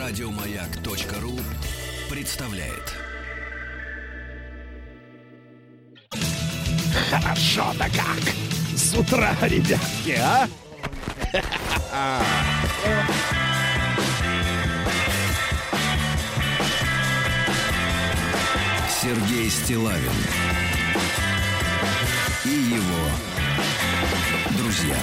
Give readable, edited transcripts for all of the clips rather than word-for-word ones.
Радиомаяк.ру представляет. Хорошо-то как! С утра, ребятки, а? Сергей Стиллавин и его друзья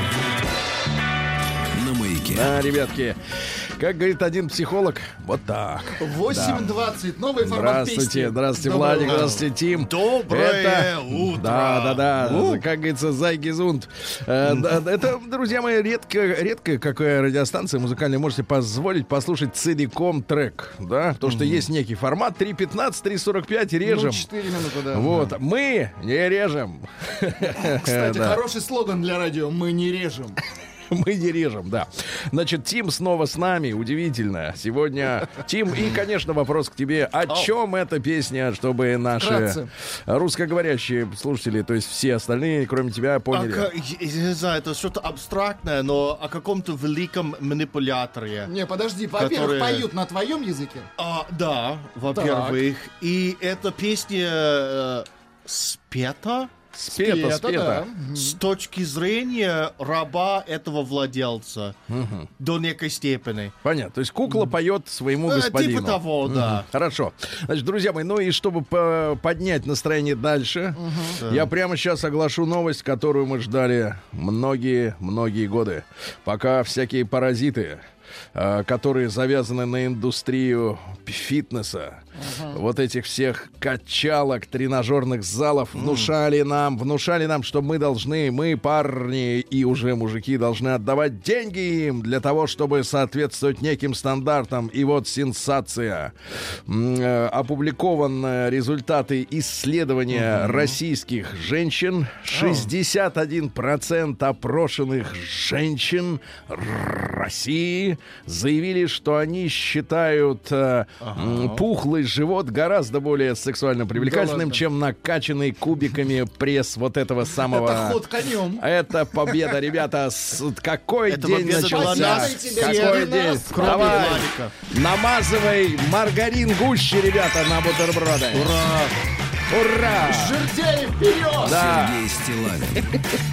на Маяке. Да, ребятки, как говорит один психолог, вот так. 8:20, новый формат песни. Здравствуйте, Доброе Владик, утро. здравствуйте, Тим. Доброе утро. Да, как говорится, зайгизунд. Это, друзья мои, редкая какая радиостанция музыкальная можете позволить послушать целиком трек, да, потому что есть некий формат 3:15, 3:45, режем. 4 минуты, да. Вот, мы не режем. Кстати, Да. хороший слоган для радио: мы не режем. Мы не режем, да. Значит, Тим снова с нами. Удивительно. Сегодня, Тим, и, конечно, вопрос к тебе. О чем эта песня, чтобы наши Вкратце. русскоговорящие слушатели, то есть все остальные, кроме тебя, поняли? Я не знаю, это что-то абстрактное, но о каком-то великом манипуляторе. Не, подожди, во-первых, Которые- поют на твоем языке. Да, во-первых. И эта песня спета Спета. да. с точки зрения раба этого владельца до некой степени. Понятно. То есть кукла поет своему господину. Типа того, да. Хорошо. Значит, друзья мои, ну и чтобы поднять настроение дальше, я прямо сейчас оглашу новость, которую мы ждали многие годы. Пока всякие паразиты, которые завязаны на индустрию фитнеса, вот этих всех качалок, тренажерных залов, внушали нам, что мы, парни и уже мужики, должны отдавать деньги им для того, чтобы соответствовать неким стандартам. И вот сенсация. Опубликованы результаты исследования российских женщин. 61% опрошенных женщин России заявили, что они считают пухлый живот гораздо более сексуально привлекательным, ладно. чем накачанный кубиками пресс вот этого самого... Это ход конем. Это победа, ребята. Какой Это день победа для начался? нас всех, Какой для день? нас, кроме Давай, Владика. намазывай маргарин гуще, ребята, на бутерброды. Ура! Ура! Жердяй вперед! Да. Сергей Стиллавин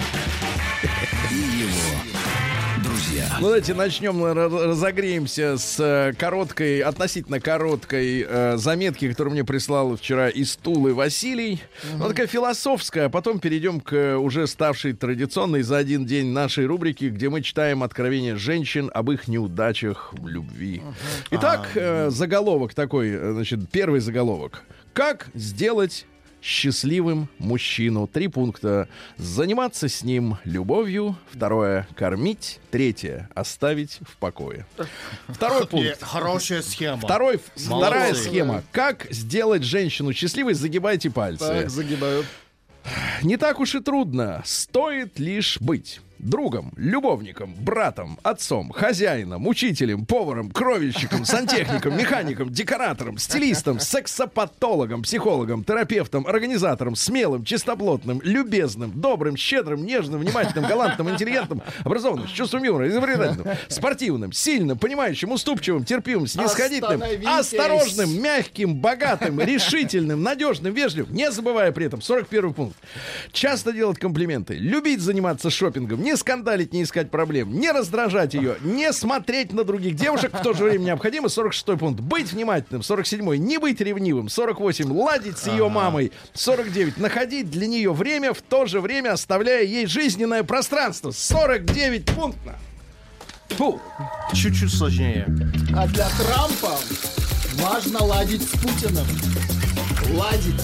и его друзья. Ну, давайте начнем, разогреемся с относительно короткой заметки, которую мне прислал вчера из Тулы Василий. Она такая философская, а потом перейдем к уже ставшей традиционной за один день нашей рубрике, где мы читаем откровения женщин об их неудачах в любви. Итак, заголовок такой, значит, первый заголовок. Как сделать счастливым мужчину? 3 пункта. Заниматься с ним любовью. 2. Кормить. 3. Оставить в покое. Второй пункт. Хорошая схема. Вторая Молодцы. схема. Как сделать женщину счастливой? Загибайте пальцы. Так, загибаю. Не так уж и трудно. Стоит лишь быть другом, любовником, братом, отцом, хозяином, учителем, поваром, кровельщиком, сантехником, механиком, декоратором, стилистом, сексопатологом, психологом, терапевтом, организатором, смелым, чистоплотным, любезным, добрым, щедрым, нежным, внимательным, галантным, интеллигентным, образованным, с чувством юмора, изобретательным, спортивным, сильным, понимающим, уступчивым, терпимым, снисходительным, Остановитесь. осторожным, мягким, богатым, решительным, надежным, вежливым, не забывая при этом 41 пункт. Часто делать комплименты, любить заниматься шопингом, не скандалить, не искать проблем, не раздражать ее, не смотреть на других девушек, в то же время необходимо. 46 пункт. Быть внимательным. 47. Не быть ревнивым. 48. Ладить с ее мамой. 49. Находить для нее время, в то же время оставляя ей жизненное пространство. 49 пунктов. Фу. Чуть-чуть сложнее. А для Трампа важно ладить с Путиным. Ладить.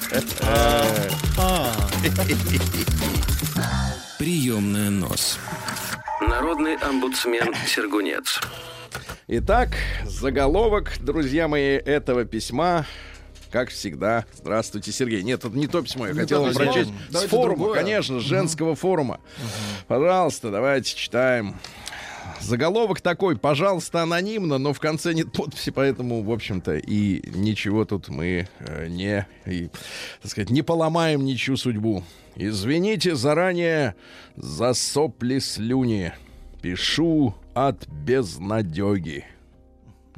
Приемная нос. Народный омбудсмен Сергунец. Итак, заголовок, друзья мои, этого письма, как всегда. Здравствуйте, Сергей. Нет, это не то письмо, я хотел вам то письмо. прочесть. С Давайте форума, другое. конечно, с женского форума. Пожалуйста, давайте читаем. Заголовок такой: пожалуйста, анонимно, но в конце нет подписи, поэтому, в общем-то, и ничего тут мы так сказать, не поломаем ничью судьбу. Извините заранее за сопли слюни. Пишу от безнадеги.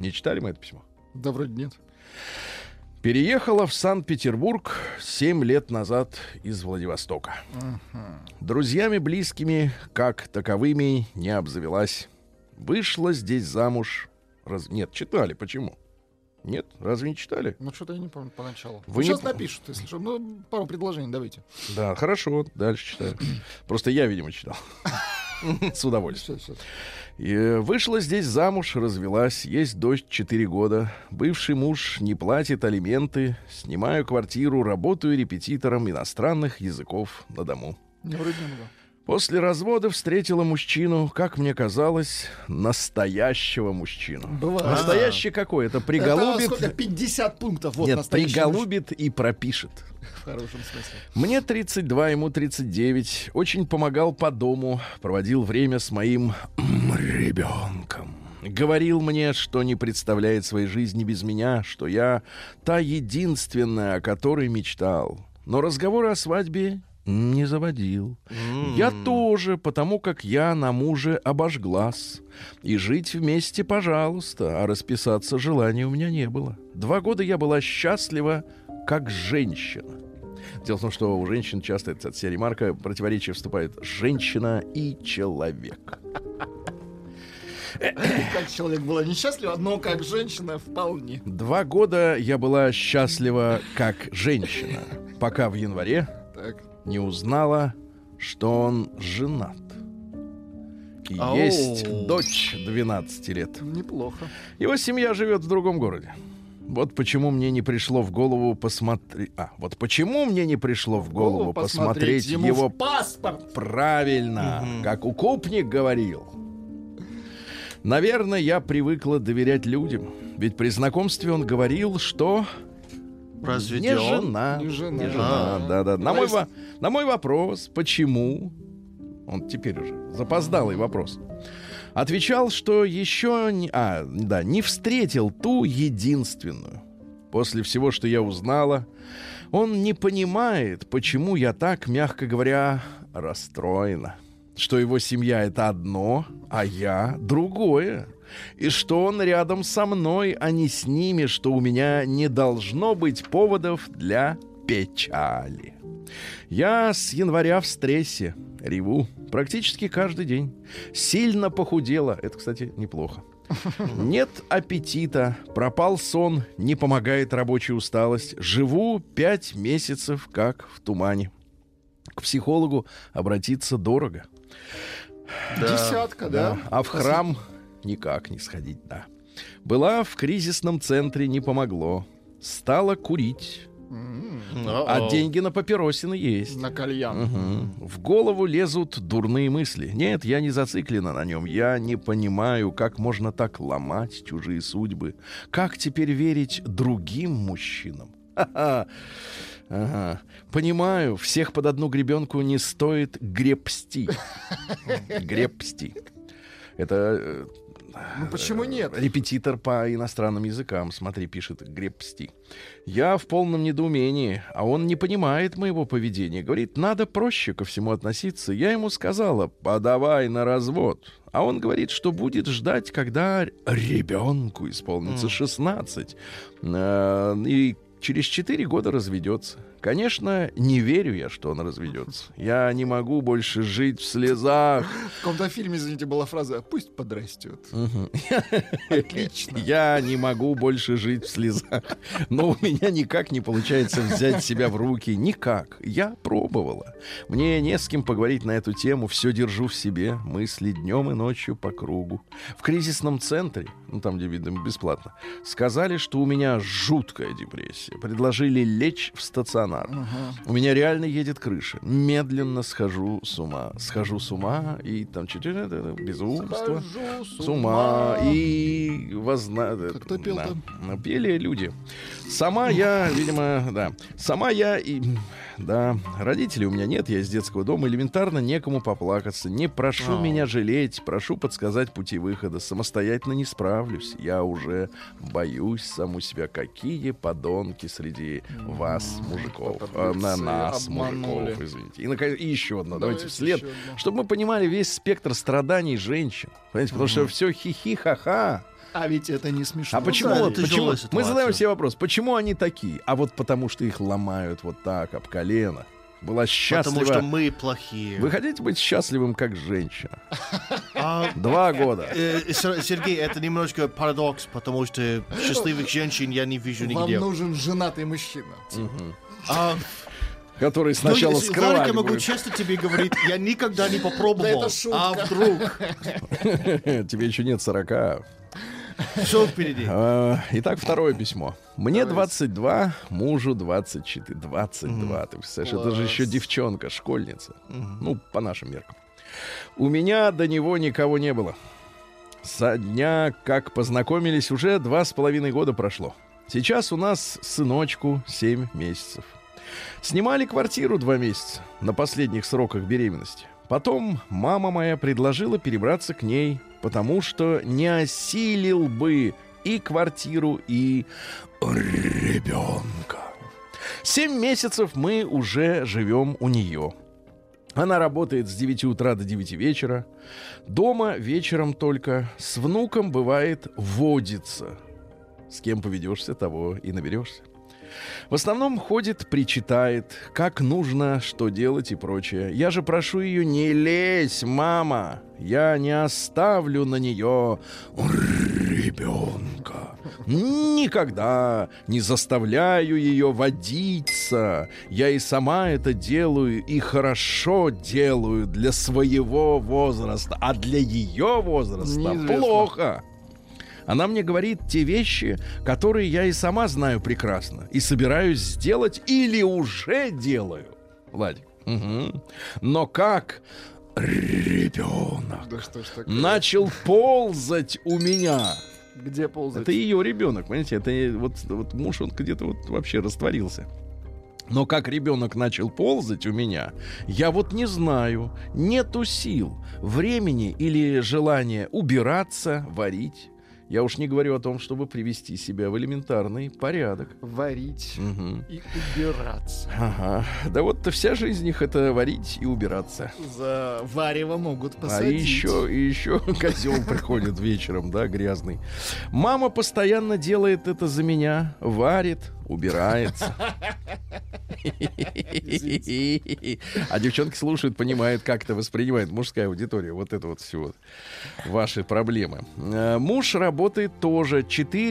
Не читали мы это письмо? Да, вроде нет. Переехала в Санкт-Петербург 7 лет назад из Владивостока. Друзьями близкими, как таковыми, не обзавелась. Вышла здесь замуж. Нет, читали. Почему? Нет? Разве не читали? Ну, что-то я не помню поначалу. Вы Сейчас не- напишут, если что. Ну, пару предложений давайте. Да, хорошо, дальше читаю. Просто я, видимо, читал. С удовольствием. Сейчас. И вышла здесь замуж, развелась, есть дочь 4 года. Бывший муж не платит алименты, снимаю квартиру, работаю репетитором иностранных языков на дому. Не вроде немного. После развода встретила мужчину, как мне казалось, настоящего мужчину. Бывает. Настоящий какой? Это Это приголубит... сколько? 50 пунктов. Вот Нет, настоящий приголубит и пропишет. муж. В хорошем смысле. Мне 32, ему 39. Очень помогал по дому, проводил время с моим ребенком. Говорил мне, что не представляет своей жизни без меня, что я та единственная, о которой мечтал. Но разговоры о свадьбе не заводил. Я тоже, потому как я на муже обожглась. И жить вместе, пожалуйста, а расписаться желания у меня не было. 2 года я была счастлива, как женщина. Дело в том, что у женщин часто эта серия ремарка противоречие вступает: женщина и человек. Как человек была несчастлива, но как женщина вполне. 2 года я была счастлива, как женщина, пока в январе Так. не узнала, что он женат. И Ау. есть дочь 12 лет. Неплохо. Его семья живет в другом городе. Вот почему мне не пришло в голову посмотреть... вот почему мне не пришло в голову посмотреть ему его в паспорт. правильно, как укупник говорил. Наверное, я привыкла доверять людям. Ведь при знакомстве он говорил, что... Разведён? Не жена. Не жена. Не жена, да-да. На То есть- мой вопрос, почему... Он теперь уже запоздалый вопрос. Отвечал, что еще не встретил ту единственную. После всего, что я узнала, он не понимает, почему я так, мягко говоря, расстроена. Что его семья — это одно, а я — другое. И что он рядом со мной, а не с ними, что у меня не должно быть поводов для печали. Я с января в стрессе, реву практически каждый день. Сильно похудела, это, кстати, неплохо. Нет аппетита, пропал сон, не помогает рабочая усталость. Живу 5 месяцев как в тумане. К психологу обратиться дорого. Десятка, да? А в храм никак не сходить, да. Была в кризисном центре, не помогло. Стала курить. А деньги на папиросины есть. На кальян. В голову лезут дурные мысли. Нет, я не зациклена на нем. Я не понимаю, как можно так ломать чужие судьбы. Как теперь верить другим мужчинам? Ха-ха. Ага. Понимаю, всех под одну гребенку не стоит гребсти. Гребсти. Это... Ну почему нет? Репетитор по иностранным языкам, смотри, пишет гребсти. Я в полном недоумении, а он не понимает моего поведения. Говорит, надо проще ко всему относиться. Я ему сказала, подавай на развод. А он говорит, что будет ждать, когда ребенку исполнится 16. И через 4 года разведется. Конечно, не верю я, что он разведется. Я не могу больше жить в слезах. В каком-то фильме, извините, была фраза «пусть подрастет». Отлично. Я не могу больше жить в слезах. Но у меня никак не получается взять себя в руки. Никак. Я пробовала. Мне не с кем поговорить на эту тему. Все держу в себе. Мысли днем и ночью по кругу. В кризисном центре, ну там, где, видно, бесплатно, сказали, что у меня жуткая депрессия. Предложили лечь в стационар. У меня реально едет крыша. Медленно схожу с ума. Схожу с ума и там безумство. Схожу С ума и Кто пел-то? пели люди. Сама я, видимо, да. Сама я и... Да, родителей у меня нет, я из детского дома. Элементарно некому поплакаться. Не прошу меня жалеть, прошу подсказать пути выхода. Самостоятельно не справлюсь. Я уже боюсь саму себя. Какие подонки среди вас, мужиков. На нас, обманули. мужиков, извините. И, наконец, и еще одно. Давайте Давайте вслед. еще одно. Чтобы мы понимали весь спектр страданий женщин. Понимаете, потому что все хихи-ха-ха. А ведь это не смешно. А почему? да, Вот, почему? тяжелая Мы ситуация. задаем себе вопрос, почему они такие? А вот потому что их ломают вот так, об колено. Была счастлива. Потому что мы плохие. Вы хотите быть счастливым, как женщина? А, 2 года. Сергей, это немножко парадокс, потому что счастливых женщин я не вижу Вам нигде. нужен женатый мужчина. А, Который сначала Владик, скрывали я могу будет. честно тебе говорить, я никогда не попробовал. Да это шутка. А вдруг? Тебе еще нет 40. Все впереди. Итак, второе письмо. Мне 22, мужу 24. 22, ты представляешь, это же еще девчонка, школьница. Ну, по нашим меркам. У меня до него никого не было. Со дня, как познакомились, уже 2,5 года прошло. Сейчас у нас сыночку 7 месяцев. Снимали квартиру 2 месяца на последних сроках беременности. Потом мама моя предложила перебраться к ней, потому что не осилил бы и квартиру, и ребенка. 7 месяцев мы уже живем у нее. Она работает с 9 утра до 9 вечера. Дома вечером только. С внуком бывает водится. С кем поведешься, того и наберешься. В основном ходит, причитает, как нужно, что делать и прочее. Я же прошу ее: не лезь, мама. Я не оставлю на нее ребенка. Никогда не заставляю ее водиться. Я и сама это делаю, и хорошо делаю для своего возраста. А для ее возраста Неизвестно. плохо. Она мне говорит те вещи, которые я и сама знаю прекрасно, и собираюсь сделать или уже делаю. Владик. Угу. Но как ребенок Да что ж такое? начал ползать у меня. Где ползать? Это ее ребенок, понимаете? Это вот муж, он где-то вот вообще растворился. Но как ребенок начал ползать у меня, я вот не знаю. Нету сил, времени или желания убираться, варить. Я уж не говорю о том, чтобы привести себя в элементарный порядок. Варить Мгм. и убираться. Ага. Да вот вся жизнь их — это варить и убираться. За варево могут А посадить. еще козел приходит вечером, да, грязный. Мама постоянно делает это за меня, варит, убирается. А девчонки слушают, понимают, как это воспринимает мужская аудитория. Вот это вот все вот ваши проблемы. Муж работает тоже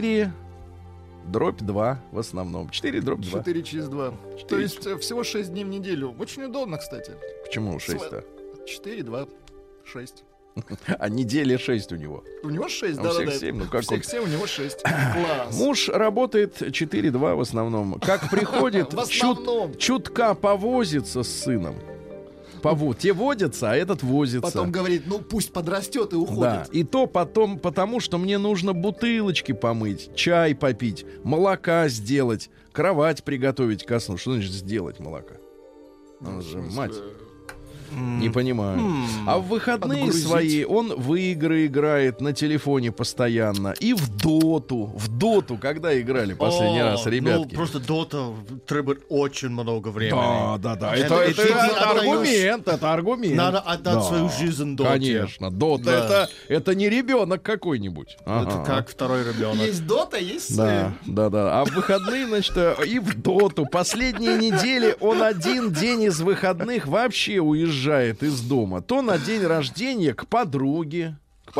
4/2 в основном. 4/2. 4 через 2. 4. То есть всего 6 дней в неделю. Очень удобно, кстати. Почему 6-то? 4, 2, 6. А неделя 6 у него. У него 6, А у да, всех да. 7, ну как всех он? 7, у него 6. Класс. Муж работает 4/2 в основном. Как приходит, В основном. чутка повозится с сыном. Те водятся, а этот возится. Потом говорит, ну пусть подрастет и Да, уходит. и то потом, потому что мне нужно бутылочки помыть, чай попить, молока сделать, кровать приготовить ко сну. Что значит сделать молока? Она же мать. Не понимаю. А в выходные Отгрузить. свои он в игры играет на телефоне постоянно. И в доту. В доту, когда играли последний раз, ребятки? Ну, просто дота требует очень много времени. Да. Это Это ты отдаешь. аргумент, это аргумент. Надо отдать Да. свою жизнь доте. Конечно, дота Да. это не ребенок какой-нибудь. Это Ага. как второй ребенок. Есть дота, есть Да. А в выходные, значит, и в доту. Последние недели он один день из выходных вообще уезжает из дома. То на день рождения к подруге.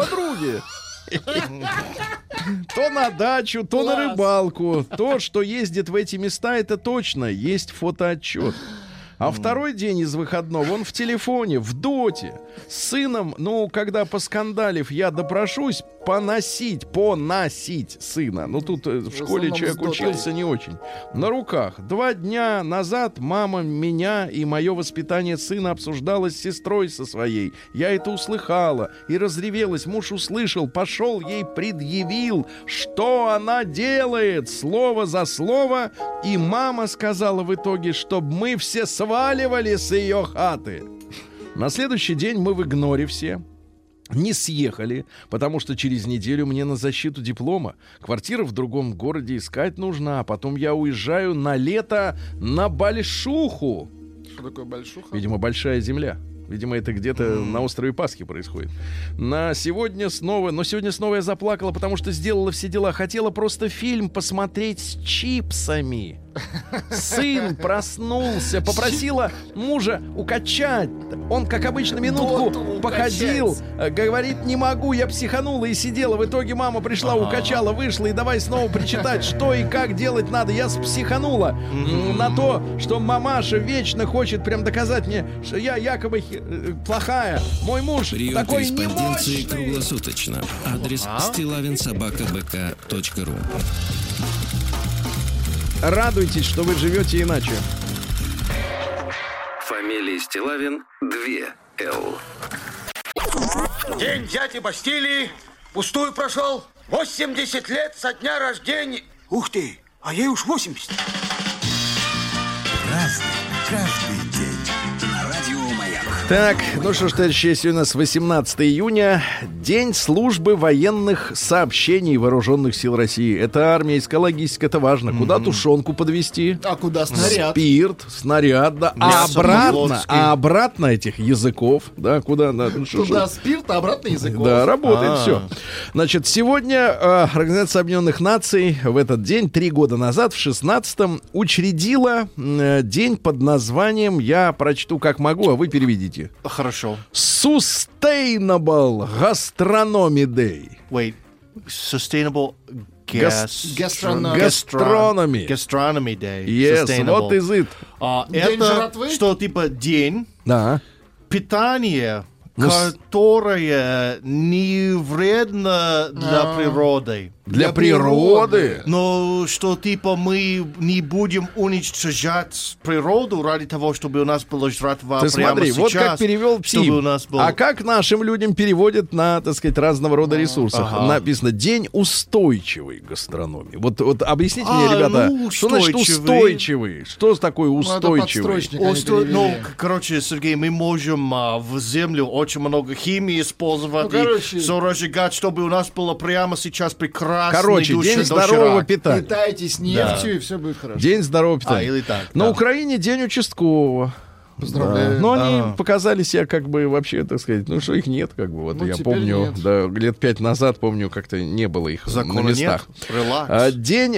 То на дачу, то на Класс. рыбалку. То, что ездит в эти места, это точно. Есть фотоотчет. А второй день из выходного он в телефоне, в доте. С сыном, ну, когда поскандалив, я допрошусь поносить сына. Ну, тут в школе основном человек с дотой. учился не очень. На руках. 2 дня назад мама меня и мое воспитание сына обсуждала с сестрой со своей. Я это услыхала и разревелась. Муж услышал, пошел ей предъявил, что она делает, слово за слово. И мама сказала в итоге, чтобы мы все сваливали с ее хаты. На следующий день мы в игноре все. Не съехали, потому что через неделю мне на защиту диплома. Квартира в другом городе искать нужна, а потом я уезжаю на лето на Большуху. Что такое большуха? Видимо, большая земля. Видимо, это где-то на острове Пасхи происходит. Но сегодня снова я заплакала, потому что сделала все дела. Хотела просто фильм посмотреть с чипсами. Сын проснулся, попросила мужа укачать. Он, как обычно, минутку походил, говорит, не могу, я психанула и сидела. В итоге мама пришла, укачала, вышла, и давай снова причитать, что и как делать надо. Я психанула на то, что мамаша вечно хочет прям доказать мне, что я якобы плохая. Мой муж Прием такой корреспонденции немощный. круглосуточно. Адрес stilavinsobakabk.ru. Радуйтесь, что вы живете иначе. Фамилия Стилавин 2 Л. День дяди Бастилии пустую прошел. 80 лет со дня рождения. Ух ты, а ей уж 80. Разный, каждый день. На радио Маяк. Так, ну что ж, товарищи, сегодня у нас 18 июня, День службы военных сообщений Вооруженных сил России. Это армейская логистика, это важно. Куда тушенку подвезти? А куда снаряд? Спирт, снаряд, да. Мясо по-флотски. А обратно этих языков, да, куда надо? Ну, Туда спирт, а обратно языков. Да, работает все. Значит, сегодня Организация Объединенных Наций в этот день, 3 года назад, в 16-м, учредила день под названием, я прочту как могу, а вы переведите. Хорошо. Sustainable Gastronomy Day. Wait. Sustainable Gastronomy. Gastronomy Day. Yes, Sustainable. what is it? День Это жратвы? что, типа, день Да. питания, Ну, которое не вредно для природы. Для природы. Но что, типа, мы не будем уничтожать природу ради того, чтобы у нас была жратва Ты прямо смотри, сейчас. вот как перевел чтобы Тим. у нас был... А как нашим людям переводят на, так сказать, разного рода ресурсах? Ага. Написано «День устойчивой гастрономии». Вот объясните мне, ребята, ну, что значит устойчивый? Что такое устойчивый? подстрочник, они Ну, перевели. короче, Сергей, мы можем в землю очень много химии использовать Ну, короче. и все разжигать, чтобы у нас было прямо сейчас прекрасный Короче, душный День здорового доширак. питания. Питайтесь нефтью, и все будет хорошо. День здорового питания. или так, На да. Украине День участкового. Поздравляю. Но они показали себя как бы вообще, так сказать, ну что их нет, как бы. Вот Ну, я теперь помню, нет. да, лет 5 назад, помню, как-то не было их на Закона местах. нет. Релакс.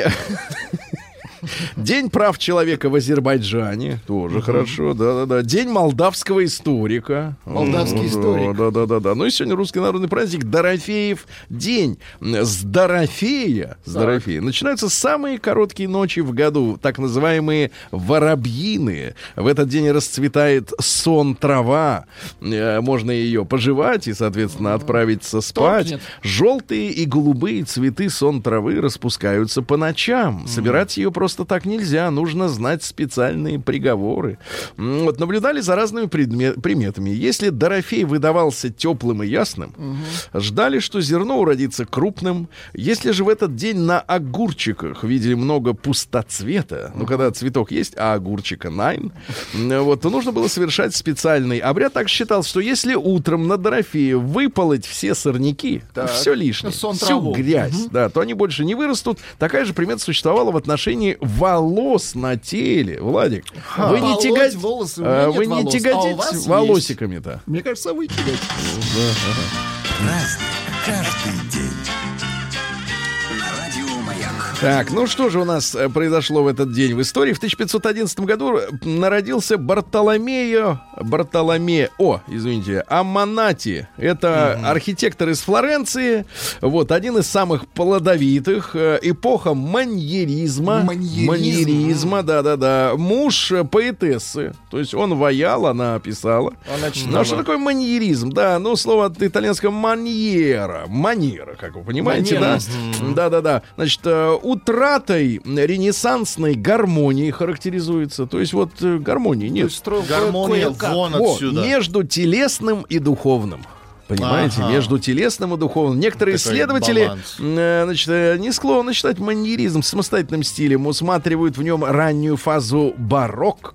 День прав человека в Азербайджане. Тоже хорошо, да-да-да. День молдавского историка. Молдавский историк. Да-да-да. Ну и сегодня русский народный праздник Дорофеев день. С Дорофея. Начинаются самые короткие ночи в году, так называемые воробьиные. В этот день расцветает сон-трава. Можно ее пожевать и, соответственно, отправиться спать. Толкнет. Желтые и голубые цветы сон-травы распускаются по ночам. Собирать ее просто так нельзя. Нужно знать специальные приговоры. Вот, наблюдали за разными приметами. Если Дорофей выдавался теплым и ясным, ждали, что зерно уродится крупным. Если же в этот день на огурчиках видели много пустоцвета, ну, когда цветок есть, а огурчика найн, вот, то нужно было совершать специальный обряд. Так считал, что если утром на Дорофея выполоть все сорняки, все лишнее, Сон всю траву. грязь, да, то они больше не вырастут. Такая же примета существовала в отношении волос на теле. Владик, вы не, Полоть волосы, у меня вы нет не волос, а у тяготите вас есть. волосиками-то. Мне кажется, вы кидаете. Разный, каждый день. На радио Маяк. Так, ну что же у нас произошло в этот день в истории? В 1511 году народился Бартоломео Амманати. Это архитектор из Флоренции. Вот, один из самых плодовитых. Эпоха маньеризма. Маньеризма, да-да-да. Муж поэтессы. То есть он ваял, она писала. Ну, а что такое маньеризм? Да, ну, слово от итальянского маньера. Манера, как вы понимаете, да? Да-да-да. Значит, утратой ренессансной гармонии характеризуется. То есть вот гармонии нет. Гармония вон отсюда. Между телесным и духовным. Понимаете, Ага. между телесным и духовным. Некоторые Такой исследователи баланс. не склонны считать маньеризм самостоятельным стилем, усматривают в нем раннюю фазу барокко.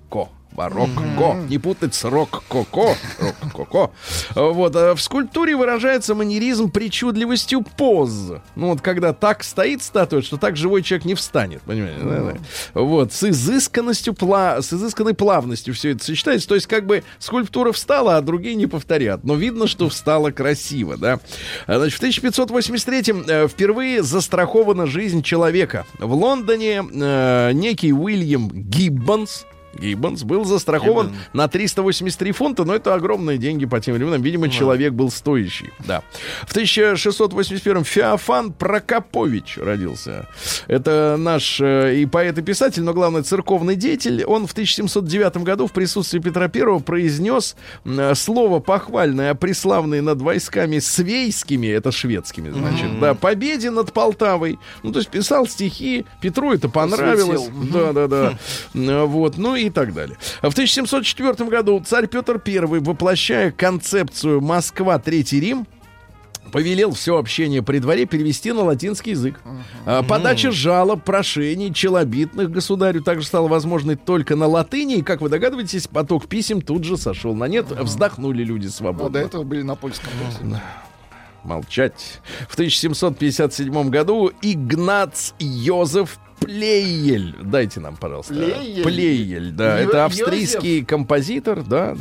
Рококо. Не путать с рок-коко. Рок-коко. Вот. В скульптуре выражается манеризм причудливостью поз. Ну, вот когда так стоит статуя, что так живой человек не встанет. Понимаете? Да. Вот. С изысканной плавностью все это сочетается. То есть, как бы скульптура встала, а другие не повторят. Но видно, что встала красиво, да. Значит, в 1583-м впервые застрахована жизнь человека. В Лондоне некий Уильям Гиббонс был застрахован на 383 фунта, но это огромные деньги по тем временам. Видимо, человек был стоящий. Да. В 1681-м Феофан Прокопович родился. Это наш и поэт, и писатель, но главное, церковный деятель. Он в 1709 году в присутствии Петра I произнес слово похвальное о преславной над войсками свейскими, это шведскими, значит, да, победе над Полтавой. Ну, то есть писал стихи, Петру это понравилось. Да. Вот, ну и так далее. В 1704 году царь Петр I, воплощая концепцию «Москва, Третий Рим», повелел все общение при дворе перевести на латинский язык. Подача жалоб, прошений, челобитных государю также стала возможной только на латыни. И, как вы догадываетесь, поток писем тут же сошел на нет. Вздохнули люди свободно. А до этого были на польском. Молчать. В 1757 году Игнац Йозеф Плейель. Дайте нам, пожалуйста. Плейель, да. Это австрийский композитор. Да.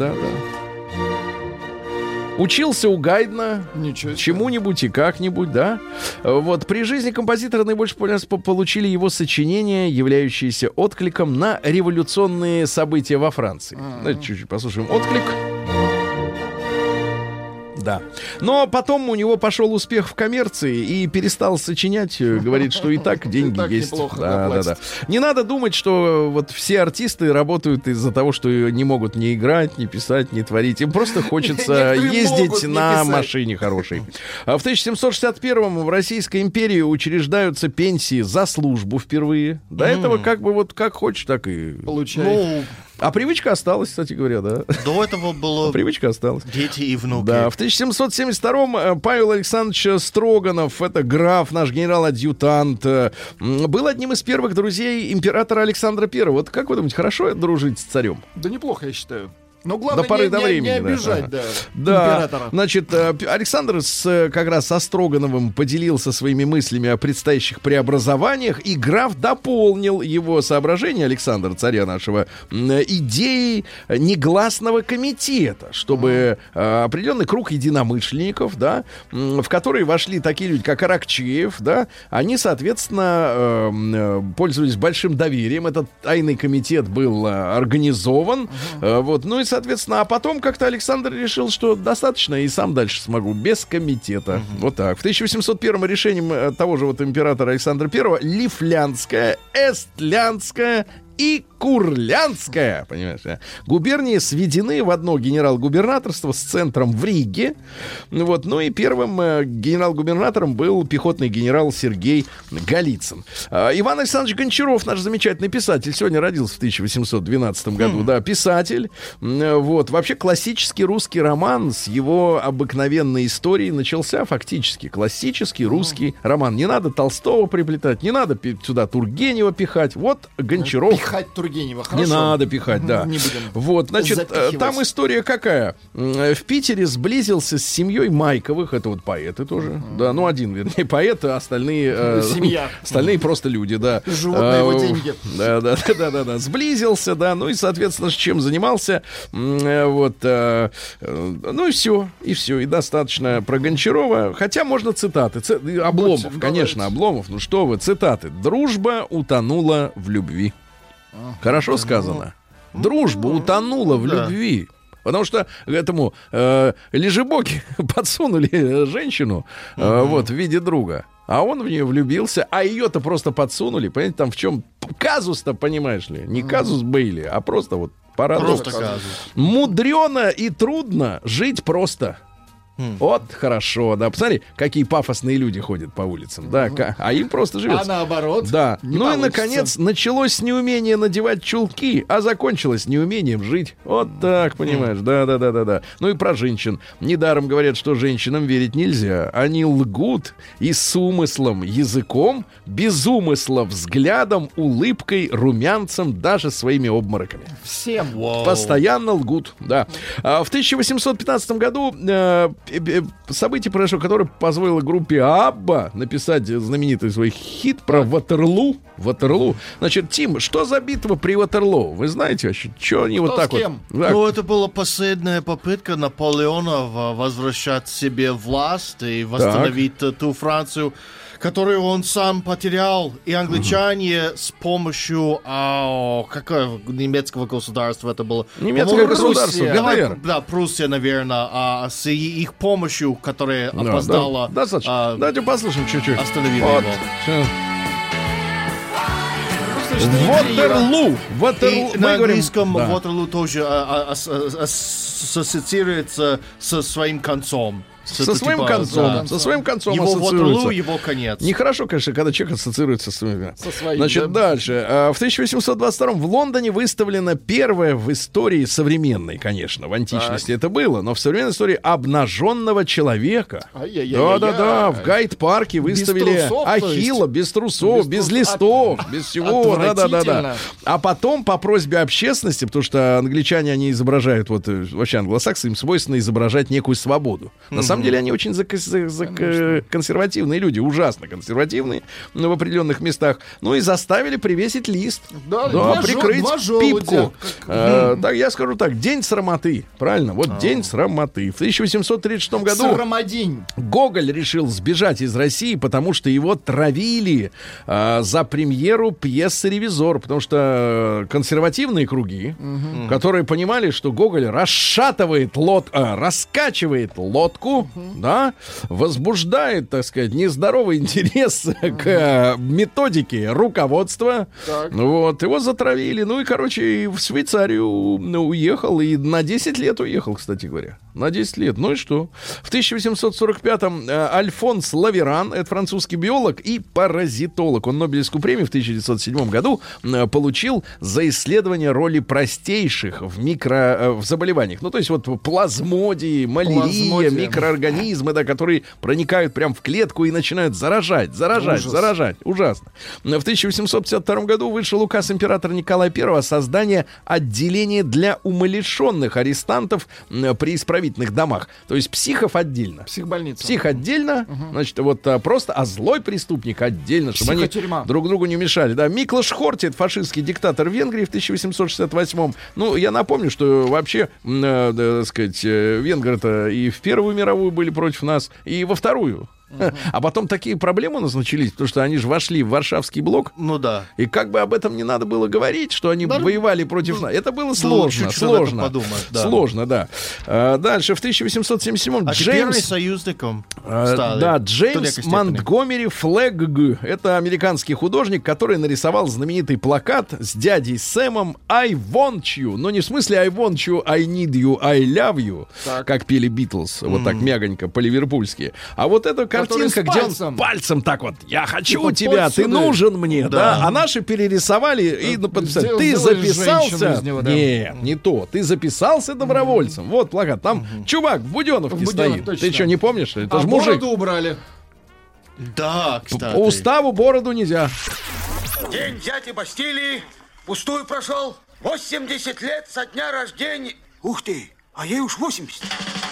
Учился у Гайдна чему-нибудь и как-нибудь, да. Вот. При жизни композитора наибольшую популярность получили его сочинения, являющиеся откликом на революционные события во Франции. Давайте чуть-чуть послушаем отклик. Да. Но потом у него пошел успех в коммерции и перестал сочинять. Говорит, что и так деньги есть. Да. Не надо думать, что вот все артисты работают из-за того, что не могут ни играть, ни писать, ни творить. Им просто хочется ездить на машине хорошей. В 1761-м в Российской империи учреждаются пенсии за службу впервые. До этого как бы вот как хочешь, так и получай. А привычка осталась, кстати говоря, да. До этого было... Привычка осталась. Дети и внуки. Да, в 1772-м Павел Александрович Строганов, это граф, наш генерал-адъютант, был одним из первых друзей императора Александра I. Вот как вы думаете, хорошо дружить с царем? Да неплохо, я считаю. Но главное до поры до времени, не обижать, да. императора. Значит, Александр как раз со Строгановым поделился своими мыслями о предстоящих преобразованиях, и граф дополнил его соображения, Александра, царя нашего, идеей негласного комитета, чтобы определенный круг единомышленников, да, в который вошли такие люди, как Аракчеев, да, они, соответственно, пользовались большим доверием. Этот тайный комитет был организован, вот, ну и, соответственно, а потом как-то Александр решил, что достаточно, и сам дальше смогу, без комитета. Вот так. В 1801 решением того же вот императора Александра I Лифлянская, Эстлянская и Курлянская, понимаешь, губернии сведены в одно генерал-губернаторство с центром в Риге. Вот. Ну и первым генерал-губернатором был пехотный генерал Сергей Голицын. Иван Александрович Гончаров, наш замечательный писатель, сегодня родился в 1812 году, да, писатель. Вот. Вообще классический русский роман с его обыкновенной историей начался фактически. Классический русский роман. Не надо Толстого приплетать, не надо сюда Тургенева пихать. Вот Гончаров. Пихать Тургенева, хорошо. Не надо пихать, да. Не будем. Вот, значит, там история какая? В Питере сблизился с семьей Майковых, это вот поэты тоже, да, ну один, вернее, поэт, а остальные... Семья. Остальные просто люди, да. Живут на его деньги. Да, сблизился, да, ну и, соответственно, чем занимался, вот, ну и все, и достаточно про Гончарова, хотя можно цитаты, Обломов, конечно, Обломов, ну что вы, цитаты. «Дружба утонула в любви». Хорошо сказано. Дружба утонула в любви. Потому что этому лежебоки подсунули женщину вот, в виде друга. А он в нее влюбился, а ее-то просто подсунули. Понимаете, там в чем казус-то, понимаешь ли? Не казус Бейли, а просто вот парадокс. Просто казус. Мудрено и трудно жить просто. Вот хорошо, да. Посмотри, какие пафосные люди ходят по улицам, да, а им просто живется. А наоборот? Да. Не Ну и, получится. наконец, началось с неумения надевать чулки, а закончилось неумением жить. Вот так, понимаешь, да. Ну и про женщин. Недаром говорят, что женщинам верить нельзя. Они лгут и с умыслом, языком, без умысла, взглядом, улыбкой, румянцем, даже своими обмороками. Всем. Постоянно лгут, да. В 1815 году событие произошло, которое позволило группе Абба написать знаменитый свой хит про Ватерлоо. Значит, Тим, что за битва при Ватерлоо? Вы знаете вообще, что они вот Кто так с кем? вот... Да. Ну, это была последняя попытка Наполеона возвращать себе власть и восстановить ту Францию, которую он сам потерял. И англичане с помощью какого немецкого государства это было? Немецкое По-моему, государство, Пруссия. ГДР. Да, Пруссия, наверное. С их помощью, которая Да, опоздала, да, достаточно. Давайте послушаем чуть-чуть. остановила Вот. его. Всё. Ватерлоо. И на английском да. Waterloo тоже ассоциируется со своим концом. Со своим концом. Со своим концом Его ассоциируется. Waterloo, его конец. Нехорошо, конечно, когда человек ассоциируется со своим. Значит, да. дальше. В 1822 в Лондоне выставлена первая в истории современной, конечно, в античности это было, но в современной истории обнаженного человека. Ай-яй-яй-яй-яй. Да. В Гайд-парке выставили трусов, то Ахилла, без трусов, без листов, без всего. Да. Отвратительно. А потом по просьбе общественности, потому что англичане, они изображают, вот вообще англосаксы, им свойственно изображать некую свободу. На самом деле они очень консервативные люди, ужасно консервативные в определенных местах. Ну и заставили привесить лист. Да, два прикрыть желудя. пипку. Так, я скажу так, день срамоты. Правильно, вот день срамоты. В 1836 году Сарамадинь. Гоголь решил сбежать из России, потому что его травили за премьеру пьесы «Ревизор», потому что консервативные круги, которые понимали, что Гоголь раскачивает лодку, да, возбуждает, так сказать, нездоровый интерес к методике руководства. Вот, его затравили. Ну и, короче, в Швейцарию уехал. И на 10 лет уехал, кстати говоря. На 10 лет. Ну и что? В 1845-м Альфонс Лаверан, это французский биолог и паразитолог. Он Нобелевскую премию в 1907 году получил за исследование роли простейших в заболеваниях. Ну, то есть вот плазмодии, малярия, микроорганизмы, да, которые проникают прямо в клетку и начинают заражать. Ужасно. В 1852 году вышел указ императора Николая I о создании отделения для умалишенных арестантов при исправительных домах. То есть психов отдельно. Психбольница. Псих отдельно, значит, вот просто, а злой преступник отдельно, чтобы они Психотюрьма. друг другу не мешали. Да, Миклош Хорти, это фашистский диктатор Венгрии в 1868-м. Ну, я напомню, что вообще, так сказать, венгры-то и в Первую мировую были против нас, и во Вторую. А потом такие проблемы у нас начались, потому что они же вошли в Варшавский блок. Ну да. И как бы об этом не надо было говорить, что они воевали против нас. Это было сложно. чуть-чуть об этом подумать, да. Сложно, да. Дальше, в 1877-м А теперь они Джеймс... союзником стали. Да, В Джеймс некой степени. Монтгомери Флэгг. Это американский художник, который нарисовал знаменитый плакат с дядей Сэмом «I want you». Но не в смысле «I want you», «I need you», «I love you», как пели Битлз, вот так мягонько, по-ливерпульски. А вот эта картинка, где он пальцем так вот «Я хочу тебя, ты нужен мне», да. А наши перерисовали и написали «Ты записался». из него, да. Нет, не то. Ты записался добровольцем. Вот плакат. Там чувак в Буденовке стоит. точно. Ты что, не помнишь? Это А же мужик. бороду убрали. Да, кстати. По уставу бороду нельзя. День взятия Бастилии пустую прошел. 80 лет со дня рождения. Ух ты, а ей уж 80.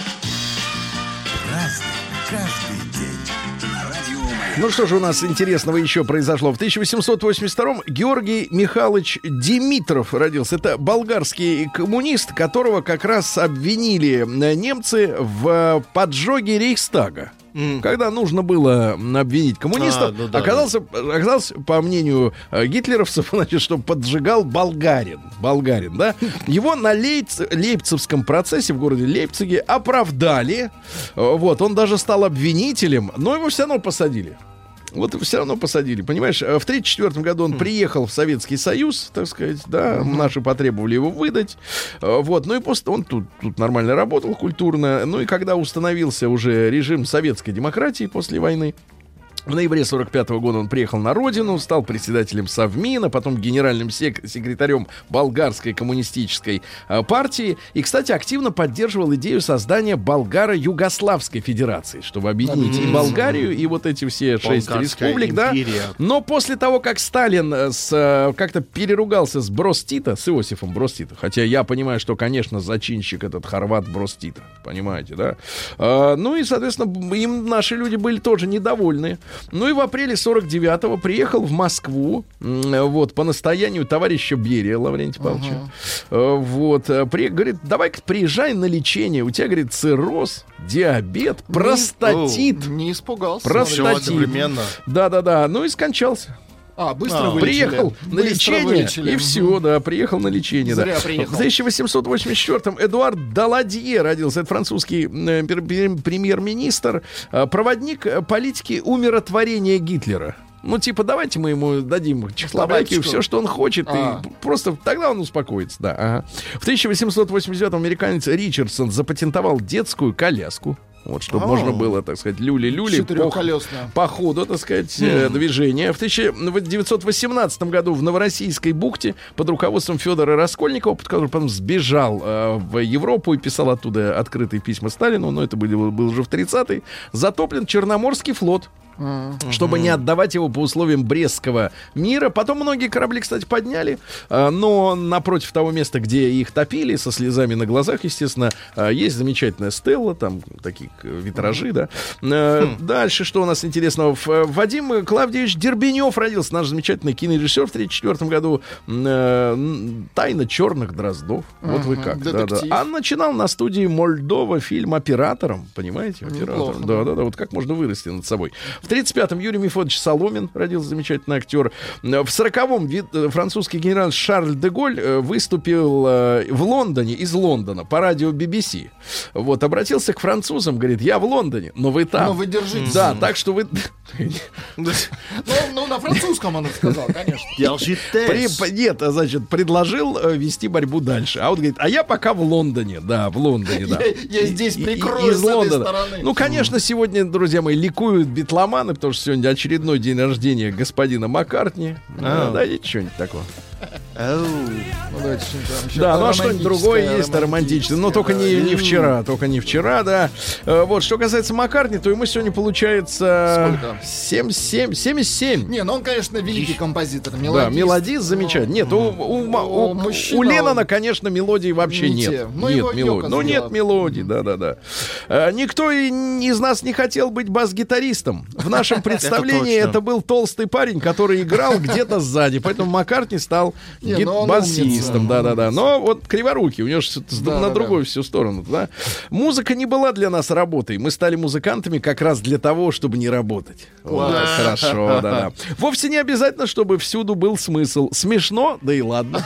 Разный, каждый день. На радио Маяк. Ну что же у нас интересного еще произошло? В 1882-м Георгий Михайлович Димитров родился. Это болгарский коммунист, которого как раз обвинили немцы в поджоге Рейхстага. Когда нужно было обвинить коммунистов, оказалось, по мнению гитлеровцев, значит, что поджигал болгарин, да? Его на Лейпцигском процессе в городе Лейпциге оправдали. Вот, он даже стал обвинителем, но его все равно посадили. Вот все равно посадили, понимаешь? В 1934 году он приехал в Советский Союз, так сказать, да, наши потребовали его выдать. Вот, ну и после он тут нормально работал культурно. Ну и когда установился уже режим советской демократии после войны, в ноябре 1945 года он приехал на родину, стал председателем Совмина, потом генеральным секретарем Болгарской коммунистической партии. И, кстати, активно поддерживал идею создания Болгаро-Югославской федерации, чтобы объединить и Болгарию, и вот эти все 6 республик. Да? Но после того, как Сталин как-то переругался с Брос Тито, с Иосифом Брос Тито, хотя я понимаю, что, конечно, зачинщик этот хорват Брос Тито, понимаете, да? Ну и, соответственно, им наши люди были тоже недовольны. Ну и в апреле 49-го приехал в Москву, вот, по настоянию товарища Берия Лаврентия Павловича. Вот, говорит, давай-ка приезжай на лечение. У тебя, говорит, цирроз, диабет, простатит. Не испугался. Простатит. Да-да-да. Ну и скончался. Быстро вылечили. Приехал на лечение, и все, да, приехал на лечение. Зря приехал. В 1884-м Эдуард Даладье родился. Это французский премьер-министр, проводник политики умиротворения Гитлера. Ну, типа, давайте мы ему дадим Чехословакию, все, что он хочет, и просто тогда он успокоится, да. Ага. В 1889-м американец Ричардсон запатентовал детскую коляску. Вот, чтобы можно было, так сказать, люли-люли по ходу, так сказать, движения. В 1918 году в Новороссийской бухте под руководством Федора Раскольникова, под которым потом сбежал в Европу и писал оттуда открытые письма Сталину, но это был уже в 30-е, затоплен Черноморский флот. Чтобы не отдавать его по условиям Брестского мира. Потом многие корабли, кстати, подняли, но напротив того места, где их топили, со слезами на глазах, естественно, есть замечательная стелла, там такие витражи, да. Дальше, что у нас интересного? Вадим Клавдиевич Дербенев родился, наш замечательный кинорежиссер в 1934 году. «Тайна черных дроздов». Вот вы как. Да. А начинал на студии Мольдова фильм оператором, понимаете? Оператором. Да. Вот как можно вырасти над собой. В 1935-м Юрий Мефодович Соломин родился, замечательный актер. В 1940-м французский генерал Шарль де Голль выступил в Лондоне, из Лондона, по радио BBC. Вот, обратился к французам, говорит, я в Лондоне, но вы там. Но вы держитесь. Да, так что вы... Ну, на французском он это сказал, конечно. Нет, значит, предложил вести борьбу дальше. А вот говорит, а я пока в Лондоне. Да, в Лондоне, да. Я здесь прикрою с этой стороны. Ну, конечно, сегодня, друзья мои, ликуют битломаны, потому что сегодня очередной день рождения господина Маккартни. Дайте что-нибудь такое. Да, ну а что-нибудь другое есть романтичное. Но только не вчера, да. Вот, что касается Маккартни, то ему сегодня получается 77. Не, ну он, конечно, великий композитор. Да, мелодист замечательный. Нет, у Леннона, конечно, мелодий вообще нет. Нет мелодий, да. Никто из нас не хотел быть бас-гитаристом. В нашем представлении это был толстый парень, который играл где-то сзади. Поэтому Маккартни стал басистом, да. Но вот криворукий, у него же на другую всю сторону, да. Музыка не была для нас работой. Мы стали музыкантами как раз для того, чтобы не работать. Вот, хорошо, да. Вовсе не обязательно, чтобы всюду был смысл. Смешно, да и ладно.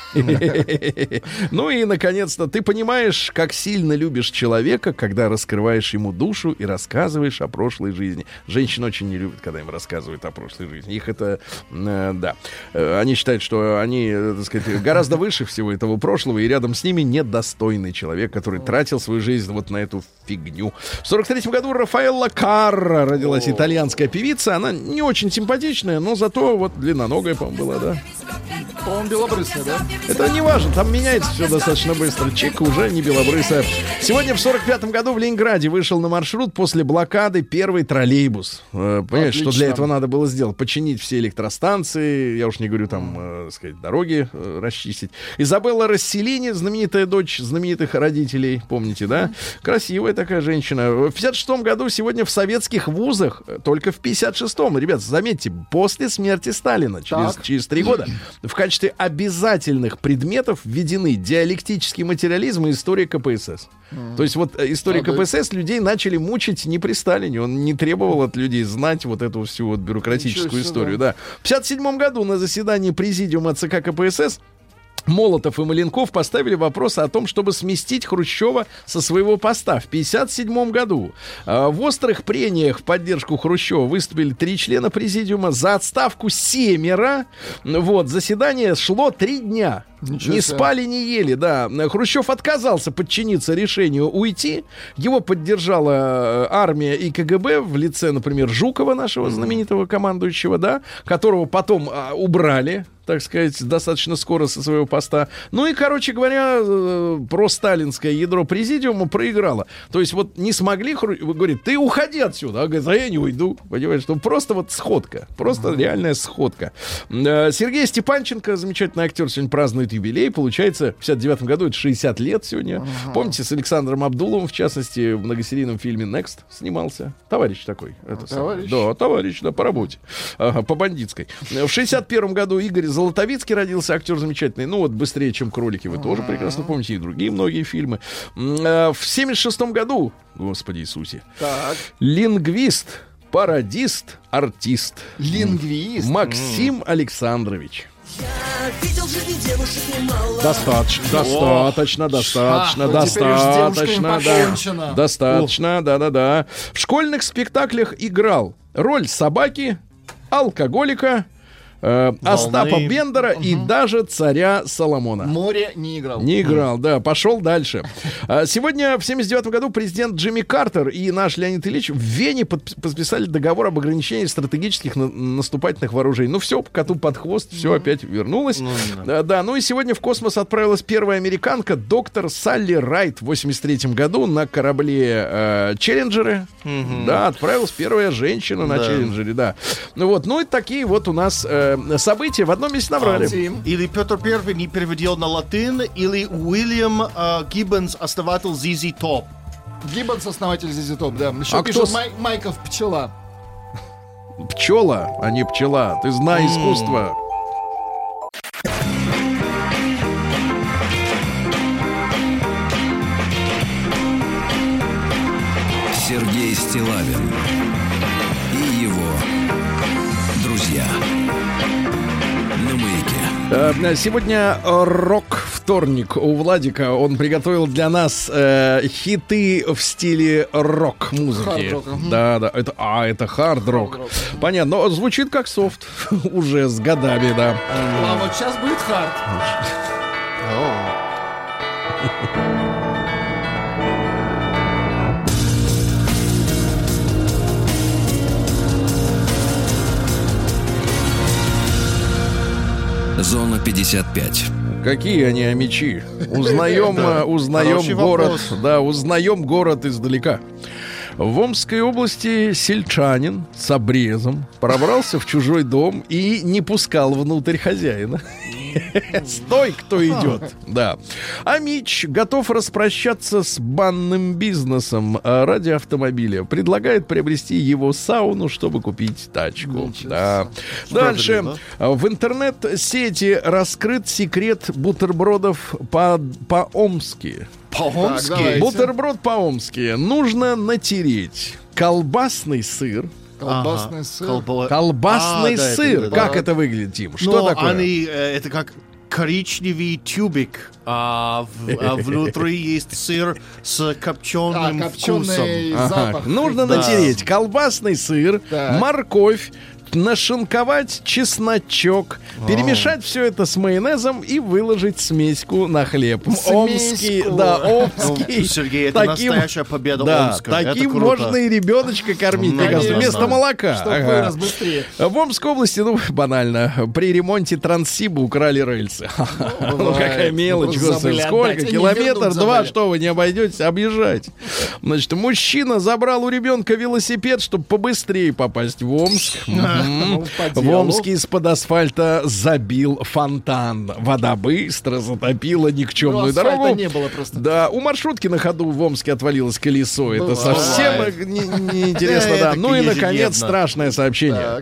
Ну и, наконец-то, ты понимаешь, как сильно любишь человека, когда раскрываешь ему душу и рассказываешь о прошлой жизни. Женщины очень не любят, когда им рассказывают о прошлой жизни. Их это, да. Они считают, что они, так сказать, гораздо выше всего этого прошлого, и рядом с ними недостойный человек, который тратил свою жизнь вот на эту фигню. В 1943 году Рафаэлла Карра родилась, итальянская певица. Она не очень симпатичная, но зато вот длинноногая, по-моему, была, да. По-моему, белобрысая, да? Это не важно, там меняется все достаточно быстро. Чик уже не белобрысая. Сегодня в 1945 году в Ленинграде вышел на маршрут после блокады первый троллейбус. Понимаете, что для этого надо было сделать? Починить все электростанции, я уж не говорю там, сказать, дороги расчистить. Изабелла Расселини, знаменитая дочь знаменитых родителей, помните, да? Красивая такая женщина. В 1956 году сегодня в советских вузах, только в 1956-м, ребят, заметьте, после смерти Сталина, через 3 года, в качестве обязательных предметов введены диалектический материализм и история КПСС. То есть вот история КПСС людей начали мучить не при Сталине. Он не требовал от людей знать вот эту всю вот бюрократическую историю. Да. В 1957 году на заседании президиума ЦК КПСС Молотов и Маленков поставили вопрос о том, чтобы сместить Хрущева со своего поста в 1957 году. В острых прениях в поддержку Хрущева выступили 3 члена президиума, за отставку 7. Вот, заседание шло 3 дня. Не спали, не ели, да. Хрущев отказался подчиниться решению уйти. Его поддержала армия и КГБ в лице, например, Жукова, нашего знаменитого командующего, да, которого потом убрали, так сказать, достаточно скоро со своего поста. Ну и, короче говоря, просталинское ядро президиума проиграло. То есть вот не смогли, говорит, ты уходи отсюда. А говорит, а я не уйду. Понимаешь, что просто вот сходка. Просто реальная сходка. Сергей Степанченко, замечательный актер, сегодня празднует юбилей. Получается, в 59-м году это 60 лет сегодня. Помните, с Александром Абдуловым, в частности, в многосерийном фильме «Next» снимался. Товарищ такой. Товарищ? Да, товарищ, да, по работе. По бандитской. В 61-м году Игорь Золотовицкий родился, актер замечательный. Ну вот «Быстрее, чем кролики» вы тоже прекрасно помните, и другие многие фильмы. В 76-м году, Господи Иисусе, лингвист, пародист, артист. Лингвист? Максим Александрович. Я видел жизни девушек немало. Достаточно. Достаточно, да. В школьных спектаклях играл роль собаки, алкоголика, Остапа Бендера и даже царя Соломона. Море не играл. Не играл, да. Пошел дальше. Сегодня, в 79 году, президент Джимми Картер и наш Леонид Ильич в Вене подписали договор об ограничении стратегических наступательных вооружений. Ну, все, коту под хвост, все опять вернулось. Да, ну и сегодня в космос отправилась первая американка, доктор Салли Райт, в 83 году на корабле Челленджеры. Да, отправилась первая женщина на Челленджере, да. Ну вот, ну и такие вот у нас события в одном месте набрали. Или Петр I не переводил на латынь, или Уильям Гиббонс, основатель ZZ Top. Гиббонс, основатель ZZ Top, да. Еще пишет Майков пчела. Пчела, а не пчела. Ты знай искусство. Сергей Стиллавин и его друзья. Сегодня рок-вторник у Владика. Он приготовил для нас хиты в стиле рок-музыки. Да. Это хард-рок. Понятно, но звучит как софт. Уже с годами, да. А вот сейчас будет хард. Зона 55. Какие они амичи. Узнаем город. Вопрос. Да, узнаем город издалека. В Омской области сельчанин с обрезом пробрался в чужой дом и не пускал внутрь хозяина. Стой, кто идет. Да. Амич готов распрощаться с банным бизнесом ради автомобиля. Предлагает приобрести его сауну, чтобы купить тачку. Да. Дальше. В интернет-сети раскрыт секрет бутербродов по-омски. По-омски? Бутерброд по-омски. Нужно натереть колбасный сыр. Колбасный сыр. Колбасный сыр. Как это выглядит, Тим? Что такое? Это как коричневый тюбик, а внутри есть сыр с копченым вкусом. Запах. Нужно натереть колбасный сыр, морковь, нашинковать чесночок, перемешать все это с майонезом и выложить смеську на хлеб. Омский, Сергей, это настоящая победа Омска. Таким можно и ребеночка кормить, мне кажется, вместо молока. Чтобы вырос быстрее. В Омской области, банально, при ремонте Транссиба украли рельсы. Какая мелочь, господи. Сколько? Километр-два, что вы не обойдетесь, объезжать. Значит, мужчина забрал у ребенка велосипед, чтобы побыстрее попасть в Омск. В Омске из-под асфальта забил фонтан. Вода быстро затопила никчемную дорогу. Не было просто. Да, у маршрутки на ходу в Омске отвалилось колесо. Это совсем неинтересно, да. Ну и, наконец, страшное сообщение.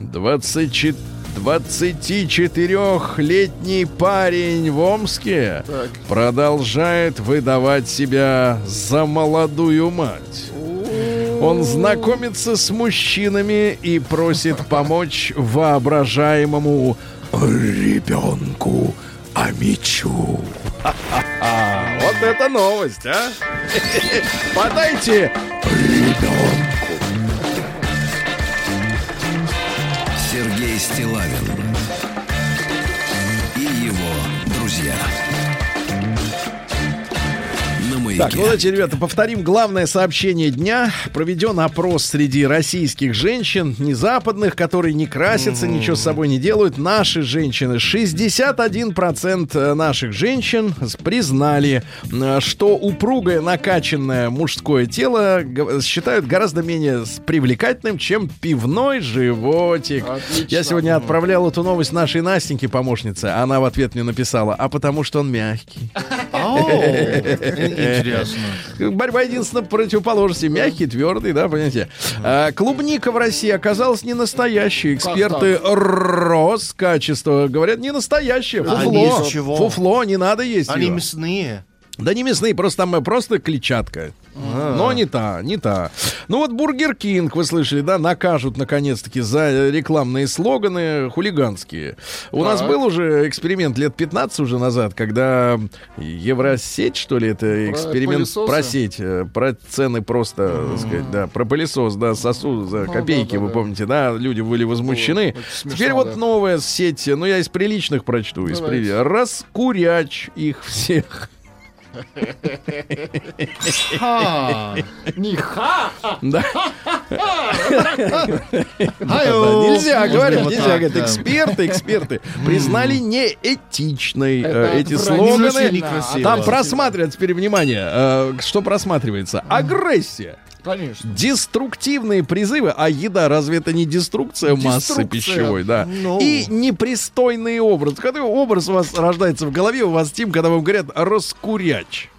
24-летний парень в Омске продолжает выдавать себя за молодую мать. Он знакомится с мужчинами и просит помочь воображаемому ребенку Амичу. Вот это новость, а? Подайте ребенку. Сергей Стиллавин и его друзья. Так, ну давайте, ребята, повторим главное сообщение дня. Проведен опрос среди российских женщин, не западных, которые не красятся, ничего с собой не делают. Наши женщины, 61% наших женщин признали, что упругое, накачанное мужское тело считают гораздо менее привлекательным, чем пивной животик. Отлично. Я сегодня отправлял эту новость нашей Настеньке, помощнице. Она в ответ мне написала: а потому что он мягкий. Интересно. Борьба единственная противоположности. Мягкий, твердый, да, понимаете. Клубника в России оказалась не настоящей. Эксперты Роскачества говорят, не настоящая. Фуфло. Фуфло не надо есть. Они мясные. Да не мясные, просто там просто клетчатка. Но не та. Ну вот Бургер Кинг, вы слышали, да, накажут наконец-таки за рекламные слоганы хулиганские. У нас был уже эксперимент лет 15 уже назад, когда Евросеть, что ли, это эксперимент про сеть, про цены просто, так сказать, да, про пылесос, да, сосуд за копейки, вы помните, да, люди были возмущены. Теперь вот новая сеть, ну я из приличных прочту, раскуряч их всех. Да. Нельзя говорить, эксперты признали неэтичной эти слоганы. Там просматривается, теперь внимание, что просматривается? Агрессия. Конечно. Деструктивные призывы, а еда разве это не деструкция массы пищевой, да? И непристойные образы. Какой образ у вас рождается в голове, у вас, Тим, когда вам говорят «раскуряч»?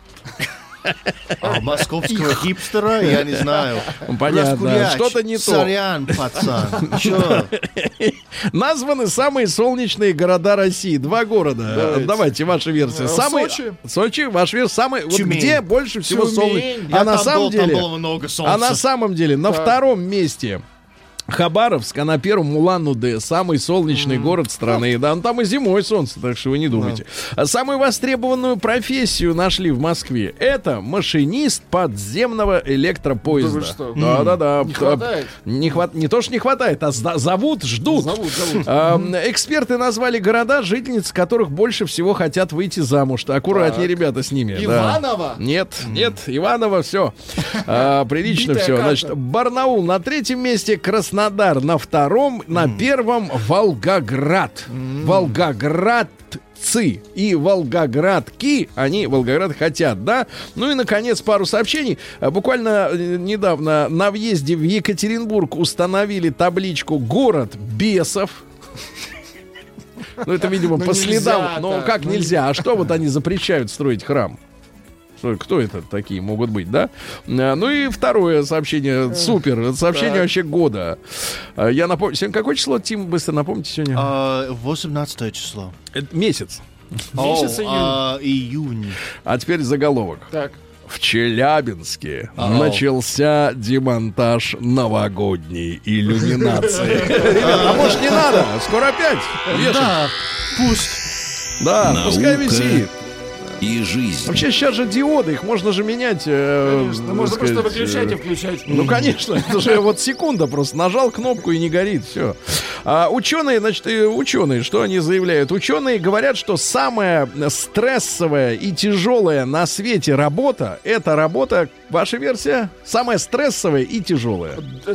Московского хипстера, я не знаю. Понятно, что-то не то. Сорян, пацан. Чё? Названы самые солнечные города России. 2 города. Давайте, ваша версия. Сочи, ваша версия. Самый, вот где больше всего солнца. А на самом деле, на втором месте Хабаровск, а на первом Улан-Удэ, самый солнечный город страны. Да, ну, там и зимой солнце, так что вы не думайте. Самую востребованную профессию нашли в Москве. Это машинист подземного электропоезда. Да. Не хватает. Не то, что не хватает, а ждут. Эксперты назвали города, жительницы которых больше всего хотят выйти замуж. Аккуратнее, ребята, с ними. Иваново? Нет, Иваново, все. Прилично все. Значит, Барнаул на 3-м месте, Краснодар на 2-м, на 1-м Волгоград. Волгоградцы и волгоградки, они Волгоград хотят, да? Ну и, наконец, пару сообщений. Буквально недавно на въезде в Екатеринбург установили табличку «Город бесов». Ну, это, видимо, по следам. Но как нельзя? А что вот они запрещают строить храм? Кто это такие могут быть, да? Ну и второе сообщение, супер, это сообщение вообще года. Я напомню, сегодня какое число, Тим, быстро напомните сегодня? 18 число. Это месяц. Месяц июнь. А теперь заголовок. Так. В Челябинске начался демонтаж новогодней иллюминации. Ребята, а может не надо? Скоро опять вешать. Да, пусть. Да, пускай висит. И жизнь. Вообще сейчас же диоды, их можно же менять. Конечно, можно просто выключать и включать. Ну, конечно, это же вот секунда, просто нажал кнопку и не горит, все. Ученые, что они заявляют? Ученые говорят, что самая стрессовая и тяжелая на свете работа, это работа, ваша версия, самая стрессовая и тяжелая.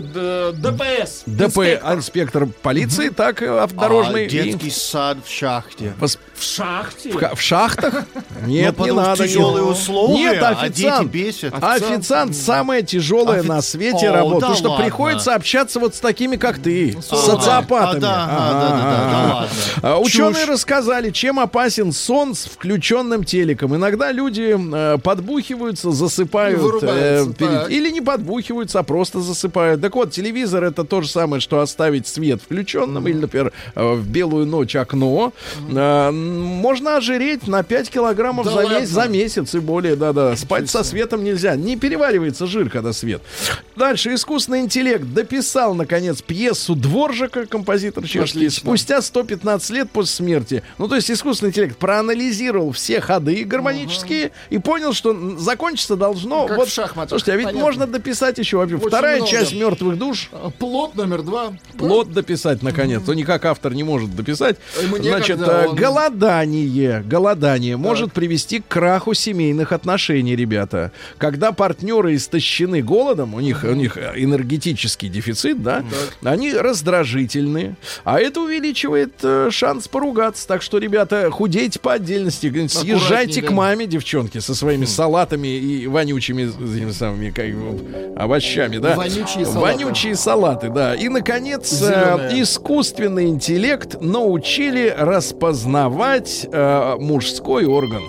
ДПС. Инспектор полиции, так, автодорожный. Детский сад в шахте. В шахте? В шахтах? Нет, не надо. Тяжелые условия, нет, официант. Дети бесят. Официант самая тяжелая на свете работа. Потому что приходится общаться вот с такими, как ты, с социопатами. Да, ладно. Ученые рассказали, чем опасен сон с включенным телеком. Иногда люди подбухиваются, засыпают. Или не подбухиваются, а просто засыпают. Так вот, телевизор — это то же самое, что оставить свет включенным. Или, например, в белую ночь окно. Можно ожиреть на 5 килограммов за месяц и более. Да. Спать со светом нельзя. Не переваривается жир, когда свет. Дальше. Искусственный интеллект дописал, наконец, пьесу Дворжака, композитор чешский, Отлично. спустя 115 лет после смерти, ну, то есть искусственный интеллект проанализировал все ходы гармонические и понял, что закончиться должно... Как вот, в шахматах. слушайте, а ведь Понятно. можно дописать еще. Вообще, Очень вторая много. часть «Мертвых душ». Плод номер 2. Плод дописать, наконец. То никак автор не может дописать. Ему Значит, некогда, он- голодание может привести к краху семейных отношений, ребята. Когда партнеры истощены голодом, у них энергетический дефицит, да, они раздражительны, а это увеличивает шанс поругаться. Так что, ребята, худейте по отдельности, съезжайте да. к маме, девчонки, со своими салатами и вонючими этими самыми, как его, овощами, да. Вонючие салаты. Вонючие салаты, да. И, наконец, Зелёные. искусственный интеллект научили распознавать мужской орган.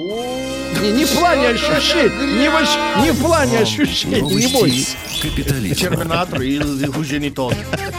Не в плане ощущений, не в плане ощущений, не бойтесь. Капитализм. Терминатор или уже не тот.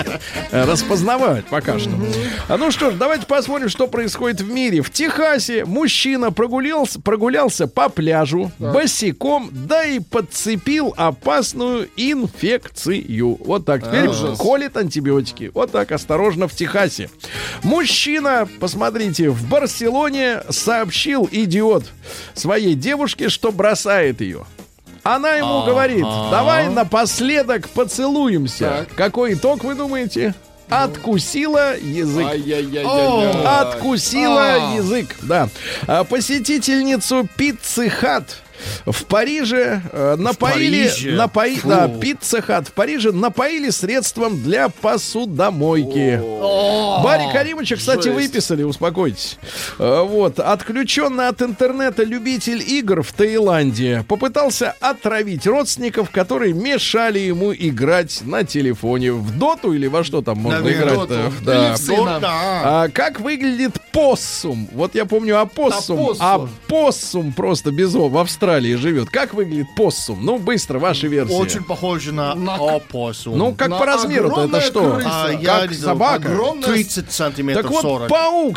Распознавать пока что. Ну что ж, давайте посмотрим, что происходит в мире. В Техасе мужчина прогулялся по пляжу босиком, да и подцепил опасную инфекцию. Вот так. Теперь колет антибиотики. Вот так, осторожно, в Техасе. Мужчина, посмотрите, в Барселоне сообщил идиот своей девушке, что бросает ее. Она ему говорит: давай напоследок поцелуемся. Так. Какой итог, вы думаете? Откусила язык. Ай-яй-яй-яй-яй. Откусила язык, да. Посетительницу Пиццы Хат в Париже напоили... Париже? Да, Пицца Хат в Париже напоили средством для посудомойки. Барри Каримовича, кстати, жесть. выписали, успокойтесь. Вот. Отключенный от интернета любитель игр в Таиланде попытался отравить родственников, которые мешали ему играть на телефоне. В доту или во что там можно Наверное, играть? доту. Да. Или в сына. А как выглядит поссум? Вот я помню опоссум. Опоссум просто без «о» в Австралии живет. Как выглядит поссум? Ну, быстро, ваша версия. Очень похоже на опоссум. Ну, как На по размеру-то это огромная что? крыса. я Как не знаю, собака? огромная- 30 сантиметров, Так вот, 40. паук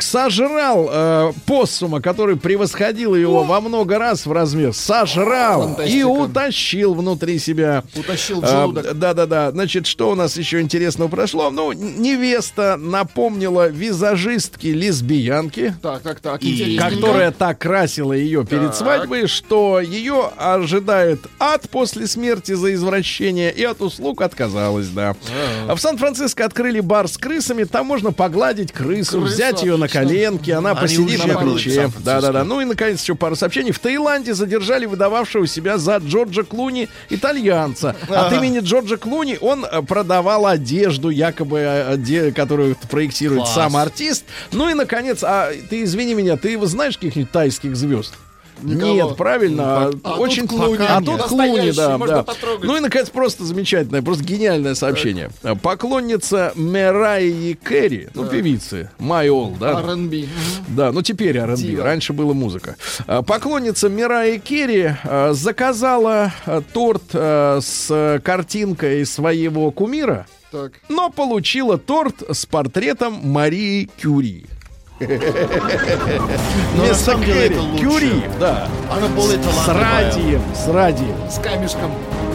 сожрал поссума, который превосходил его во много раз в размер. Сожрал Фантастика. и утащил внутри себя. Утащил в желудок. Да-да-да. Значит, что у нас еще интересного прошло? Ну, невеста напомнила визажистке лесбиянки, Так. И- которая так красила ее перед Так. свадьбой, что ее ожидает ад после смерти за извращение, и от услуг отказалась, да. А в Сан-Франциско открыли бар с крысами, там можно погладить крысу, Крыса, взять ее на отлично. коленки, она Они посидит уже на были в плече. Сан-Франциско. Да-да-да. Ну и, наконец, еще пару сообщений. В Таиланде задержали выдававшего себя за Джорджа Клуни итальянца. От имени Джорджа Клуни он продавал одежду, якобы, которую проектирует Класс. сам артист. Ну и, наконец, ты извини меня, ты знаешь каких-нибудь тайских звезд? Никого. Нет, правильно. А Очень тут Клуни. А тут Клуни, Настоящий, да, можно да. потрогать. Ну и, наконец, просто замечательное, просто гениальное сообщение. Поклонница Мэрайи Кэрри, ну, певицы, My All, да? R&B. Да, ну теперь R&B, Дива. раньше была музыка. Поклонница Мэрайи Керри заказала торт с картинкой своего кумира, Так. но получила торт с портретом Марии Кюри. Но на Вместо самом деле Керри, это лучше. Кюри, да. Она более С талантливая. радием. С камешком.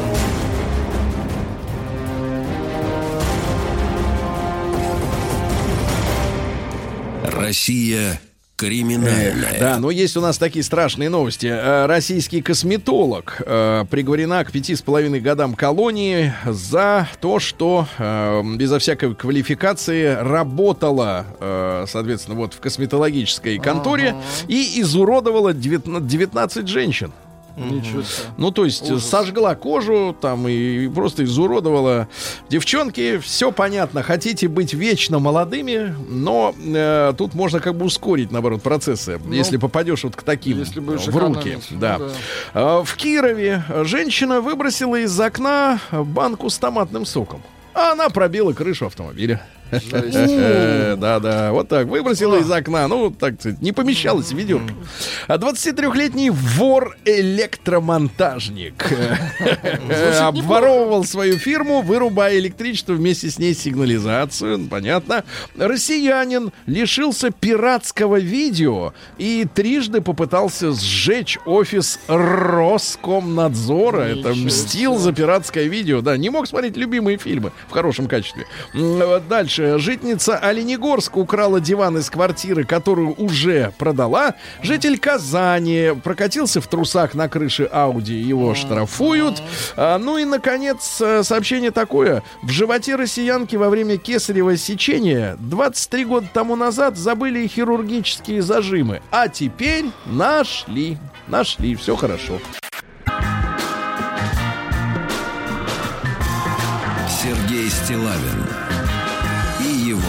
Россия криминальная. Да, но есть у нас такие страшные новости. Российский косметолог приговорена к 5,5 годам колонии за то, что безо всякой квалификации работала, соответственно, вот в косметологической конторе и изуродовала 19 женщин. Ничего себе. Ну, то есть сожгла кожу там и просто изуродовала. Девчонки, все понятно. Хотите быть вечно молодыми, но тут можно как бы ускорить, наоборот, процессы, если попадешь вот к таким если будешь в руки. экономить, ну Да. В Кирове женщина выбросила из окна банку с томатным соком. А она пробила крышу автомобиля. Да-да, вот так, выбросила из окна, ну, так сказать, не помещалась в ведерко. А 23-летний вор-электромонтажник обворовывал свою фирму, вырубая электричество, вместе с ней сигнализацию, понятно. Россиянин лишился пиратского видео и трижды попытался сжечь офис Роскомнадзора. Это мстил за пиратское видео, да, не мог смотреть любимые фильмы в хорошем качестве. Дальше. Дальше. Житница Оленегорска украла диван из квартиры, которую уже продала. Житель Казани прокатился в трусах на крыше Ауди, его штрафуют. Ну и, наконец, сообщение такое. В животе россиянки во время кесарево сечения 23 года тому назад забыли хирургические зажимы. А теперь нашли. Нашли, все хорошо. Сергей Стиллавин и его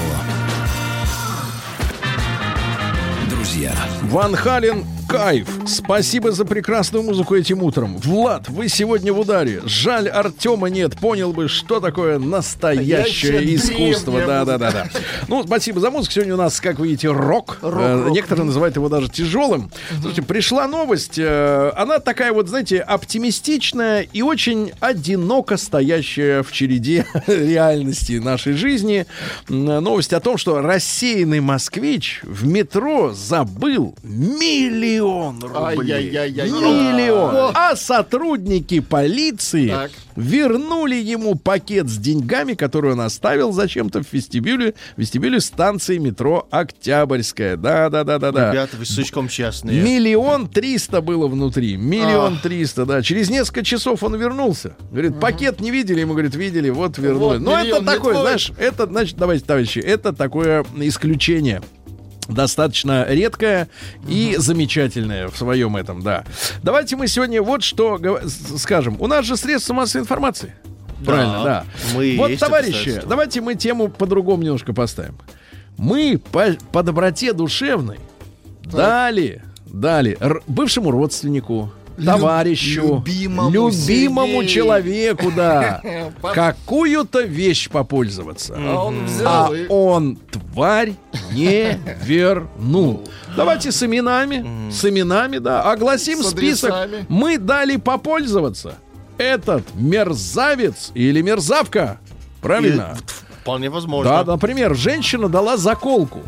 друзья. Ван Хален, кайф. Спасибо за прекрасную музыку этим утром. Влад, вы сегодня в ударе. Жаль, Артема нет. Понял бы, что такое настоящее искусство. Да. Ну, спасибо за музыку. Сегодня у нас, как вы видите, рок. Некоторые называют его даже тяжелым. Слушайте, пришла новость. Она такая вот, знаете, оптимистичная и очень одиноко стоящая в череде реальности нашей жизни. Новость о том, что рассеянный москвич в метро забыл миллион рублей. Миллион. А сотрудники полиции вернули ему пакет с деньгами, который он оставил зачем-то в вестибюле станции метро Октябрьская. Да. Ребята, вы слишком честные. 1 300 000 было внутри. 1 300 000, да. Через несколько часов он вернулся. Говорит, пакет не видели? Ему говорит, видели, вот вернули. Но это такое, знаешь, это, значит, давайте, товарищи, это такое исключение. Достаточно редкое и замечательное в своем этом, да. Давайте мы сегодня вот что скажем. У нас же средства массовой информации. Правильно, да. Вот, товарищи, давайте мы тему по-другому немножко поставим. Мы по доброте душевной дали бывшему родственнику, товарищу, любимому человеку, да, какую-то вещь попользоваться. Он, тварь, не вернул. Давайте с именами, да, огласим список. Мы дали попользоваться. Этот мерзавец или мерзавка. Правильно? Вполне возможно. Да, например, женщина дала заколку.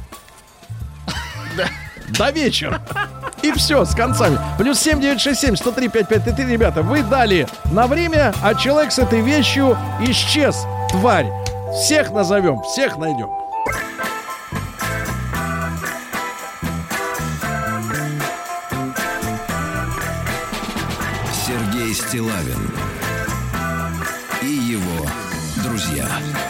До вечера. И все, с концами. Плюс 7967 103 5533, ребята, вы дали на время, а человек с этой вещью исчез. Тварь. Всех назовем, всех найдем. Сергей Стиллавин и его друзья.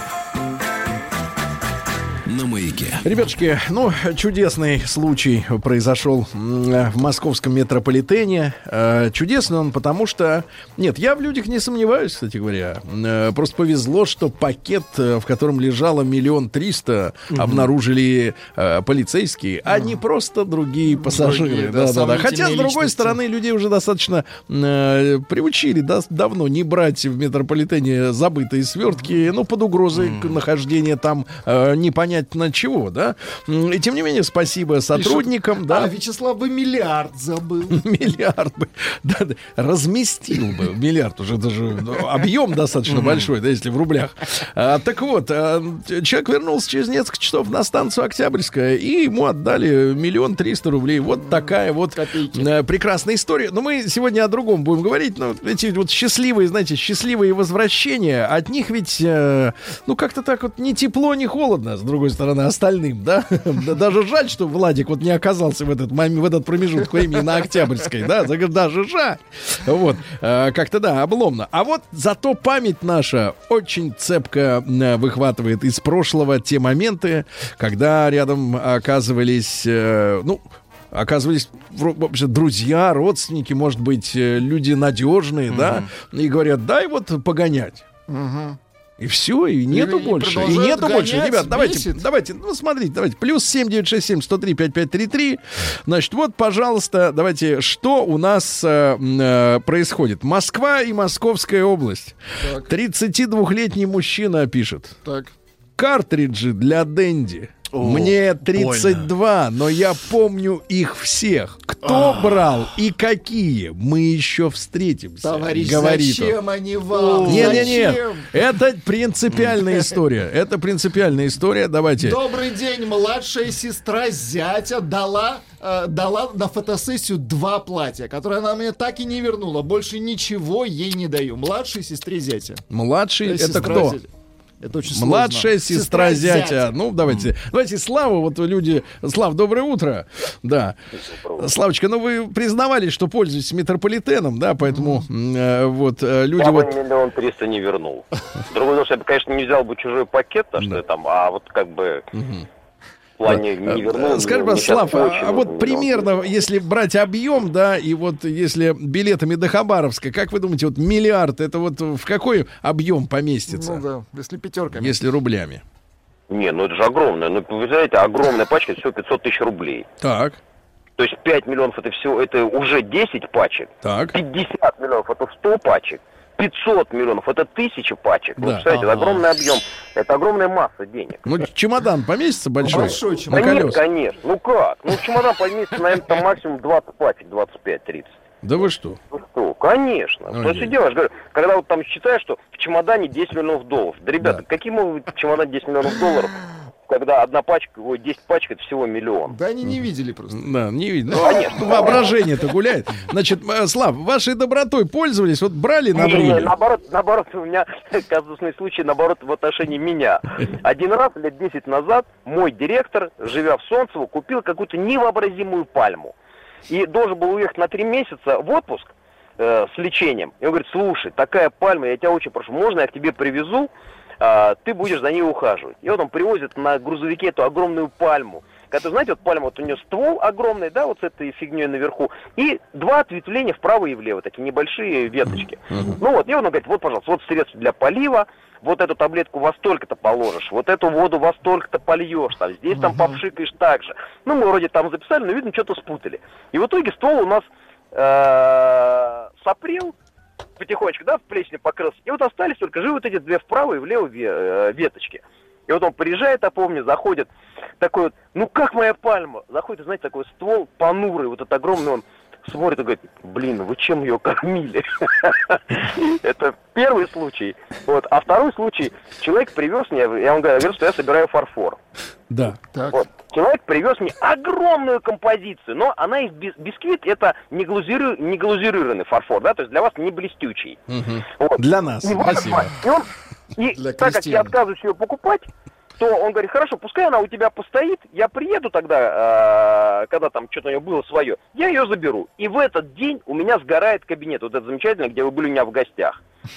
На маяке. Ребятушки, ну, чудесный случай произошел в московском метрополитене. Чудесный он, потому что... Нет, я в людях не сомневаюсь, кстати говоря. Просто повезло, что пакет, в котором лежало 1 300 000, обнаружили полицейские, а не просто другие пассажиры. Да. Хотя, с другой стороны, людей уже достаточно приучили давно не брать в метрополитене забытые свертки, ну, под угрозой нахождения там непонятно чего, да? И тем не менее, спасибо сотрудникам, да. А Вячеслав бы миллиард забыл. Миллиард бы, да, разместил бы. Миллиард уже даже объем достаточно большой, да, если в рублях. Так вот, человек вернулся через несколько часов на станцию Октябрьская, и ему отдали 1 300 000 рублей. Вот такая вот прекрасная история. Но мы сегодня о другом будем говорить. Но эти вот счастливые, знаете, счастливые возвращения, от них ведь, ну, как-то так вот ни тепло, ни холодно, с другой стороны, остальным, да? Даже жаль, что Владик вот не оказался в этот промежуток времени на Октябрьской, да? Даже жаль. Вот. Как-то, да, обломно. А вот зато память наша очень цепко выхватывает из прошлого те моменты, когда рядом оказывались вообще друзья, родственники, может быть, люди надежные, да? И говорят, дай вот погонять. И все, и нету больше. И нету больше. Ребят, давайте, ну, смотрите, давайте. Плюс 7967 103 5533. Значит, вот, пожалуйста, давайте, что у нас происходит. Москва и Московская область. Так. 32-летний мужчина пишет. Так. Картриджи для Дэнди. Мне 32, но я помню их всех. Кто брал и какие, мы еще встретимся. Товарищ, говорит зачем он. они вам? Нет. Это принципиальная история. Это принципиальная история. Давайте. Добрый день. Младшая сестра зятя дала на фотосессию 2 платья, которые она мне так и не вернула. Больше ничего ей не даю. Младшей сестре зятя. Младший это кто? Это очень сложно. Младшая сестра зятя. Ну, давайте, Славу, вот люди... Слав, доброе утро. Да. Славочка, ну вы признавались, что пользуетесь метрополитеном, да, поэтому люди... Я бы 1 300 000 не вернул. Другое дело, что я бы, конечно, не взял бы чужой пакет, а вот как бы... В плане не вернул. Скажи, Слав, а вот примерно, если брать объем, да, и вот если билетами до Хабаровска, как вы думаете, вот миллиард, это вот в какой объем поместится? Ну да, если пятерками. Если рублями. Не, ну это же огромное. Ну, вы знаете, огромная пачка, всего 500 000 рублей. Так. То есть 5 миллионов это все, это уже 10 пачек. Так. 50 миллионов это 100 пачек. 500 миллионов это 1000 пачек. Да. Вы представляете, это огромный объем, это огромная масса денег. Ну, чемодан поместится большой? Большой чемодан. Да нет, конечно. Ну как? Ну, чемодан поместится, наверное, там максимум 20 пачек, 25-30. Да вы что? Ну что, конечно. Ну, То есть делаешь, говорю, когда вот там считаешь, что в чемодане 10 миллионов долларов. Да, ребята, какие могут быть в чемодане 10 миллионов долларов, когда одна пачка, 10 пачек, это всего 1 миллион. Да они не видели просто. Да, не видно. Ну, конечно. Воображение-то гуляет. Значит, Слав, вашей добротой пользовались, вот брали на время? Наоборот, у меня казусный случай, наоборот, в отношении меня. Один раз, лет 10 назад, мой директор, живя в Солнцево, купил какую-то невообразимую пальму. И должен был уехать на 3 месяца в отпуск с лечением. И он говорит, слушай, такая пальма, я тебя очень прошу, можно я к тебе привезу? Ты будешь за ней ухаживать. И вот он привозит на грузовике эту огромную пальму. Когда, знаете, вот пальма, вот у нее ствол огромный, да, вот с этой фигней наверху, и 2 ответвления вправо и влево, такие небольшие веточки. Ну вот, и он говорит, вот, пожалуйста, вот средство для полива, вот эту таблетку во столько-то положишь, вот эту воду во столько-то польешь, там, здесь там попшикаешь так же. Ну, мы вроде там записали, но, видно, что-то спутали. И в итоге ствол у нас сопрел, потихонечку, да, в плесени покрылся. И вот остались только живы вот эти 2 вправо и влево веточки. И вот он приезжает, помню, заходит, такой вот, ну как моя пальма? Заходит, знаете, такой ствол понурый, вот этот огромный, он смотрит и говорит, блин, вы чем ее кормили? Это первый случай. Вот. А второй случай, человек привез мне, я вам говорю, что я собираю фарфор. Да. Вот. Человек привез мне огромную композицию, но она из бисквит, это не глазурированный фарфор, да, то есть для вас не блестючий. Вот. Для нас, спасибо. И так как я отказываюсь ее покупать, то он говорит, хорошо, пускай она у тебя постоит, я приеду тогда, когда там что-то у нее было свое, я ее заберу. И в этот день у меня сгорает кабинет, вот это замечательно, где вы были у меня в гостях.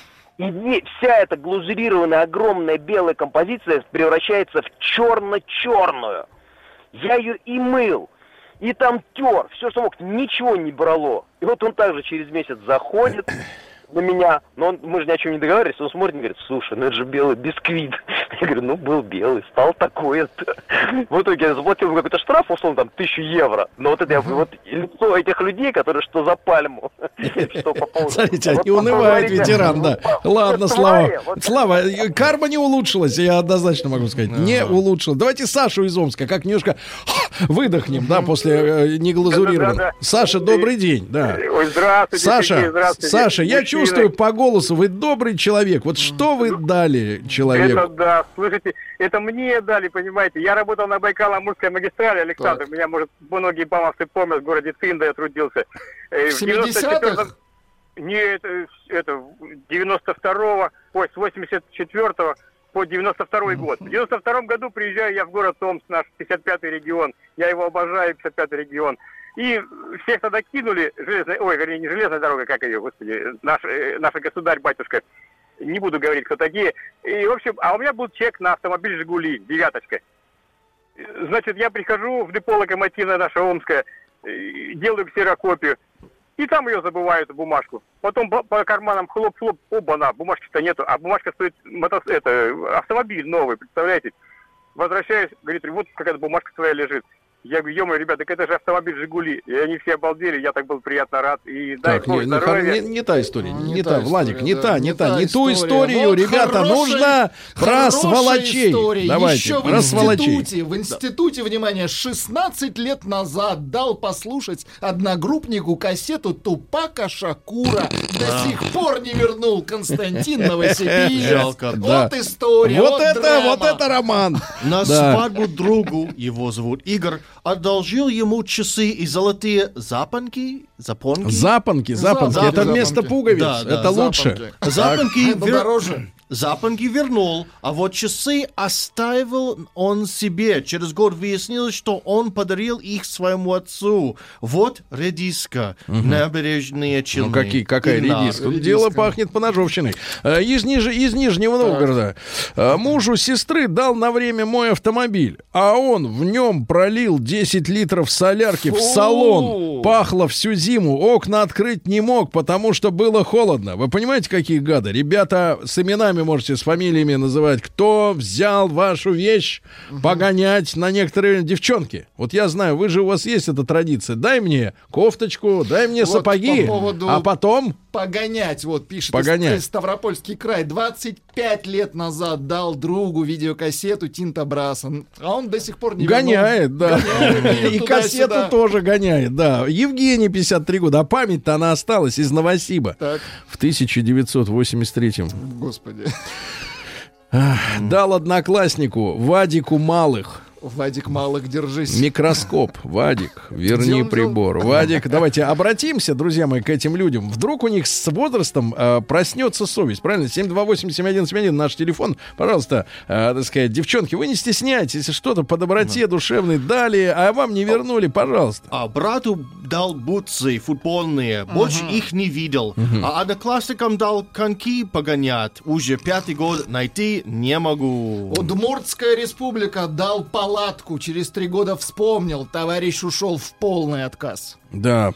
И вся эта глазурированная огромная белая композиция превращается в черно-черную. Я ее и мыл, и там тер, все, что мог, ничего не брало. И вот он также через месяц заходит на меня, но мы же ни о чем не договаривались, он смотрит и говорит, слушай, ну это же белый бисквит. Я говорю, ну был белый, стал такой-то. В итоге я заплатил какой-то штраф, условно, там, 1000 евро. Но вот это вот лицо этих людей, которые что за пальму, что по поводу... Смотрите, не унывает ветеран, да. Ладно, Слава, карма не улучшилась, я однозначно могу сказать. Не улучшилась. Давайте Сашу из Омска, как немножко выдохнем, да, после неглазурированного. Саша, добрый день, да. Ой, здравствуйте. Саша, я чувствую по голосу, вы добрый человек. Вот что вы дали человеку? Это да, слушайте, это мне дали, понимаете. Я работал на Байкало-Амурской магистрали, Александр. Так. Меня, может, многие бамовцы помнят, в городе Цинда я трудился. В 70-х? Нет, это 92-го, ой, с 84-го по 92-й год. В 92-м году приезжаю я в город Томск, наш 55-й регион. Я его обожаю, 55-й регион. И всех тогда кинули, не железная дорога, как ее, господи, наша государь-батюшка. Не буду говорить, кто такие. И, в общем, а у меня был чек на автомобиль «Жигули», 9-очка. Значит, я прихожу в депо «Локомотивное» наше Омское, делаю ксерокопию, и там ее забывают, бумажку. Потом по карманам хлоп-хлоп, оба-на, бумажки-то нету, а бумажка стоит, автомобиль новый, представляете? Возвращаюсь, говорит, вот какая-то бумажка твоя лежит. Я говорю, ё-моё, ребята, так это же автомобиль «Жигули». И они все обалдели, я так был приятно рад. И дай так, Бог здоровья. Не та история, не та, та Владик, история, не ту историю, вот ребята, нужно про сволочей. Давайте, еще про сволочей. В институте, внимание, 16 лет назад дал послушать одногруппнику кассету Тупака Шакура. До сих пор не вернул Константин Новосибирск. Жалко. Вот история, вот это роман. На свадьбу другу, его зовут Игорь, одолжил ему часы и золотые запонки. Запонки. Это вместо пуговиц. Да, это лучше. Запонки Это дороже. запонки вернул, а вот часы оставил он себе. Через год выяснилось, что он подарил их своему отцу. Вот редиска, набережные Челны. Ну, какая редиска? Тут дело пахнет поножовщиной. Из Нижнего Новгорода. Мужу сестры дал на время мой автомобиль, а он в нем пролил 10 литров солярки в салон. Пахло всю зиму, окна открыть не мог, потому что было холодно. Вы понимаете, какие гады? Ребята, с именами можете, с фамилиями называть. Кто взял вашу вещь погонять на некоторые девчонки? Вот я знаю, у вас есть эта традиция. Дай мне кофточку, дай мне сапоги, по поводу а потом... Погонять, вот пишет Погонять. Ставропольский край. 25 лет назад дал другу видеокассету Тинто Брасса, а он до сих пор не гоняет, вернул. да. Гоняет, и кассету тоже гоняет, да. Евгений, 53 года, а память-то она осталась из Новосиба. Так. В 1983-м. Господи. Дал однокласснику Вадику Малых. Вадик Малых, держись. Микроскоп. Вадик, верни прибор. Вадик, давайте обратимся, друзья мои, к этим людям. Вдруг у них с возрастом проснется совесть, правильно? 728-7171, наш телефон. Пожалуйста, так сказать, девчонки, вы не стесняйтесь, если что-то по доброте душевной дали, а вам не вернули, пожалуйста. А брату дал бутсы футбольные, больше их не видел. А одноклассникам дал коньки погонять. Уже 5-й год найти не могу. Удмуртская республика дал палатку. Через 3 года вспомнил. Товарищ ушел в полный отказ. Да.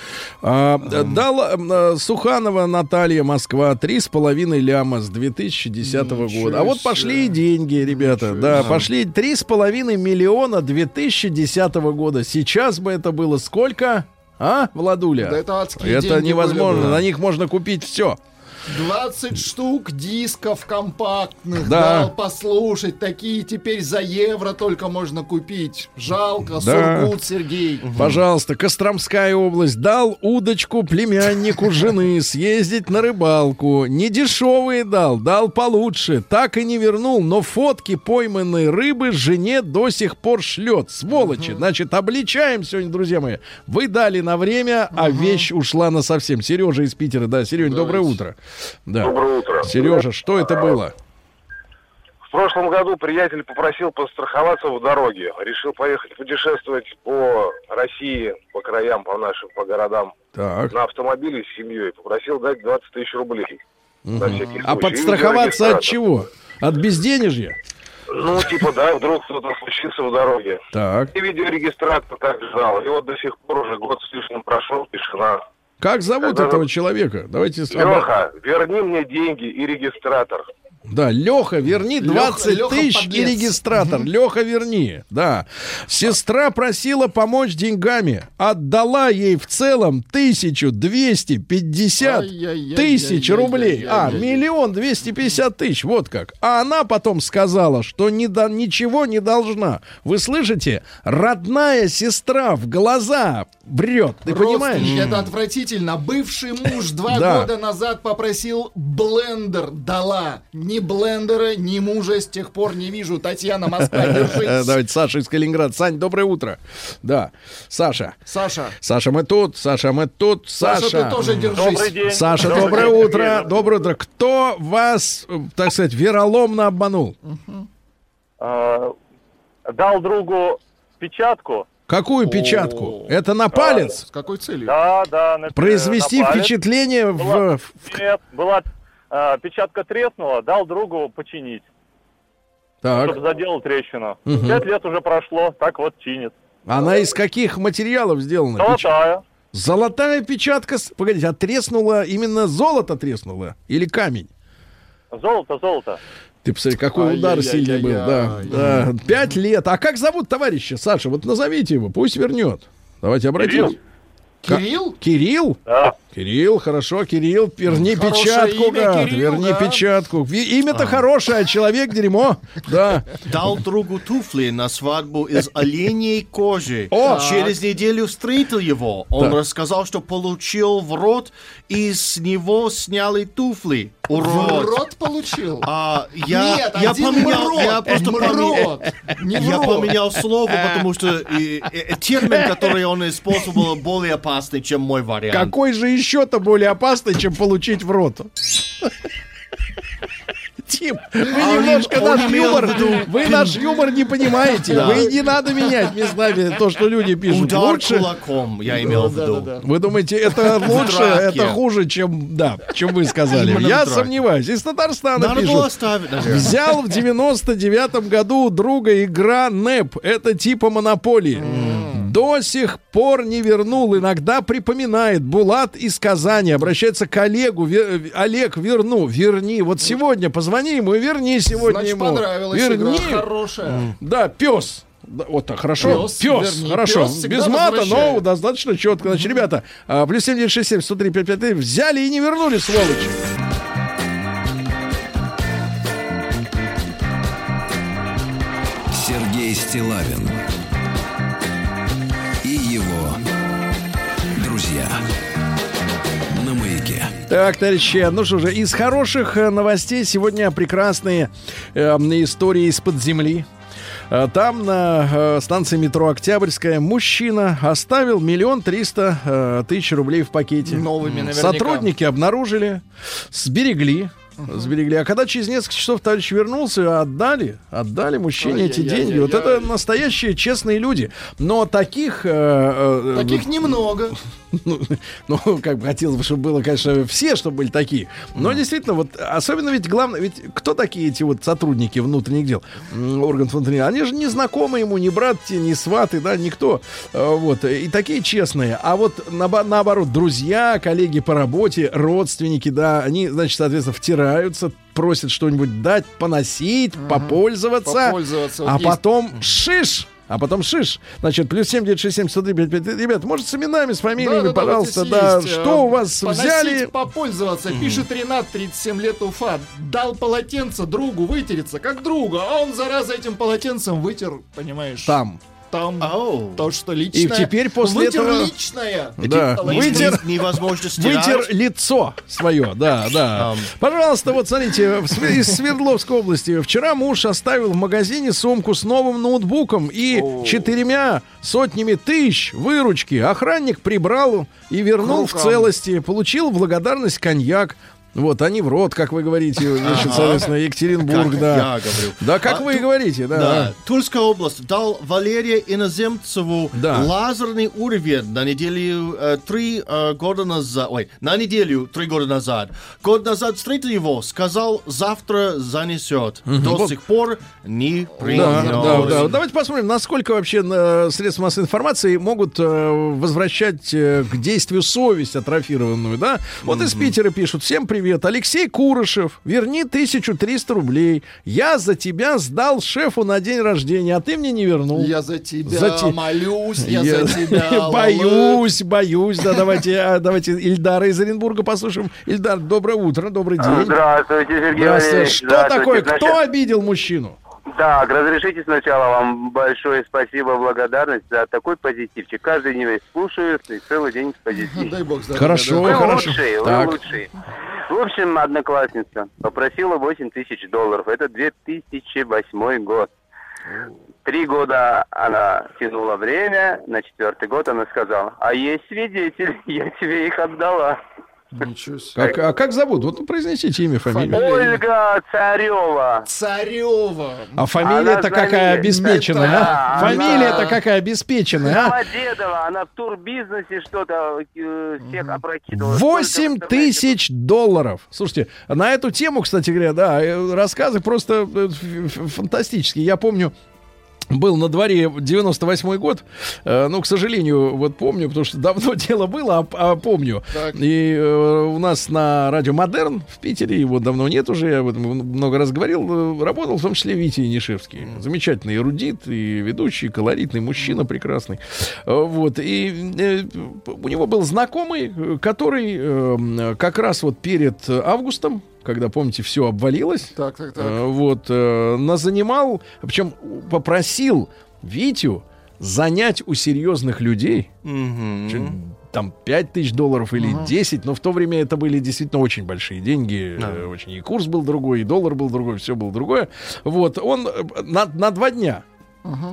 Дала Суханова Наталья, Москва, 3,5 ляма с 2010 года. А вот пошли и деньги, ребята. Да, пошли 3,5 миллиона 2010 года. Сейчас бы это было сколько? А, Владуля? Да это адские это деньги невозможно. были бы. На них можно купить все. 20 штук дисков компактных Да. дал послушать. Такие теперь за евро только можно купить. Жалко, Да. Сургут Сергей. Пожалуйста, Костромская область. Дал удочку племяннику жены съездить на рыбалку. Не дешевые дал получше. Так и не вернул, но фотки пойманной рыбы жене до сих пор шлет. Сволочи. Значит, обличаем сегодня, друзья мои. Вы дали на время, а вещь ушла насовсем. Сережа из Питера. Да, Серёнь, доброе утро. Да. Доброе утро. Сережа, что это было? В прошлом году приятель попросил постраховаться в дороге. Решил поехать путешествовать по России, по краям, по городам. Так. На автомобиле с семьей. Попросил дать 20 тысяч рублей. На всякий случай. А подстраховаться от чего? От безденежья? Ну, типа, да, вдруг кто-то случится в дороге. Так. И видеорегистратор так ждал. И вот до сих пор уже год с лишним прошел, тишина. Как зовут этого человека? Давайте Леха, верни мне деньги и регистратор. Да, Леха, верни 20 тысяч и регистратор. Леха, верни. Да. Сестра просила помочь деньгами. Отдала ей в целом 1250 тысяч рублей. 1 250 000. Вот как. А она потом сказала, что ничего не должна. Вы слышите? Родная сестра в глаза врет. Ты понимаешь? Это отвратительно. Бывший муж 2 года назад попросил блендер. Дала. Ни блендера, ни мужа с тех пор не вижу. Татьяна, Москва, держись. Давайте, Саша из Калининграда. Сань, доброе утро. Да, Саша, мы тут. Саша, ты тоже держись. Добрый день. Саша, доброе утро. Доброе утро. Кто вас, так сказать, вероломно обманул? Дал другу печатку. Какую печатку? Это на палец? С какой целью? Да. Произвести на палец. впечатление Нет, была печатка треснула, дал другу починить. Так. Чтобы заделал трещину. 5 лет уже прошло, так вот чинит. Она из каких материалов сделана? Золотая. Золотая печатка. Погодите, а треснула, именно золото треснуло? Или камень? Золото. Ты посмотри, какой удар сильный был. Да. 5 лет. А как зовут товарища, Саша? Вот назовите его, пусть вернет. Давайте обратимся. Кирилл? Кирилл? Да. Кирилл, хорошо, Кирилл, верни Хорошее печатку, имя, гад, Кирилл, верни да. печатку. Имя-то хорошее, а человек дерьмо. Да. Дал другу туфли на свадьбу из оленей кожи. О! Через неделю встретил его. Он Да. рассказал, что получил в рот, и с него сняли туфли. Урод. В рот получил? Я один поменял, мрот. я просто Мрот. Не я врот. поменял слово, потому что термин, который он использовал, более опасный, чем мой вариант. Какой же еще-то более опасный, чем получить в рот? Тим, вы немножко наш юмор, вы наш юмор не понимаете. Вы не надо менять местами то, что люди пишут. Удар Лучше. кулаком, я имел в виду. Вы думаете, это лучше, это хуже, чем вы сказали? Я сомневаюсь. Из Татарстана Надо было пишут. оставить, наверное. Взял в 99-м году у друга игра НЭП. Это типа монополии. До сих пор не вернул. Иногда припоминает. Булат из Казани обращается к коллегу. Олег, верни. Вот сегодня позвони ему и верни сегодня. Значит, ему. понравилась Верни. игра хорошая. Да, пес. Вот так, хорошо. Пес, хорошо. Пес всегда без мата, возвращает. но достаточно четко. Значит, ребята, плюс 7967 103 553 взяли и не вернули, сволочи. Сергей Стиллавин и его друзья на Маяке. Так, товарищи, ну что же, из хороших новостей сегодня прекрасные истории из-под земли. Там на станции метро Октябрьская мужчина оставил 1 300 000 рублей в пакете. Новыми наверняка. Сотрудники обнаружили, сберегли. А когда через несколько часов товарищ вернулся, отдали мужчине эти деньги. Вот это настоящие честные люди. Но таких немного. Ну, как бы хотелось бы, чтобы было, конечно, все, чтобы были такие. Но действительно, вот особенно ведь главное, ведь кто такие эти вот сотрудники внутренних дел, органов внутренних дел? Они же не знакомы ему, ни братья, ни сваты, да, никто. Вот, и такие честные. А вот наоборот, друзья, коллеги по работе, родственники, да, они, значит, соответственно, втираются, просят что-нибудь дать, поносить, попользоваться, а потом шиш. Значит, плюс 7967 103 553. Ребят, может, с именами, с фамилиями, пожалуйста, да. Что у вас взяли? Попользоваться. Пишет Ренат, 37 лет, Уфа. Дал полотенце другу вытереться, как другу. А он, зараза, этим полотенцем вытер, понимаешь? Там то, что личное. И теперь после этого... личное. Да. Невозможно стирать. Вытер лицо свое, да. Пожалуйста, вот смотрите, из Свердловской области. Вчера муж оставил в магазине сумку с новым ноутбуком и 400 000 выручки. Охранник прибрал и вернул в целости. Получил в благодарность коньяк. Вот, они в рот, как вы говорите, значит, соответственно, Екатеринбург, как да. я говорю. Да, как вы и говорите, да. Да. Тульская область дал Валерию Иноземцеву лазерный уровень на неделю 3 года назад. На неделю 3 года назад. Год назад встретил его, сказал, завтра занесет. До сих пор не принес. Да. Давайте посмотрим, насколько вообще средства массовой информации могут возвращать к действию совесть атрофированную, да. Вот из Питера пишут: всем привет. Алексей Курышев, верни 1300 рублей. Я за тебя сдал шефу на день рождения, а ты мне не вернул. Я за тебя молюсь, я за тебя боюсь. Да, давайте Ильдара из Оренбурга послушаем. Ильдар, доброе утро, добрый день. Здравствуйте, Сергей Валерьевич. Что такое? Кто обидел мужчину? Так, разрешите сначала вам большое спасибо, благодарность за такой позитивчик. Каждый день слушаю и целый день в позитиве. Дай бог здоровья. Хорошо. Вы лучшие. В общем, одноклассница попросила $8000. Это 2008 год. 3 года она тянула время, на 4-й год она сказала: а есть свидетель, я тебе их отдала. Ничего себе. А как зовут? Вот произнесите имя, фамилию. Ольга Царева. А фамилия-то какая обеспеченная, а? Фамилия-то какая обеспеченная, а? Домодедово, она в турбизнесе что-то всех опрокидывала. $8000. Слушайте, на эту тему, кстати говоря, да, рассказы просто фантастические. Я помню, был на дворе 98-й год, ну, к сожалению, вот помню, потому что давно дело было, а помню. Так. И у нас на радио «Модерн» в Питере, его давно нет уже, я об этом много раз говорил, работал в том числе Витя Янишевский. Замечательный эрудит и ведущий, колоритный мужчина прекрасный. Вот, и у него был знакомый, который как раз вот перед августом, когда, помните, все обвалилось. Так. Вот, назанимал, причем попросил Витю занять у серьезных людей, там, $5000 или 10, но в то время это были действительно очень большие деньги, очень, и курс был другой, и доллар был другой, все было другое. Вот, он на 2 дня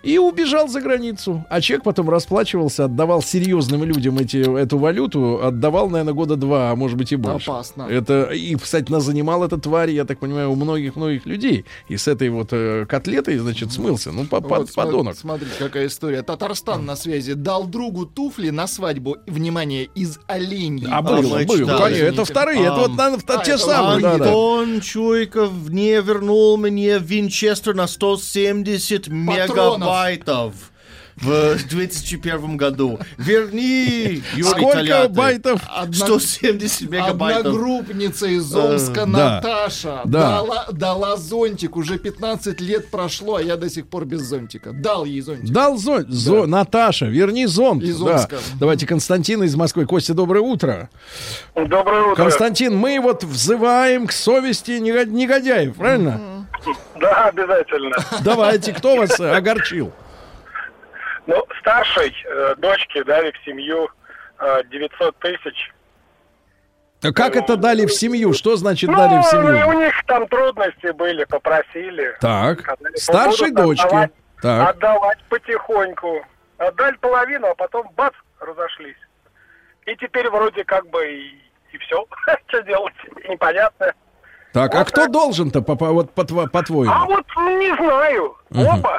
и убежал за границу. А человек потом расплачивался, отдавал серьезным людям эту валюту, отдавал, наверное, года 2, а может быть и больше. Опасно. И, кстати, занимал эта тварь, я так понимаю, у многих-многих людей. И с этой вот котлетой, значит, смылся. Ну, подонок. Смотрите, какая история. Татарстан на связи. Дал другу туфли на свидьбу, внимание, из оленей. Был. Конечно, это вторые. Это вот, наверное, те самые. Антон Чуйков не вернул мне Винчестер на 170 мегабайтов в 2001 году. Верни, Юрий Сколько Толяты. байтов? 170 мегабайтов. Одногруппница из Омска, Наташа, дала зонтик. Уже 15 лет прошло, а я до сих пор без зонтика. Дал ей зонтик. Дал зонт. Да. Наташа, верни зонт. Из Омска. Давайте Константин из Москвы. Костя, доброе утро. Доброе утро. Константин, мы вот взываем к совести негодяев, правильно? Да, обязательно. Давайте, кто вас огорчил? Ну, старшей дочке дали в семью 900 тысяч. Как это дали в семью? Что значит дали в семью? У них там трудности были, попросили. Так, Сказали, старшей дочке. Отдавать потихоньку. Отдали половину, а потом бац, разошлись. И теперь вроде как бы и все. Что делать? Непонятно. Так, а кто должен-то, по-твоему? А вот не знаю. Оба.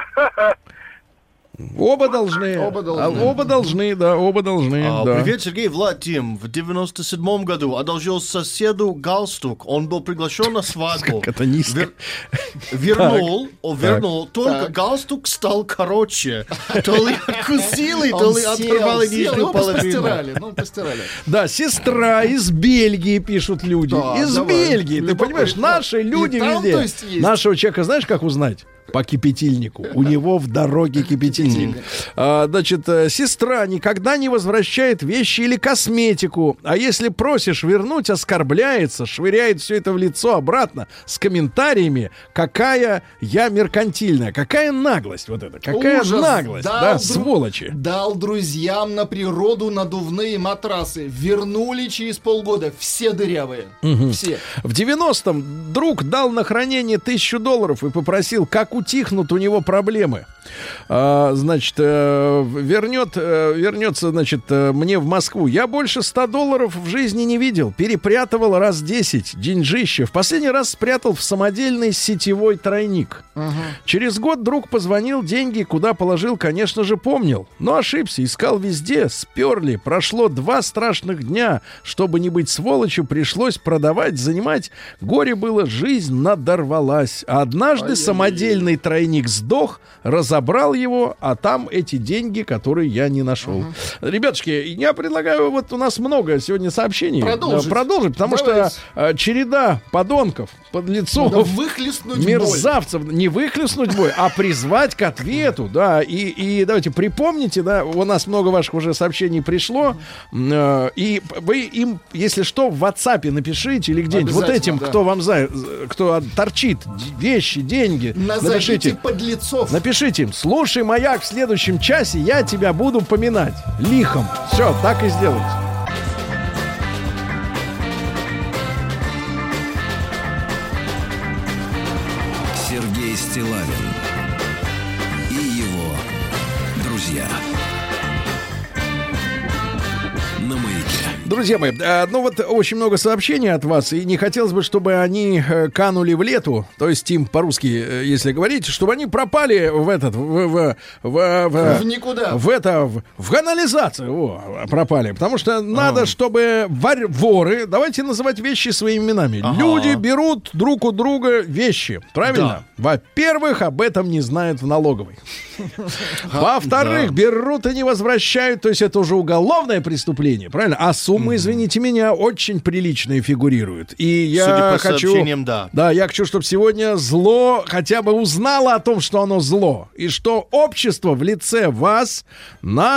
Оба должны. Оба должны. Да. Привет, Сергей. Владим в 97-м году одолжил соседу галстук. Он был приглашен на свадьбу. Как это низко. Вернул, только галстук стал короче. То ли откусили, то ли оторвали нижнюю половину. Постирали. Да, сестра из Бельгии, пишут люди. Из Бельгии. Ты понимаешь, наши люди везде. Нашего человека знаешь, как узнать? По кипятильнику. У него в дороге кипятильник. Значит, сестра никогда не возвращает вещи или косметику. А если просишь вернуть, оскорбляется, швыряет все это в лицо обратно с комментариями, какая я меркантильная, какая наглость вот это, какая ужас. наглость, сволочи. Дал друзьям на природу надувные матрасы. Вернули через полгода. Все дырявые. Все. В 90-м друг дал на хранение $1000 и попросил, как утихнут у него проблемы. Значит, вернется, значит, мне в Москву. Я больше $100 в жизни не видел. Перепрятывал раз 10. Деньжище. В последний раз спрятал в самодельный сетевой тройник. Через год друг позвонил, деньги куда положил, конечно же, помнил. Но ошибся, искал везде, сперли. Прошло 2 страшных дня. Чтобы не быть сволочью, пришлось продавать, занимать. Горе было, жизнь надорвалась. А однажды самодельный тройник сдох, разобрал его, а там эти деньги, которые я не нашел. Ребятушки, я предлагаю, вот у нас много сегодня сообщений. Продолжить, потому что череда подонков, подлецов, мерзавцев, не выхлестнуть бой, а призвать к ответу, да, и давайте припомните, да, у нас много ваших уже сообщений пришло, и вы им, если что, в WhatsApp напишите или где-нибудь вот этим, да. кто торчит вещи, деньги, назовите подлецов. Напишите им: слушай, Маяк, в следующем часе я тебя буду поминать лихом. Все, так и сделайте. Сергей Стиллавин и его друзья. На Маяке. Друзья мои, ну вот очень много сообщений от вас, и не хотелось бы, чтобы они канули в лету, то есть, Тим, по-русски, если говорить, чтобы они пропали в никуда. В канализацию пропали, потому что надо, чтобы воры, давайте называть вещи своими именами. Люди берут друг у друга вещи, правильно? Да. Во-первых, об этом не знают в налоговой. Во-вторых, берут и не возвращают, то есть это уже уголовное преступление, правильно? А суммы, извините меня, очень приличные фигурируют. И я хочу... Да, я хочу, чтобы сегодня зло хотя бы узнало о том, что оно зло. И что общество в лице вас, нас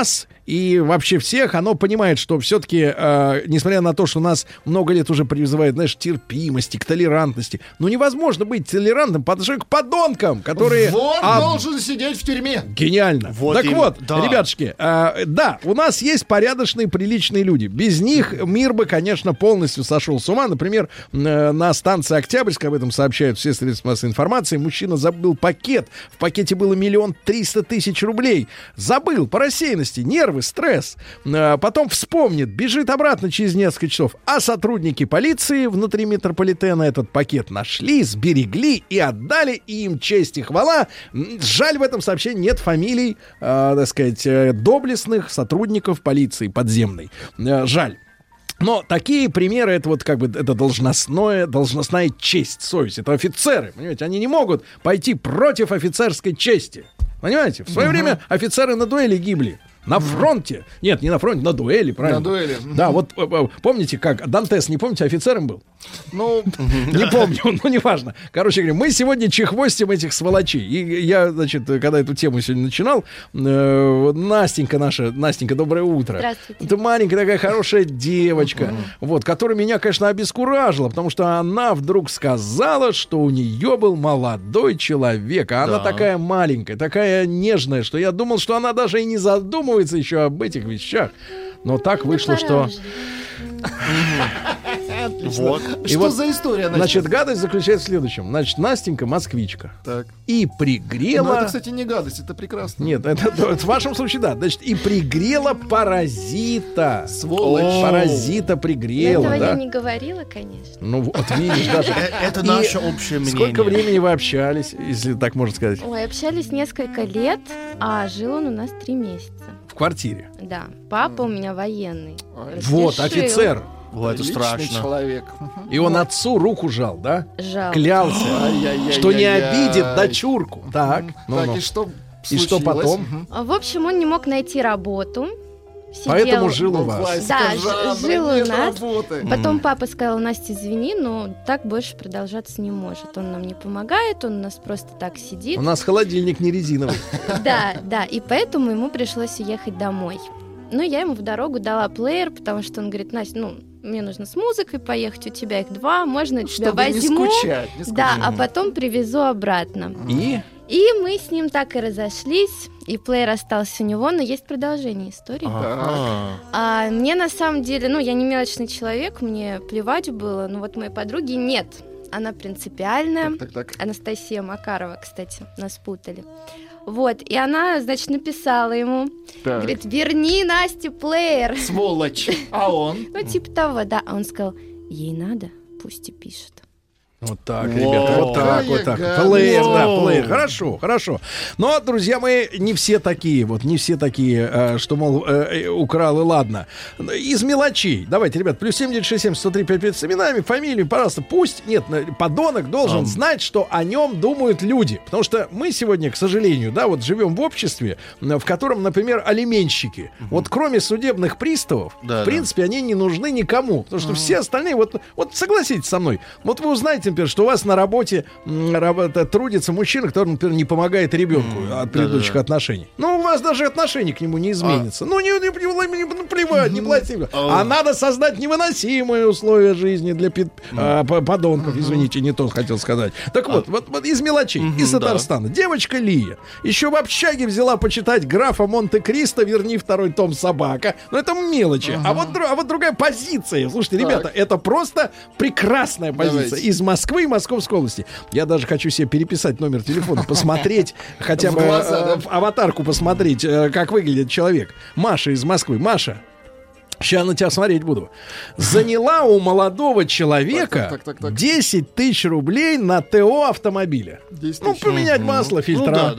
и вообще всех, оно понимает, что все-таки, несмотря на то, что нас много лет уже призывают, знаешь, терпимости, к толерантности, ну невозможно быть толерантным по отношению к подонкам, которые... Вот должен сидеть в тюрьме. Гениально. Вот так вот, да. ребятушки, да, у нас есть порядочные, приличные люди. Без них мир бы, конечно, полностью сошел с ума. Например, на станции Октябрьская, об этом сообщают все средства массовой информации, мужчина забыл пакет. В пакете было 1 300 000 рублей. Забыл по рассеянности, нервы, стресс. Потом вспомнит, бежит обратно через несколько часов. А сотрудники полиции внутри метрополитена этот пакет нашли, сберегли и отдали. И им честь и хвала. Жаль, в этом сообщении нет фамилий, так сказать, доблестных сотрудников полиции подземной. Жаль. Но такие примеры, это вот как бы это должностная честь, совесть. Это офицеры, понимаете, они не могут пойти против офицерской чести. Понимаете, в свое время офицеры на дуэли гибли. На фронте. Нет, не на фронте, на дуэли, правильно? На дуэли. Да, вот помните, как Дантес, не помните, офицером был? Ну, не помню, ну неважно. Короче говоря, мы сегодня чехвостим этих сволочей. И я, значит, когда эту тему сегодня начинал, Настенька, доброе утро. Здравствуйте. Это маленькая такая хорошая девочка, вот, которая меня, конечно, обескуражила, потому что она вдруг сказала, что у нее был молодой человек, а она такая маленькая, такая нежная, что я думал, что она даже и не задумывается еще об этих вещах. Но так вышло, что... Вот. Что за история? Значит, гадость заключается в следующем. Значит, Настенька москвичка. Так. И пригрела... Ну, это, кстати, не гадость, это прекрасно. Нет, это в вашем случае, да. Значит, и пригрела паразита. Сволочь. Паразита пригрела, этого да? я не говорила, конечно. Ну, вот видишь, даже... Это наше общее мнение. Сколько времени вы общались, если так можно сказать? Ой, общались несколько лет, а жил он у нас 3 месяца. В квартире? Да. Папа у меня военный. Вот, офицер. О, это страшно. Человек. И он отцу руку жал, да? Жал. Клялся, что не обидит дочурку. Так, так, и что и что потом? В общем, он не мог найти работу. Сидел... Поэтому жил у вас. Да, жил у нас. Работы. Потом папа сказал: Настя, извини, но так больше продолжаться не может. Он нам не помогает, он у нас просто так сидит. У нас холодильник не резиновый. Да, и поэтому ему пришлось уехать домой. Ну, я ему в дорогу дала плеер, потому что он говорит: Настя, мне нужно с музыкой поехать, у тебя их 2, можно тебя возьму. Не скучать. Да, а потом привезу обратно. И мы с ним так и разошлись, и плеер остался у него, но есть продолжение истории. Мне на самом деле, я не мелочный человек, мне плевать было, но вот моей подруге нет. Она принципиальная. Так. Анастасия Макарова, кстати, нас путали. Вот, и она, значит, написала ему, говорит: верни Насте плеер. Сволочь. А он? Типа того, да. А он сказал: ей надо, пусть и пишет. Вот так, ребята, вот так. Плеер, да, плеер. Хорошо. Но, друзья мои, не все такие, что, мол, украл и ладно. Из мелочей. Давайте, ребят, +7 967 103 55 с именами, фамилией, пожалуйста. Пусть, подонок должен знать, что о нем думают люди. Потому что мы сегодня, к сожалению, живем в обществе, в котором, например, алименщики. Вот кроме судебных приставов, в принципе, они не нужны никому. Потому что все остальные, вот согласитесь со мной, вот вы узнаете, например, что у вас на работе трудится мужчина, который, например, не помогает ребенку от предыдущих отношений. У вас даже отношение к нему не изменится. Не плевать, не платить. А надо создать невыносимые условия жизни для подонков. Извините, не то хотел сказать. Так вот из мелочей, из Татарстана. Девочка Лия еще в общаге взяла почитать графа Монте-Кристо, верни 2 том «Собака». Но это мелочи. А вот другая позиция. Слушайте, ребята, это просто прекрасная позиция. Из Москвы и Московской области. Я даже хочу себе переписать номер телефона, посмотреть, хотя бы аватарку посмотреть, как выглядит человек. Маша из Москвы. Маша, сейчас на тебя смотреть буду. Заняла у молодого человека 10 000 рублей на ТО автомобиля. Поменять масло, фильтра.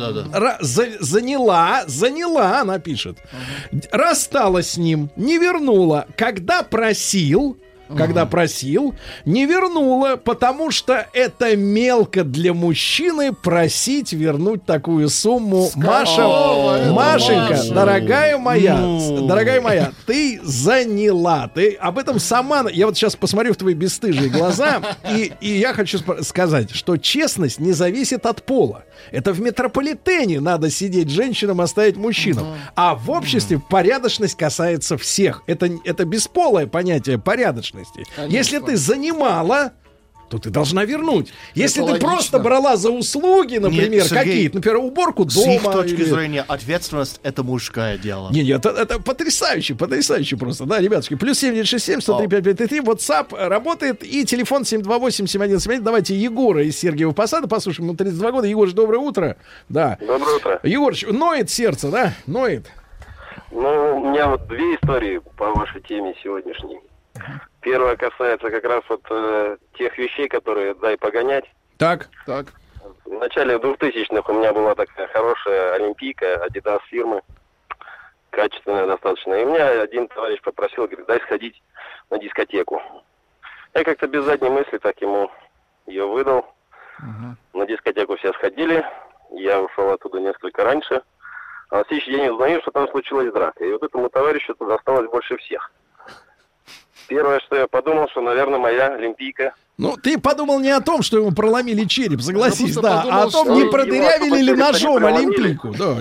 Заняла, она пишет. Рассталась с ним, не вернула. Когда просил, когда просил, не вернула, потому что это мелко для мужчины просить вернуть такую сумму. Машенька, дорогая моя, ты заняла, ты об этом сама. Я вот сейчас посмотрю в твои бесстыжие глаза, и я хочу сказать, что честность не зависит от пола. Это в метрополитене надо сидеть женщинам, оставить мужчинам. А в обществе порядочность касается всех. Это бесполое понятие порядочности. Конечно. Если ты занимала, то ты должна вернуть. Если ты просто брала за услуги, например, какие-то, например, уборку дома. С их точки зрения, ответственность — это мужское дело. Это потрясающе просто. Да, ребятушки, плюс 7967 103 5533, WhatsApp работает, и телефон 728-7171. Давайте Егора из Сергиева Посада послушаем. Ему 32 года. Егорыч, доброе утро. Да. Доброе утро. Егорыч, ноет сердце, да? Ноет. Ну, у меня вот две истории по вашей теме сегодняшней. Первая касается как раз вот тех вещей, которые дай погонять. Так. В начале 2000-х у меня была такая хорошая олимпийка, Adidas фирмы, качественная достаточно. И меня один товарищ попросил, говорит, дай сходить на дискотеку. Я как-то без задней мысли так ему ее выдал. На дискотеку все сходили, я ушел оттуда несколько раньше. А на следующий день узнаю, что там случилась драка. И вот этому товарищу это досталось больше всех. Первое, что я подумал, что, наверное, моя олимпийка. Ну, ты подумал не о том, что ему проломили череп, согласись, да, подумал, а о том, не продырявили ли ножом олимпийку. Да,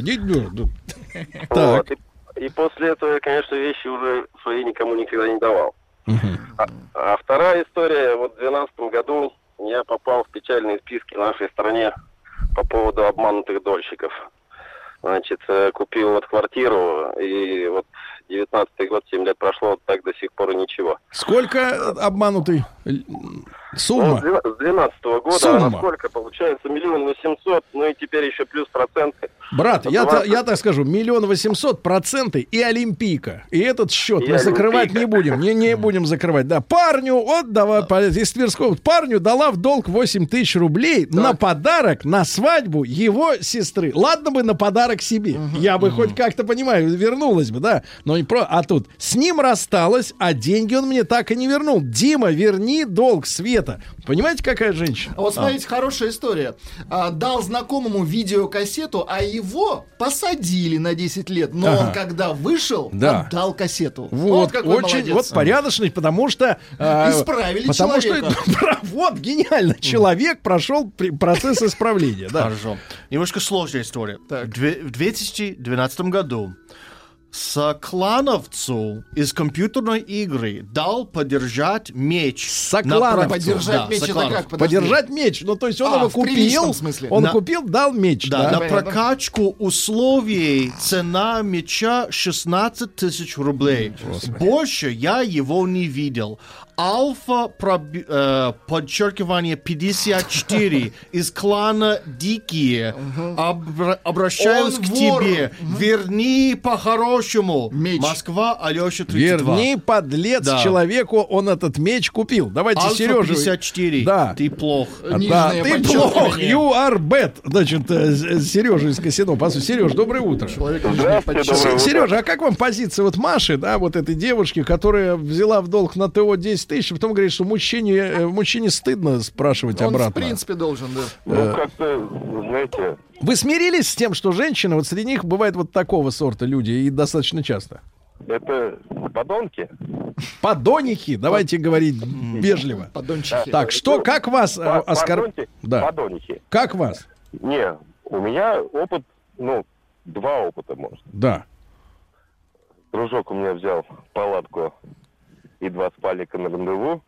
вот, и после этого я, конечно, вещи уже свои никому никогда не давал. А вторая история, вот в 2012 году я попал в печальные списки в нашей стране по поводу обманутых дольщиков. Значит, купил вот квартиру, и вот 19-й год, 7 лет прошло, вот так до сих пор и ничего. Сколько обманутый? Сумма? Ну, с 12-го года, сумма. А насколько получается? 1 800 000, ну и теперь еще плюс проценты. Брат, я так скажу, 1 800 000 проценты и олимпийка. И этот счет мы закрывать не будем. Не будем закрывать. Да, парню отдала, из Тверского, парню дала в долг 8 000 рублей на подарок, на свадьбу его сестры. Ладно бы на подарок себе. Я бы хоть как-то, понимаю, вернулась бы, да. Но не про... А тут с ним рассталась, а деньги он мне так и не вернул. Дима, верни долг, Света. Понимаете, какая женщина? Вот смотрите, хорошая история. Дал знакомому видеокассету, а его посадили на 10 лет. Но он, когда вышел, отдал кассету. Вот какой очень молодец. Вот порядочный, потому что... Исправили потому человека. Вот, гениально. Человек прошел процесс исправления. Да. Хорошо. Немножко сложная история. В 2012 году Соклановцу из компьютерной игры дал подержать меч. Соклановцу. Подержать меч это как? Подержать меч. Ну, то есть он его купил. Он купил, дал меч. Да, на прокачку условий цена меча 16 000 рублей. Больше я его не видел. Альфа, подчеркивание 54 из клана Дикие. Обращаюсь к тебе. Верни по-хорошему. Меч. Москва, Алёша 32. Верни, подлец, человеку он этот меч купил. Давайте Альфа Сережу. 54. Да. Ты плох. Да, ты плох. You are bad. Значит, Сережа из Касино. Сереж, доброе утро. Сережа, а как вам позиция вот Маши, да, вот этой девушки, которая взяла в долг на ТО 10 000, потом говорит, что мужчине стыдно спрашивать обратно. Он в принципе должен, да. Ну, как-то, знаете... Вы смирились с тем, что женщины, вот среди них бывают вот такого сорта люди, и достаточно часто? Это подонки? Подоники, давайте говорить вежливо. Подончики. Так, что, как вас, Оскар? Да. Подоники. Как вас? Не, у меня опыт, 2 опыта, может. Да. Дружок у меня взял палатку и 2 спальника на рандеву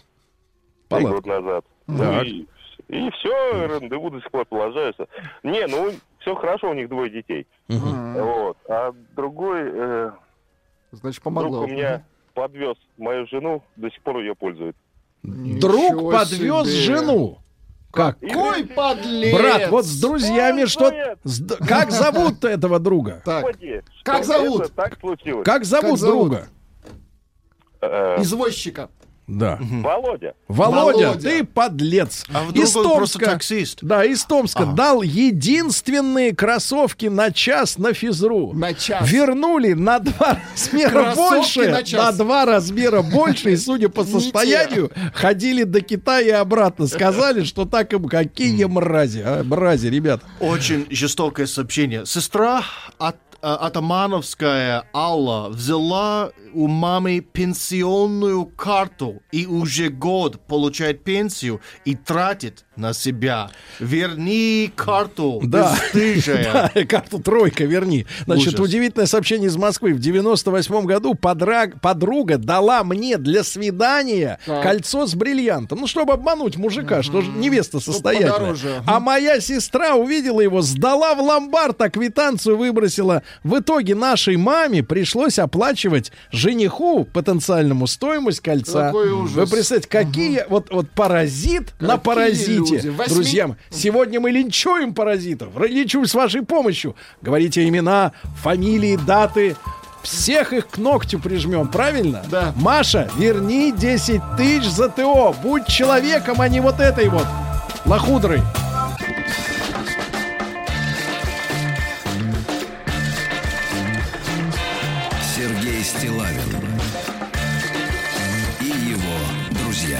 3 года назад. Так. И все, рандеву до сих пор продолжается. Не, все хорошо, у них 2 детей. Вот. А другой... Значит, помогло. Друг у меня подвез мою жену, до сих пор ее пользует. Друг подвез жену? Какой подлец! Брат, вот с друзьями что... Как зовут этого друга? Как зовут? Так случилось. Как зовут друга? Извозчика. Да. Володя, ты подлец. А вдруг из он Томска, просто таксист? Да, из Томска дал единственные кроссовки на час на физру. На час. Вернули на 2 размера больше. На 2 размера больше. И, судя по состоянию, ходили до Китая и обратно. Сказали, что так им какие мрази. Мрази, ребят. Очень жестокое сообщение. Сестра Атамановская Алла взяла у мамы пенсионную карту и уже год получает пенсию и тратит на себя. Верни карту, бесстыжая. Да, карту тройка верни. Значит, Ужас. удивительное сообщение из Москвы. В 98 году подруга дала мне для свидания кольцо с бриллиантом. Ну, чтобы обмануть мужика, что же невеста состоятельная. Подороже. А моя сестра увидела его, сдала в ломбард, а квитанцию выбросила. В итоге нашей маме пришлось оплачивать жениху потенциальному стоимость кольца. Какой ужас. Вы представляете, какие вот паразит на паразите. Друзья мои, сегодня мы линчуем паразитов. Линчуем с вашей помощью. Говорите имена, фамилии, даты. Всех их к ногтю прижмем, правильно? Да. Маша, верни 10 тысяч за ТО. Будь человеком, а не вот этой вот лохудрой. Сергей Стиллавин и его друзья.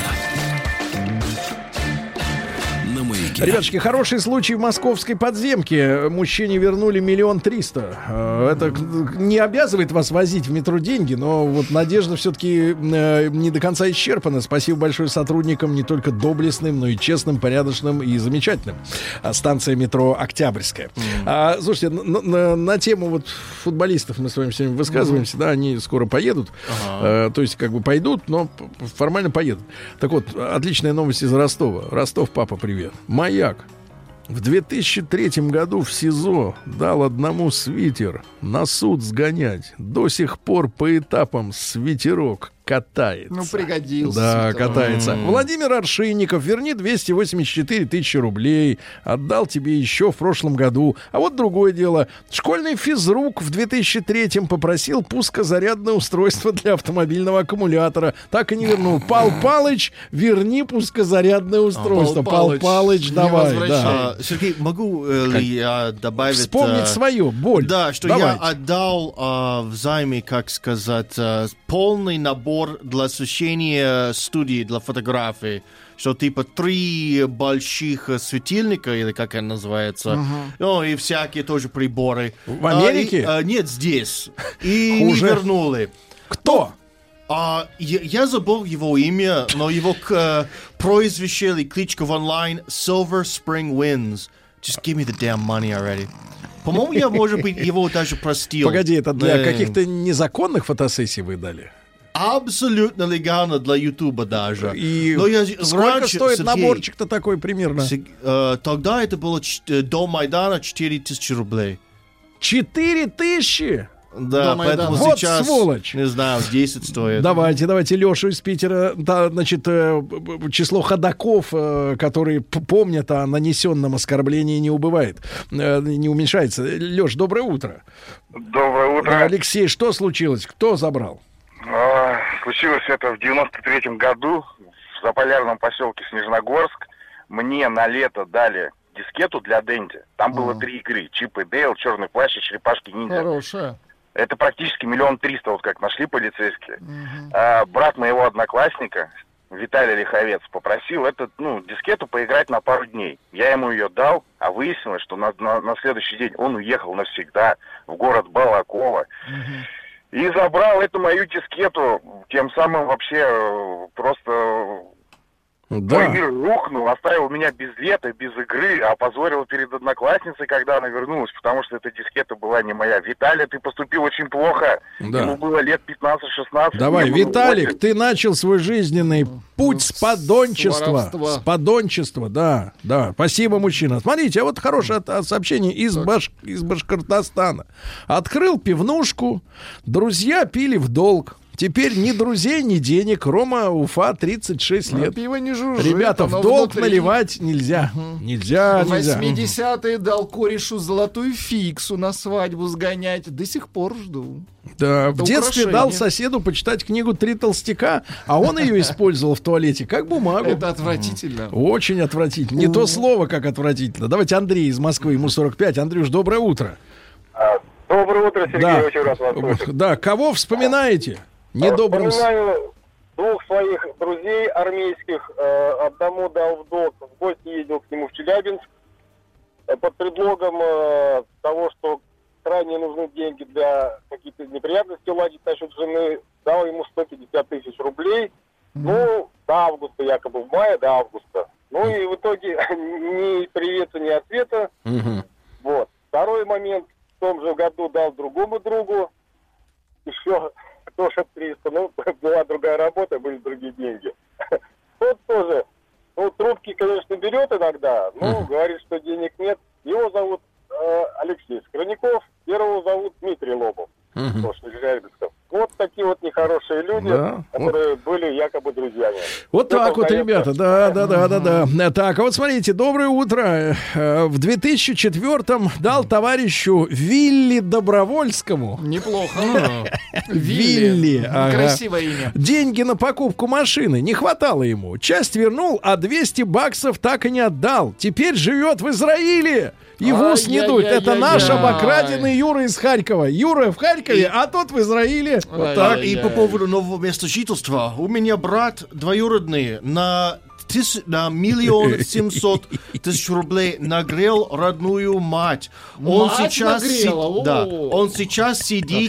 Ребятушки, хороший случай в московской подземке. Мужчине вернули 1 300 000. Это не обязывает вас возить в метро деньги, но вот надежда все-таки не до конца исчерпана. Спасибо большое сотрудникам, не только доблестным, но и честным, порядочным и замечательным. Станция метро Октябрьская. Слушайте, на тему вот футболистов мы с вами сегодня высказываемся, да, они скоро поедут. То есть как бы пойдут, но формально поедут. Так вот, отличная новость из Ростова. Ростов, папа, привет. Маяк в 2003 году в СИЗО дал одному свитер на суд сгонять. До сих пор по этапам свитерок катается. Ну, пригодился. Да, катается. Владимир Аршинников, верни 284 000 рублей. Отдал тебе еще в прошлом году. А вот другое дело. Школьный физрук в 2003-м попросил пускозарядное устройство для автомобильного аккумулятора. Так и не вернул. Пал Палыч, верни пускозарядное устройство. Пал Палыч, давай. Да. Сергей, могу ли я добавить... Вспомнить свою боль. Да, что Давайте. я отдал взаймы, как сказать, полный набор для освещения студии, для фотографий. Что типа 3 больших светильника, или как это называется, ну и всякие тоже приборы. В Америке? Нет, здесь. И не вернули. Кто? Я забыл его имя, но его прозвище или кличка в онлайн Silver Spring Winds. Just give me the damn money already. По-моему, я, может быть, его даже простил. Погоди, это для каких-то незаконных фотосессий вы дали? Абсолютно легально для Ютуба даже. И но я, сколько раньше, стоит Сергей, наборчик-то такой примерно? Тогда это было до Майдана 4000 рублей. 4000? Да, поэтому вот сейчас, сволочь. Не знаю, 10 стоит. Давайте, Лешу из Питера. Да, значит, число ходаков, которые помнят о нанесенном оскорблении, не убывает, не уменьшается. Леш, доброе утро. Доброе утро. Алексей, что случилось? Кто забрал? Случилось это в 93-м году в заполярном поселке Снежногорск. Мне на лето дали дискету для Денди. Там было 3 игры. Чип и Дейл, Черный плащ и Черепашки-ниндзя. Хорошая. Это практически 1 300 000, вот как нашли полицейские. Брат моего одноклассника, Виталий Лиховец, попросил дискету поиграть на пару дней. Я ему ее дал, а выяснилось, что на следующий день он уехал навсегда в город Балаково. И забрал эту мою дискету, тем самым вообще просто... Мой мир рухнул, оставил меня без лета, без игры, опозорил перед одноклассницей, когда она вернулась, потому что эта дискета была не моя. Виталий, ты поступил очень плохо. Да. Ему было лет 15-16. Давай, Виталик, ты начал свой жизненный путь с подончества. С подончества, да. Спасибо, мужчина. Смотрите, а вот хорошее сообщение из Башкортостана. Открыл пивнушку, друзья пили в долг. Теперь ни друзей, ни денег. Рома, Уфа, 36 лет. Пиво не жужжит. Ребята, в долг наливать нельзя. Нельзя. В 80-е дал корешу золотую фиксу на свадьбу сгонять. До сих пор жду. Да, в детстве дал соседу почитать книгу «Три толстяка», а он ее использовал в туалете как бумагу. Это отвратительно. Очень отвратительно. Не то слово, как отвратительно. Давайте Андрей из Москвы, ему 45. Андрюш, доброе утро. Доброе утро, Сергей, да. Очень рад вас слышать. Да, кого вспоминаете? Недобрым. Вспоминаю двух своих друзей армейских. Одному дал в долг, в гости ездил к нему в Челябинск под предлогом того, что крайне нужны деньги для каких-то неприятностей уладить насчет жены. Дал ему 150 тысяч рублей. Ну, до августа, якобы в мае, до августа. Ну и в итоге ни привета, ни ответа. Вот. Второй момент. В том же году дал другому другу еще тоже 300, ну, была другая работа, были другие деньги. Тот тоже, ну, трубки, конечно, берет иногда, но говорит, что денег нет. Его зовут Алексей Скорняков, первого зовут Дмитрий Лобов. Вот такие вот нехорошие люди, да, которые были якобы друзьями. Вот это так вот, ребята, да. Так, а вот смотрите, доброе утро. В 2004-м дал товарищу Вилли Добровольскому. Неплохо. Вилли. Красивое имя. Деньги на покупку машины. Не хватало ему. Часть вернул, а 200 баксов так и не отдал. Теперь живет в Израиле. И в ус не дует. Это наш обокраденный Юра из Харькова. Юра в Харькове, а тот в Израиле. Вот так. И по поводу нового места жительства. У меня брат двоюродный на 1 700 000 рублей нагрел родную мать. Он сейчас сидит,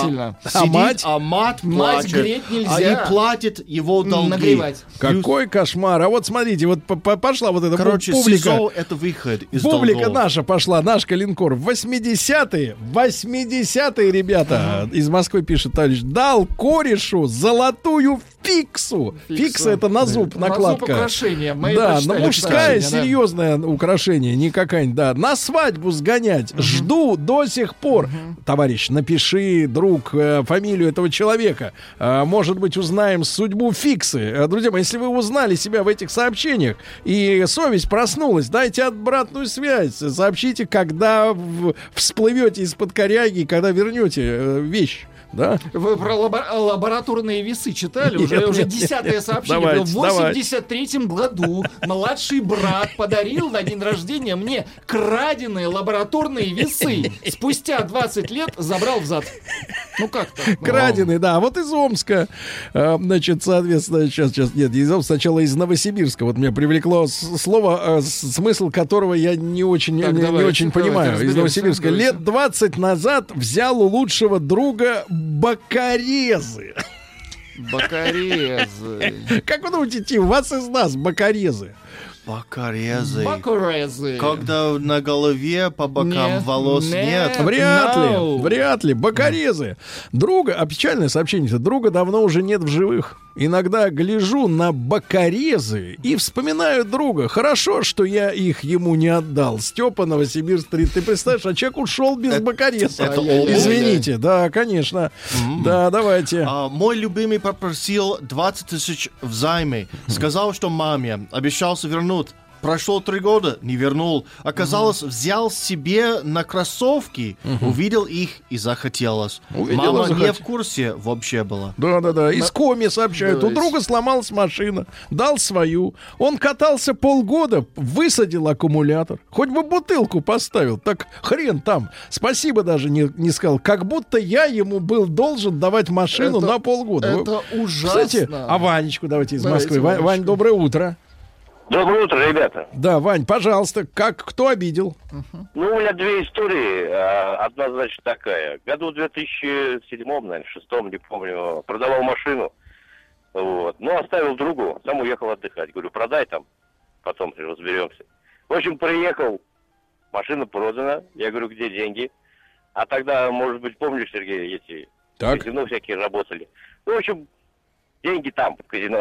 а мать плачет, греть нельзя. И платит его долги. Нагревать. Какой кошмар. А вот смотрите, вот пошла вот эта публика. СИЗО — это выход из публика долгов. наша пошла, наш калинкор. В 80-е, ребята, из Москвы пишет товарищ, дал корешу золотую фиксу. Фикса — это на зуб накладка. Украшение. Да, но мужское серьезное украшение, не какая-нибудь, да. На свадьбу сгонять. Жду до сих пор. Товарищ, напиши, друг, фамилию этого человека. Может быть, узнаем судьбу фиксы. Друзья мои, если вы узнали себя в этих сообщениях и совесть проснулась, дайте обратную связь. Сообщите, когда всплывете из-под коряги, когда вернете вещь. Да? Вы про лабораторные весы читали? Уже 10-е сообщение. В 83-м году младший брат подарил на день рождения мне краденые лабораторные весы. Спустя 20 лет забрал взад. Ну как так? Краденые, да. Вот из Омска. Значит, соответственно, сейчас нет, из Омска, сначала из Новосибирска. Вот меня привлекло слово, смысл которого я не очень понимаю. Из Новосибирска. Лет 20 назад взял у лучшего друга бокорезы. Бокорезы. Как вы думаете, вас из нас бокорезы? Бокорезы. Бокорезы. Когда на голове по бокам волос нет. Вряд ли. Бокорезы. Друга, печальное сообщение, друга давно уже нет в живых. Иногда гляжу на бокорезы и вспоминаю друга. Хорошо, что я их ему не отдал. Степа, Новосибирск, 3. Ты представляешь, а человек ушел без бокореза. Извините, да, конечно. Да, давайте. Мой любимый попросил 20 тысяч взаймы. Сказал, что маме обещался вернуть. Прошло 3 года, не вернул. Оказалось, взял себе на кроссовки, увидел их и захотелось. Мама не в курсе вообще была. Да. Из Коми сообщают. У друга сломалась машина, дал свою. Он катался полгода, высадил аккумулятор. Хоть бы бутылку поставил, так хрен там. Спасибо даже не сказал. Как будто я ему был должен давать машину на полгода. Это ужасно. Кстати, а Ванечку давайте из Москвы. Вань, доброе утро. Доброе утро, ребята. Да, Вань, пожалуйста, кто обидел? Ну, у меня 2 истории. Одна, значит, такая. Году в 2007, наверное, 2006, не помню, продавал машину. Вот. Ну, оставил другу, сам уехал отдыхать. Говорю, продай там, потом разберемся. В общем, приехал, машина продана. Я говорю, где деньги? А тогда, может быть, помнишь, Сергей, эти казино всякие работали. Ну, в общем, деньги там, в казино.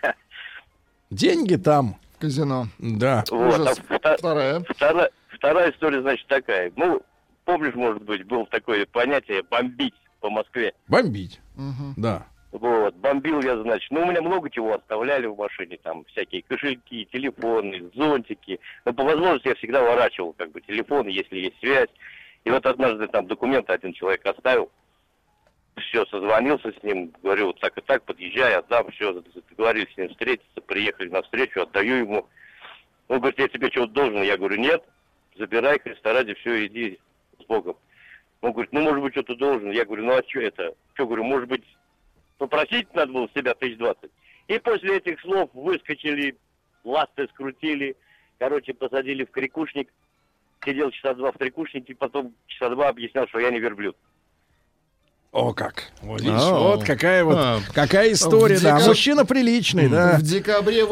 Деньги там. Казино. Да. Вот. Вторая история, значит, такая. Ну, помнишь, может быть, было такое понятие «бомбить» по Москве. Бомбить. Да. Вот, бомбил я, значит. Ну, у меня много чего оставляли в машине, там, всякие кошельки, телефоны, зонтики. Но по возможности я всегда ворачивал, как бы, телефон, если есть связь. И вот однажды там документы один человек оставил. Все, созвонился с ним, говорю, вот так и так, подъезжай, отдам, все, договорились с ним встретиться, приехали на встречу, отдаю ему. Он говорит, я тебе чего-то должен? Я говорю, нет, забирай, Христа ради, все, иди с Богом. Он говорит, ну, может быть, что-то должен. Я говорю, ну, а что это? Что, говорю, может быть, попросить надо было с себя 1020. И после этих слов выскочили, ласты скрутили, короче, посадили в крикушник. Сидел часа 2 в крикушнике, потом часа 2 объяснял, что я не верблюд. О, как. Вот, видишь, вот какая история, да. Мужчина приличный, да. В декабре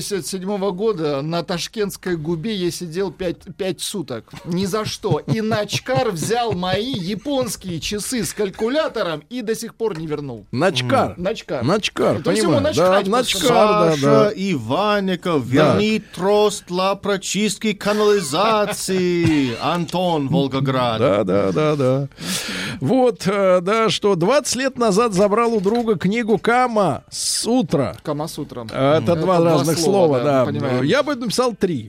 87 года на Ташкентской губе я сидел 5 суток. Ни за что. И Начкар взял мои японские часы с калькулятором и до сих пор не вернул. Начкар, то есть ему начхать. Саша Иванников, верни трост для прочистки канализации. Антон, Волгоград. Да. Вот, да, что 20 лет назад забрал у друга книгу Кама-сутра. Кама-сутра. Это два разных слова, да. Я бы написал 3.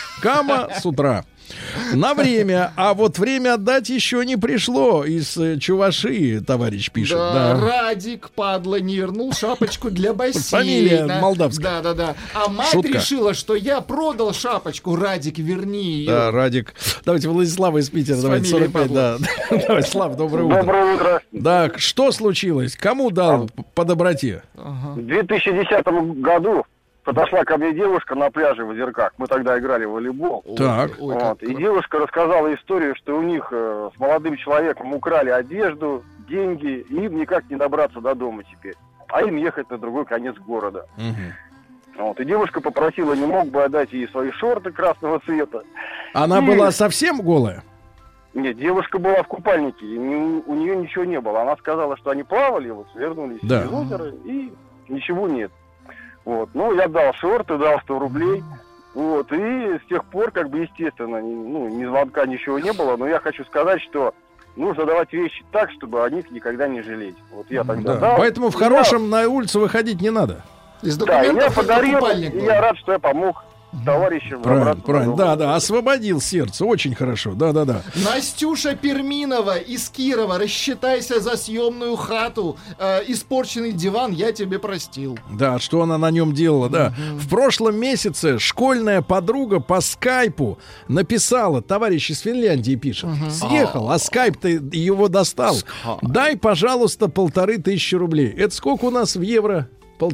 Кама-сутра. На время, а вот время отдать еще не пришло. Из Чувашии товарищ пишет. Да. Радик, падла, не вернул шапочку для бассейна. Фамилия молдавская. Да. А мать решила, что я продал шапочку. Радик, верни ее. Да, Радик. Давайте Владислава из Питера. Давайте 45. Да. Давай, Слав, доброе утро. Доброе утро. Да, что случилось? Кому дал по доброте? В 2010 году подошла ко мне девушка на пляже в Озерках. Мы тогда играли в волейбол. Так. Вот. И девушка рассказала историю, что у них с молодым человеком украли одежду, деньги, и им никак не добраться до дома теперь. А им ехать на другой конец города. Вот. И девушка попросила, не мог бы отдать ей свои шорты красного цвета. Она была совсем голая? Нет, девушка была в купальнике, и у нее ничего не было. Она сказала, что они плавали, вот, вернулись из озера, и ничего нет. Вот. Ну, я дал шорты, дал 100 рублей. Вот. И с тех пор, как бы, естественно, ни звонка, ничего не было. Но я хочу сказать, что нужно давать вещи так, чтобы о них никогда не жалеть. Вот я тогда дал. Поэтому в хорошем на улицу выходить не надо. Да, и я подарил, и я рад, что я помог товарищам. Правильно, да, освободил сердце, очень хорошо, да. Настюша Перминова из Кирова, рассчитайся за съемную хату, испорченный диван, я тебе простил. Да, что она на нем делала, да. В прошлом месяце школьная подруга по скайпу написала, товарищ из Финляндии пишет, съехал, а скайп-то его достал. Дай, пожалуйста, 1500 рублей. Это сколько у нас в евро?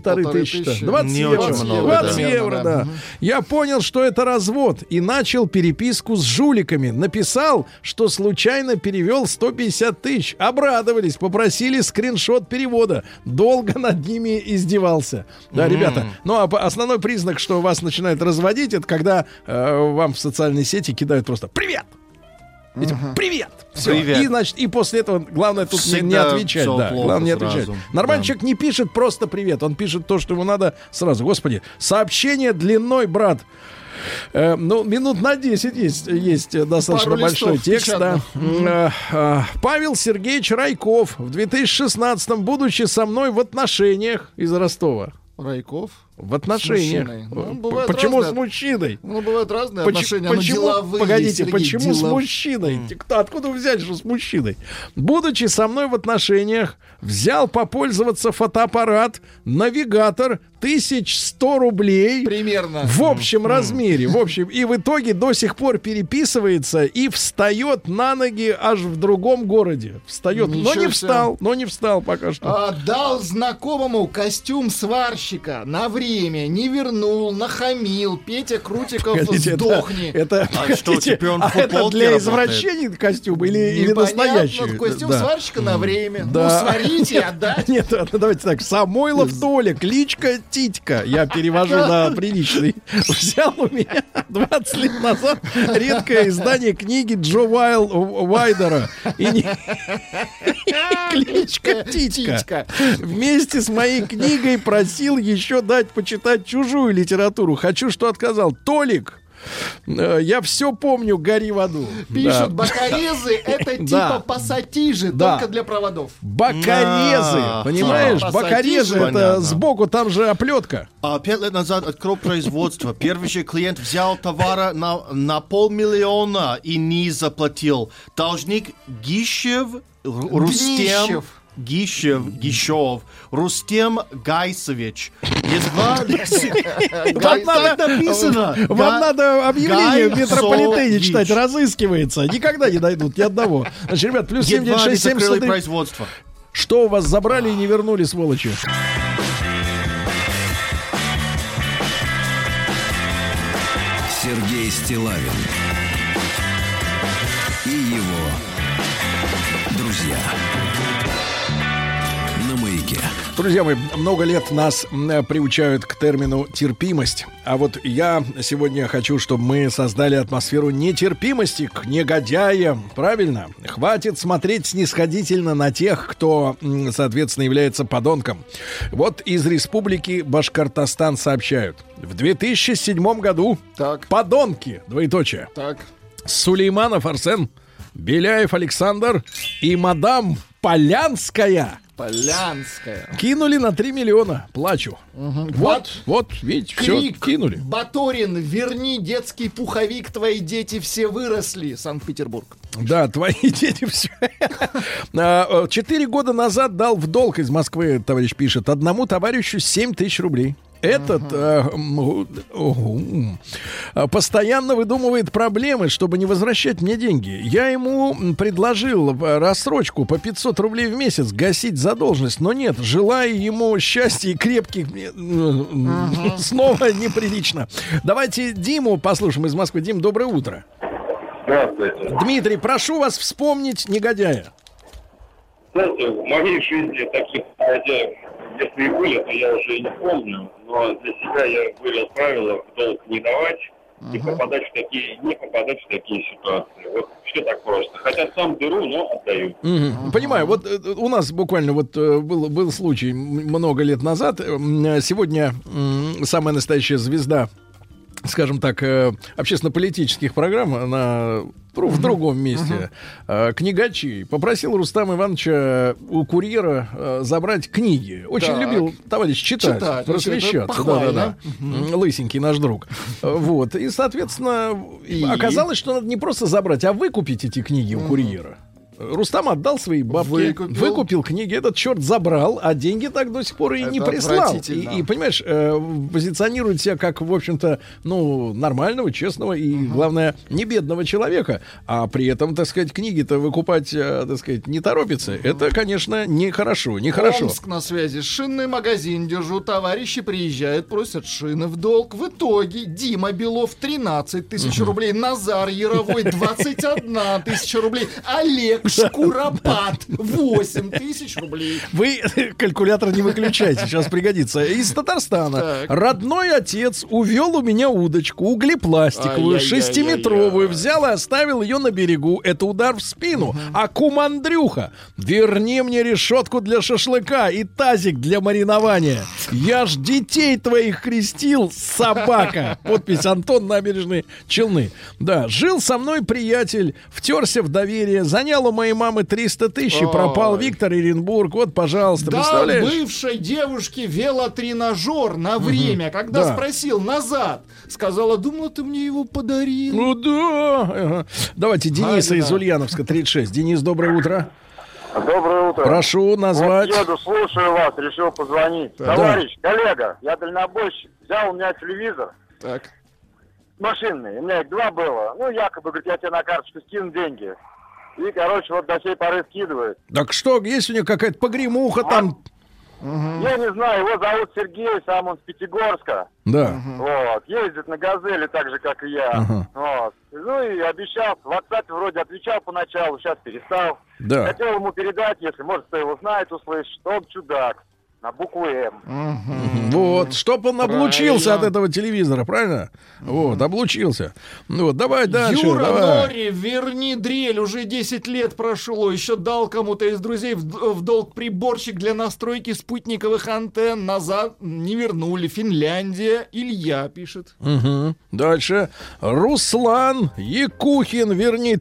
1500. 20 евро. 20 евро, да. Я понял, что это развод, и начал переписку с жуликами. Написал, что случайно перевел 150 тысяч. Обрадовались, попросили скриншот перевода. Долго над ними издевался. Да, ребята, ну а основной признак, что вас начинают разводить, это когда вам в социальной сети кидают просто «Привет!» Привет! Все. И, значит, и после этого главное тут не отвечать. Да, главное не отвечать. Нормальный человек не пишет просто привет, он пишет то, что ему надо сразу. Господи, сообщение длиной, брат. Минут на 10 есть достаточно большой текст. Да. Павел Сергеевич Райков в 2016-м, будучи со мной в отношениях из Ростова. Райков? В отношениях. Почему с мужчиной? Ну, бывают разные отношения, но деловые. Погодите, почему с мужчиной? Откуда взять, что с мужчиной? Будучи со мной в отношениях, взял попользоваться фотоаппарат, навигатор, 1100 рублей. Примерно. В общем размере. В общем, и в итоге до сих пор переписывается и встает на ноги аж в другом городе. Встает, но не встал пока что. Дал знакомому костюм сварщика на время, не вернул, нахамил. Петя Крутиков, сдохни. Это для извращений костюм или настоящий? Костюм сварщика на время. Ну, сварите, отдать. Нет, давайте так. Самойлов Толя, кличка Титька. Я перевожу на приличный. Взял у меня 20 лет назад редкое издание книги Джо Уайдера. Кличка Титька. Вместе с моей книгой просил еще дать почитать чужую литературу. Хочу, что отказал. Толик, Я все помню, гори в аду. Пишут, бокорезы это типа пассатижи, только для проводов. Бокорезы, понимаешь? Бокорезы это сбоку, там же оплетка. 5 лет назад открыл производство. Первый же клиент взял товара на 500 000 и не заплатил. Должник Гищев Рустем... Гищев, Рустем Гайсович. Вам надо объявление в метрополитене читать, разыскивается. Никогда не найдут ни одного. Значит, ребят, плюс 7967 производство. Что у вас забрали и не вернули, сволочи? Сергей Стиллавин и его друзья. Друзья мои, много лет нас приучают к термину терпимость. А вот я сегодня хочу, чтобы мы создали атмосферу нетерпимости к негодяям. Правильно? Хватит смотреть снисходительно на тех, кто, соответственно, является подонком. Вот из республики Башкортостан сообщают. В 2007 году подонки, двоеточие. Сулейманов Арсен, Беляев Александр и мадам Полянская кинули на 3 миллиона. Плачу. Вот, видите, все кинули. Баторин, верни детский пуховик, твои дети все выросли. Санкт-Петербург. Да, твои дети все. 4 года назад дал в долг из Москвы, товарищ пишет, одному товарищу 7 тысяч рублей. Этот постоянно выдумывает проблемы, чтобы не возвращать мне деньги. Я ему предложил рассрочку по 500 рублей в месяц гасить задолженность, но нет, желаю ему счастья и крепких снова неприлично. Давайте Диму послушаем из Москвы. Дим, доброе утро. Здравствуйте. Дмитрий, прошу вас вспомнить негодяя. Знаете, в моей жизни таких негодяев, если и были, то я уже и не помню. Но для себя я вывел правило в долг не давать, не попадать в такие ситуации. Вот все так просто. Хотя сам беру, но отдаю. Понимаю. Вот у нас буквально был случай много лет назад. Сегодня самая настоящая звезда, скажем так, общественно-политических программ в другом месте, книгачи, попросил Рустама Ивановича у курьера забрать книги. Очень любил товарищ читать просвещаться. Да. Лысенький наш друг. Вот. И, соответственно, оказалось, что надо не просто забрать, а выкупить эти книги у курьера. Рустам отдал свои бабки, выкупил книги, этот черт забрал, а деньги так до сих пор и не прислал. И понимаешь, позиционирует себя как, в общем-то, нормального, честного и, главное, не бедного человека. А при этом, так сказать, книги-то выкупать, так сказать, не торопится. Это, конечно, нехорошо. Омск на связи. Шинный магазин держу. Товарищи приезжают, просят шины в долг. В итоге Дима Белов 13 тысяч рублей, Назар Яровой 21 тысяча рублей, Олег Шкуропад 8 тысяч рублей. Вы калькулятор не выключайте, сейчас пригодится. Из Татарстана. Родной отец увел у меня удочку углепластиковую, 6-метровую, взял и оставил ее на берегу. Это удар в спину. А кум Андрюха: верни мне решетку для шашлыка и тазик для маринования. Я ж детей твоих крестил, собака. Подпись: Антон, Набережные Челны. Да, жил со мной приятель, втерся в доверие, занял у моей мамы 300 тысяч, пропал Виктор Оренбург. Вот, пожалуйста, представляешь? Бывшей девушке велотренажер на время, когда спросил назад, сказала: думала, ты мне его подарил. Ну да. Давайте Дениса из Ульяновска, 36. Денис, доброе утро. Доброе утро. Прошу назвать. Вот еду, слушаю вас, решил позвонить. Товарищ, коллега, я дальнобойщик, взял у меня телевизор. Машинный, у меня их 2 было. Якобы, говорит, я тебе на карточку скину деньги. И, вот до сей поры скидывает. Так что, есть у него какая-то погремуха там? Я не знаю, его зовут Сергей, сам он с Пятигорска. Да. Вот, ездит на «Газели» так же, как и я. Вот. И обещал, в WhatsApp вроде отвечал поначалу, сейчас перестал. Да. Хотел ему передать, если, может, кто его знает, услышит, что он чудак. на букву М. Вот, чтоб он облучился от этого телевизора, правильно? Вот, облучился. Вот, давай дальше. Юра давай. Нори, верни дрель, уже 10 лет прошло, еще дал кому-то из друзей в долг приборчик для настройки спутниковых антенн, назад не вернули. Финляндия, Илья пишет. Угу. Дальше. Руслан Якухин, верни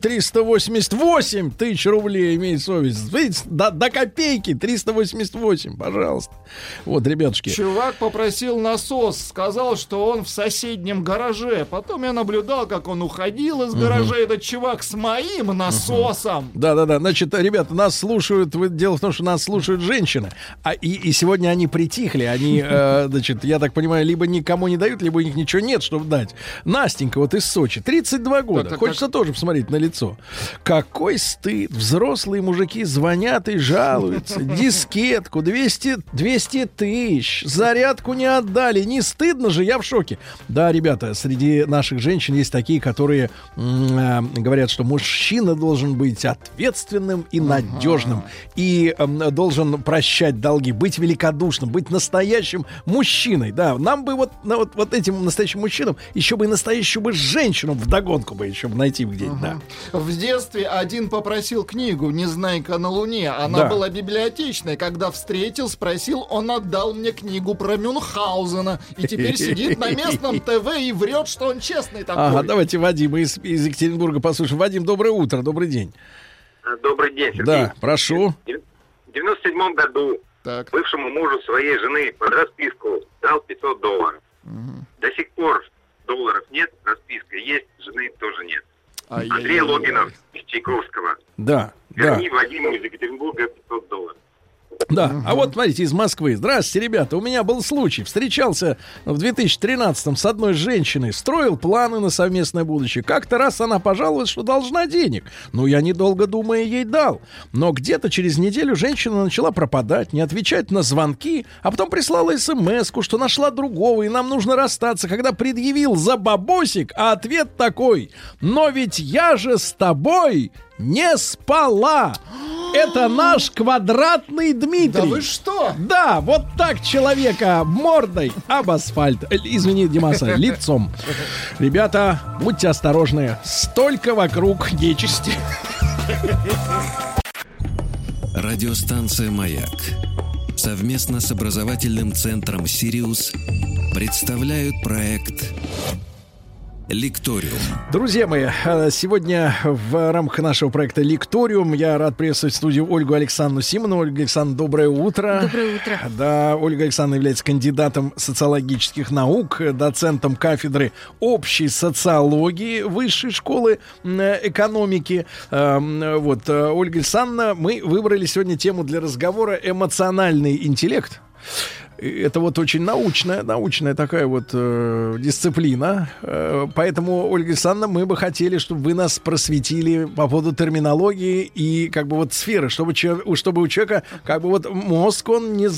388 тысяч рублей, имей совесть. Видите, до копейки 388, пожалуйста. Вот, ребятушки. Чувак попросил насос, сказал, что он в соседнем гараже. Потом я наблюдал, как он уходил из гаража, этот чувак с моим насосом. Да-да-да, значит, ребята, нас слушают, дело в том, что нас слушают женщины, и сегодня они притихли, они, значит, я так понимаю, либо никому не дают, либо у них ничего нет, чтобы дать. Настенька вот из Сочи, 32 года, так, хочется тоже посмотреть на лицо. Какой стыд, взрослые мужики звонят и жалуются, дискетку, 200 тысяч, зарядку не отдали, не стыдно же, я в шоке. Да, ребята, среди наших женщин есть такие, которые говорят, что мужчина должен быть ответственным и надежным, и должен прощать долги, быть великодушным, быть настоящим мужчиной. Да, нам бы вот этим настоящим мужчинам еще бы и настоящую бы женщину вдогонку бы еще найти где-нибудь. Да. В детстве один попросил книгу «Незнайка на Луне». Она была библиотечной. Когда встретил, спросил, он отдал мне книгу про Мюнхгаузена. И теперь сидит на местном ТВ и врет, что он честный такой. Ага, давайте Вадима из Екатеринбурга послушаем. Вадим, доброе утро, добрый день. Добрый день, Сергей. Да, прошу. В 97 году бывшему мужу своей жены под расписку дал $500. До сих пор долларов нет, расписка есть, жены тоже нет. Андрей Логинов из Чайковского. Да. Верни Вадиму из Екатеринбурга $500. Да, а вот смотрите, из Москвы. Здравствуйте, ребята, у меня был случай. Встречался в 2013-м с одной женщиной, строил планы на совместное будущее. Как-то раз она пожаловалась, что должна денег. Ну, я, недолго думая, ей дал. Но где-то через неделю женщина начала пропадать, не отвечать на звонки, а потом прислала смс-ку, что нашла другого, и нам нужно расстаться. Когда предъявил за бабосик, а ответ такой: но ведь я же с тобой не спала. Это наш квадратный Дмитрий. Да вы что? Да, вот так человека мордой об асфальт. Извини, Димаса, лицом. Ребята, будьте осторожны. Столько вокруг нечисти. Радиостанция «Маяк» совместно с образовательным центром «Сириус» представляют проект «Лекториум». Друзья мои, сегодня в рамках нашего проекта «Лекториум» я рад приветствовать в студию Ольгу Александровну Симонову. Ольга Александровна, доброе утро. Доброе утро. Да, Ольга Александровна является кандидатом социологических наук, доцентом кафедры общей социологии Высшей школы экономики. Вот, Ольга Александровна, мы выбрали сегодня тему для разговора «Эмоциональный интеллект». Это вот очень научная такая вот дисциплина. Поэтому, Ольга Александровна, мы бы хотели, чтобы вы нас просветили по поводу терминологии и как бы вот сферы, чтобы у человека как бы вот мозг он не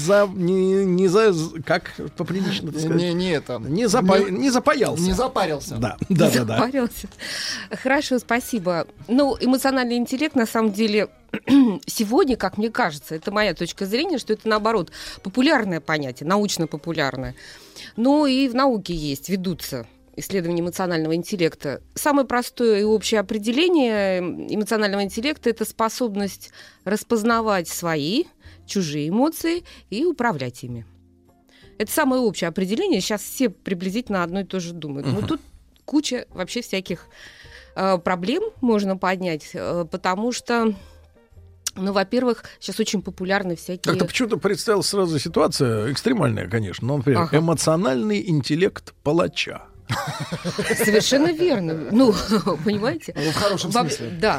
как поприлично сказать? Не запаялся. Не запарился. Да. Запарился. Хорошо, спасибо. Ну, эмоциональный интеллект, на самом деле, сегодня, как мне кажется, это моя точка зрения, что это, наоборот, популярное понятие, научно-популярное. Но и в науке ведутся исследования эмоционального интеллекта. Самое простое и общее определение эмоционального интеллекта – это способность распознавать свои, чужие эмоции и управлять ими. Это самое общее определение. Сейчас все приблизительно одно и то же думают. Но тут куча вообще всяких проблем можно поднять, потому что... Ну, во-первых, сейчас очень популярны всякие... Как-то почему-то представилась сразу ситуация экстремальная, конечно. Но, например, эмоциональный интеллект палача. Совершенно верно. Ну, понимаете? В хорошем смысле. Да.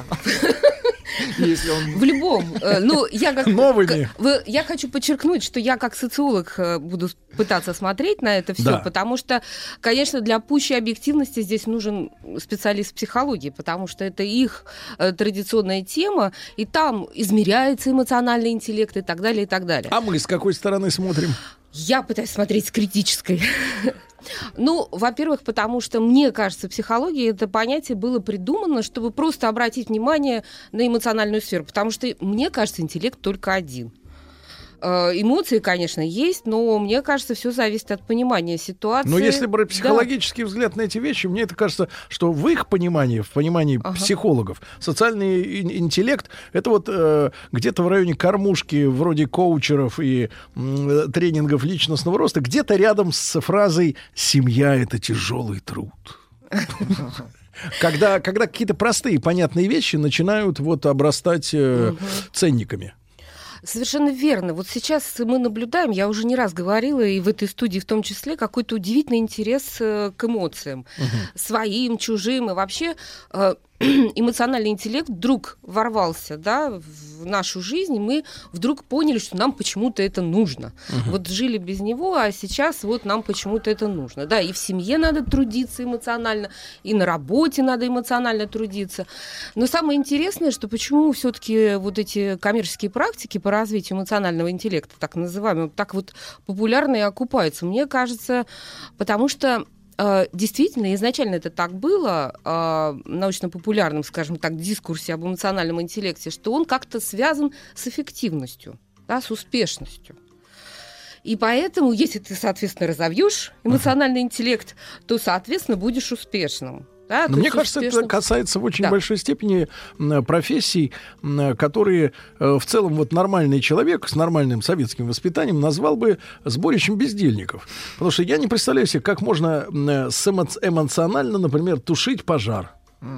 Если он... В любом. Ну, я как... Новыми. Я хочу подчеркнуть, что я как социолог буду пытаться смотреть на это все, да. Потому что, конечно, для пущей объективности здесь нужен специалист психологии, потому что это их традиционная тема, и там измеряется эмоциональный интеллект и так далее, и так далее. А мы с какой стороны смотрим? Я пытаюсь смотреть с критической. Ну, во-первых, потому что, мне кажется, психология, это понятие было придумано, чтобы просто обратить внимание на эмоциональную сферу. Потому что, мне кажется, интеллект только один. Эмоции, конечно, есть, но мне кажется, все зависит от понимания ситуации. Но если брать психологический взгляд на эти вещи, мне это кажется, что в их понимании, в понимании психологов, социальный интеллект — это вот где-то в районе кормушки, вроде коучеров и тренингов личностного роста, где-то рядом с фразой «семья — это тяжелый труд». Когда какие-то простые, понятные вещи начинают вот обрастать ценниками. Совершенно верно. Вот сейчас мы наблюдаем, я уже не раз говорила, и в этой студии в том числе, какой-то удивительный интерес к эмоциям. Своим, чужим, и вообще эмоциональный интеллект вдруг ворвался, да, в нашу жизнь, и мы вдруг поняли, что нам почему-то это нужно. Вот жили без него, а сейчас вот нам почему-то это нужно. Да, и в семье надо трудиться эмоционально, и на работе надо эмоционально трудиться. Но самое интересное, что почему все-таки вот эти коммерческие практики по развитию эмоционального интеллекта, так называемые, так вот популярны и окупаются. Мне кажется, потому что действительно, изначально это так было в научно-популярном, скажем так, дискурсе об эмоциональном интеллекте, что он как-то связан с эффективностью, да, с успешностью. И поэтому, если ты, соответственно, разовьешь эмоциональный интеллект, то, соответственно, будешь успешным. Да, мне кажется, это касается в очень большой степени профессий, которые в целом вот нормальный человек с нормальным советским воспитанием назвал бы сборищем бездельников. Потому что я не представляю себе, как можно эмоционально, например, тушить пожар.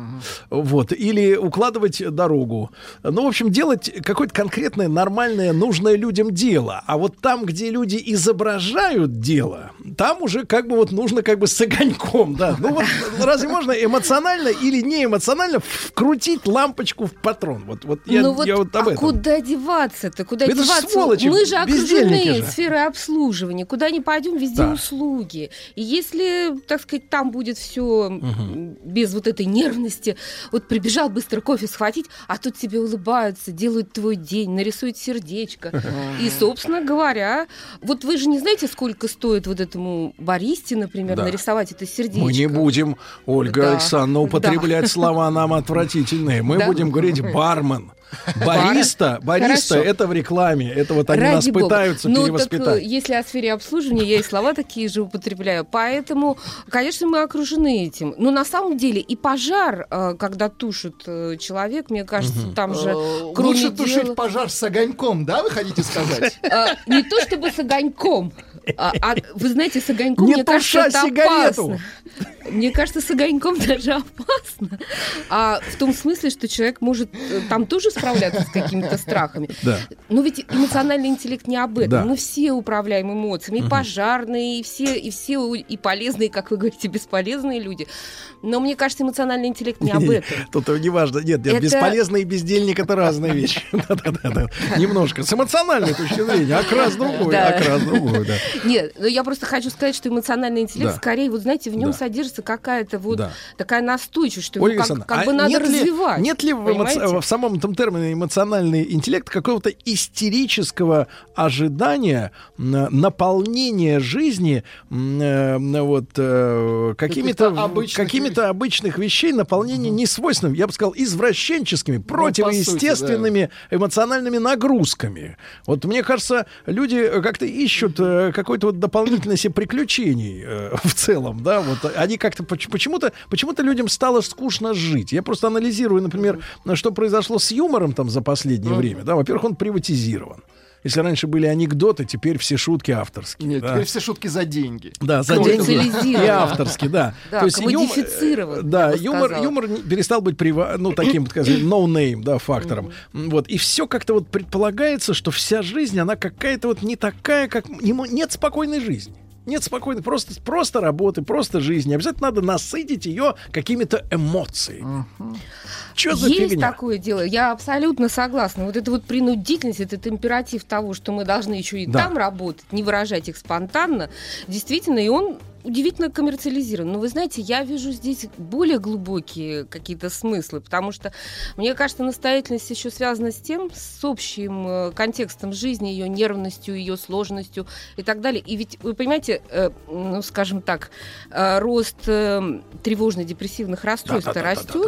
Вот, или укладывать дорогу. Ну, в общем, делать какое-то конкретное, нормальное, нужное людям дело. А вот там, где люди изображают дело, там уже как бы вот нужно как бы с огоньком, да. Ну вот разве можно эмоционально или не эмоционально вкрутить лампочку в патрон? Вот я вот об этом. Куда деваться-то? Куда это деваться? Сволочи, мы же окружены сферой обслуживания. Куда ни пойдем, везде услуги. И если, так сказать, там будет все без вот этой нервности, вот прибежал быстро кофе схватить, а тут тебе улыбаются, делают твой день, нарисуют сердечко. И, собственно говоря, вот вы же не знаете, сколько стоит вот этому баристе, например, нарисовать это сердечко. Мы не будем, Ольга Александровна, употреблять слова нам отвратительные. Мы будем говорить бармен. Бариста это в рекламе. Это вот они нас пытаются перевоспитать. Так, если о сфере обслуживания, я и слова такие же употребляю. Поэтому, конечно, мы окружены этим. Но на самом деле и пожар, когда тушит человек, мне кажется, там же... Лучше тушить пожар с огоньком, да, вы хотите сказать? Не то чтобы с огоньком. Вы знаете, с огоньком, мне кажется, это опасно. Мне кажется, с огоньком даже опасно. А в том смысле, что человек может там тоже справляться с какими-то страхами. Но ведь эмоциональный интеллект не об этом. Мы все управляем эмоциями. И пожарные, и все и полезные, как вы говорите, бесполезные люди. Но мне кажется, эмоциональный интеллект не об этом. Тут не важно. Нет, бесполезный и бездельник — это разные вещи. Немножко. С эмоциональной точки зрения. Окрас другой. Нет, но я просто хочу сказать, что эмоциональный интеллект скорее, вот знаете, в нем содержится какая-то вот такая настойчивость, что его как бы надо развивать. Нет ли в самом этом термине эмоциональный интеллект какого-то истерического ожидания наполнения жизни вот какими-то обычных вещей, наполнения несвойственными, я бы сказал, извращенческими, противоестественными эмоциональными нагрузками. Вот мне кажется, люди как-то ищут какой-то вот дополнительное себе приключений в целом, да, вот они как-то почему-то людям стало скучно жить. Я просто анализирую, например, что произошло с юмором там за последнее время, да, во-первых, он приватизирован. Если раньше были анекдоты, теперь все шутки авторские. Нет, теперь все шутки за деньги. Да, за деньги и авторские, да. То есть комодифицирован. Да, юмор перестал быть таким, скажем, no-name, да, фактором. Вот. И все как-то вот предполагается, что вся жизнь, она какая-то вот не такая, как... Нет спокойной жизни. Нет спокойной, просто работы, просто жизни. Обязательно надо насытить ее какими-то эмоциями. Что за фигня? Есть такое дело, я абсолютно согласна. Вот это вот принудительность, этот императив того, что мы должны еще и там работать, не выражать их спонтанно, действительно, и он удивительно коммерциализирован. Но вы знаете, я вижу здесь более глубокие какие-то смыслы, потому что, мне кажется, настоятельность еще связана с тем, с общим контекстом жизни, ее нервностью, ее сложностью и так далее. И ведь, вы понимаете, скажем так, рост тревожно-депрессивных расстройств растет.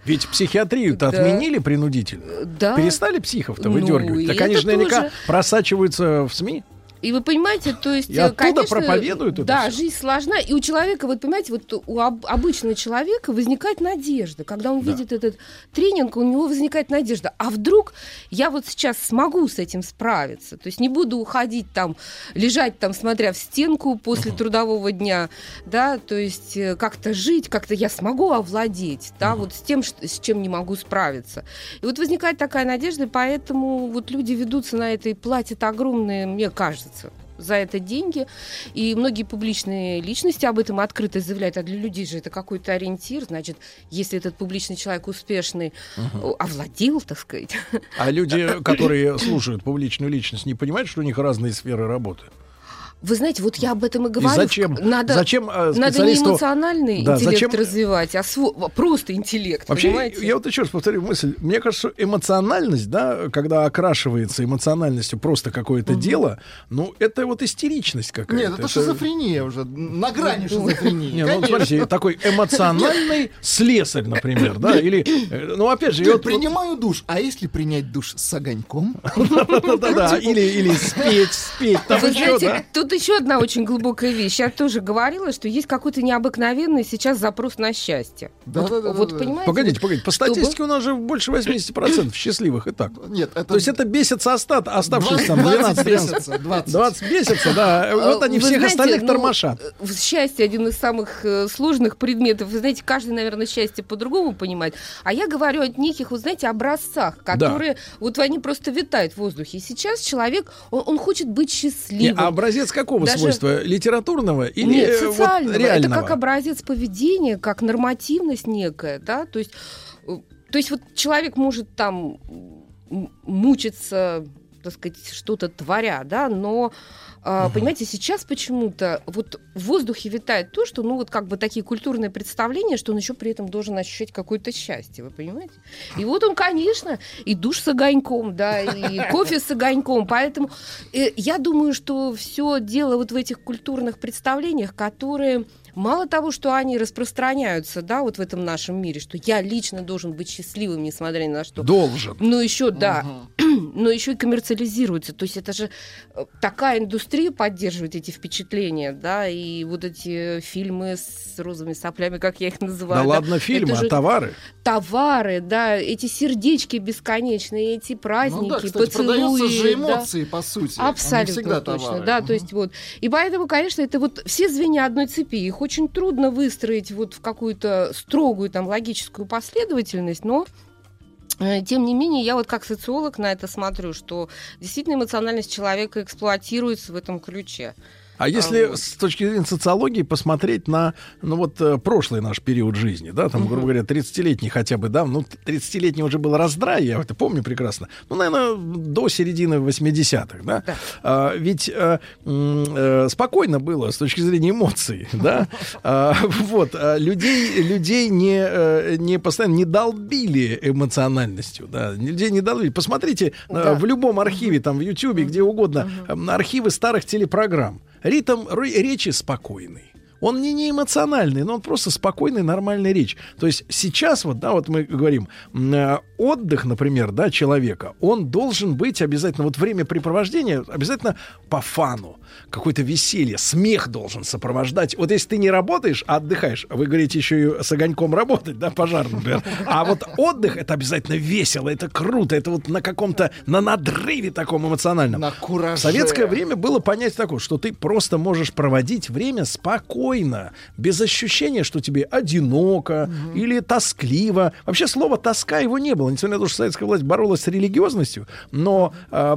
Ведь психиатрию-то отменили принудительно. Да. Перестали психов-то выдергивать. Так они же наверняка тоже просачиваются в СМИ. И вы понимаете, то есть, и оттуда конечно, проповедуют это да, все. Жизнь сложна, и у человека, вот понимаете, вот у обычного человека возникает надежда, когда он видит этот тренинг, у него возникает надежда, а вдруг я вот сейчас смогу с этим справиться, то есть не буду уходить там, лежать там, смотря в стенку после трудового дня, да, то есть как-то жить, как-то я смогу овладеть, да, вот с тем, с чем не могу справиться. И вот возникает такая надежда, и поэтому вот люди ведутся на это и платят огромные, мне кажется, за это деньги. И многие публичные личности об этом открыто заявляют. А для людей же это какой-то ориентир. Значит, если этот публичный человек успешный, овладел, так сказать. А люди, которые слушают публичную личность, не понимают, что у них разные сферы работы? Вы знаете, вот я об этом и говорю. И зачем? Надо не эмоциональный интеллект развивать, а просто интеллект. Вообще, понимаете? Я вот еще раз повторю мысль. Мне кажется, что эмоциональность, да, когда окрашивается эмоциональностью просто какое-то дело, ну, это вот истеричность какая-то. Нет, это шизофрения уже, на грани шизофрении. Нет, ну, смотрите, такой эмоциональный слесарь, например, да, или, ну, опять же... Принимаю душ, а если принять душ с огоньком? Да-да-да, или спеть, там еще, да. Тут еще одна очень глубокая вещь. Я тоже говорила, что есть какой-то необыкновенный сейчас запрос на счастье. Вот понимаете? Погодите. По статистике у нас же больше 80% счастливых и так. Нет, то есть это бесятся оставшиеся там 20 бесятся, да. Вот они всех остальных тормошат. Счастье один из самых сложных предметов. Вы знаете, каждый, наверное, счастье по-другому понимает. А я говорю о неких, вот знаете, образцах, которые вот они просто витают в воздухе. И сейчас человек, он хочет быть счастливым. А образец какого свойства? Литературного или нет, социального? Вот реального? Это как образец поведения, как нормативность некая, да? То есть вот человек может там мучиться, так сказать, что-то творя, да, но понимаете, сейчас почему-то вот в воздухе витает то, что, ну, вот как бы такие культурные представления, что он еще при этом должен ощущать какое-то счастье, вы понимаете? И вот он, конечно, и душ с огоньком, да, и кофе с огоньком, поэтому я думаю, что все дело вот в этих культурных представлениях, которые... Мало того, что они распространяются, да, вот в этом нашем мире, что я лично должен быть счастливым, несмотря ни на что. Должен. Но еще, да, но еще и коммерциализируется. То есть это же такая индустрия поддерживает эти впечатления, да, и вот эти фильмы с розовыми соплями, как я их называю. Да ладно, фильмы, а товары? Товары, да, эти сердечки бесконечные, эти праздники, ну да, кстати, поцелуи. Продаются же эмоции, да? По сути. Абсолютно точно, товары. Да, то есть вот. И поэтому, конечно, это вот все звенья одной цепи. Их очень трудно выстроить вот в какую-то строгую там логическую последовательность, но тем не менее, я вот как социолог на это смотрю, что действительно эмоциональность человека эксплуатируется в этом ключе. А если с точки зрения социологии посмотреть на, ну вот, прошлый наш период жизни, да, там, грубо говоря, 30-летний хотя бы, да, ну, 30-летний уже был раздрай, я это помню прекрасно, ну, наверное, до середины 80-х, да, ведь спокойно было с точки зрения эмоций, да, вот, людей не постоянно не долбили эмоциональностью, да, людей не долбили. Посмотрите в любом архиве, там, в Ютьюбе, где угодно, архивы старых телепрограмм. Ритм речи спокойный. Он не эмоциональный, но он просто спокойный, нормальная речь. То есть сейчас вот, да, вот мы говорим, отдых, например, да, человека, он должен быть обязательно, вот времяпрепровождение обязательно по фану, какое-то веселье, смех должен сопровождать. Вот если ты не работаешь, а отдыхаешь, вы говорите еще и с огоньком работать, да, пожарным, например. А вот отдых — это обязательно весело, это круто, это вот на каком-то, на надрыве таком эмоциональном. На кураже. В советское время было понятие такое, что ты просто можешь проводить время спокойно, без ощущения, что тебе одиноко или тоскливо. Вообще слова «тоска» его не было. Несмотря на то, что советская власть боролась с религиозностью, но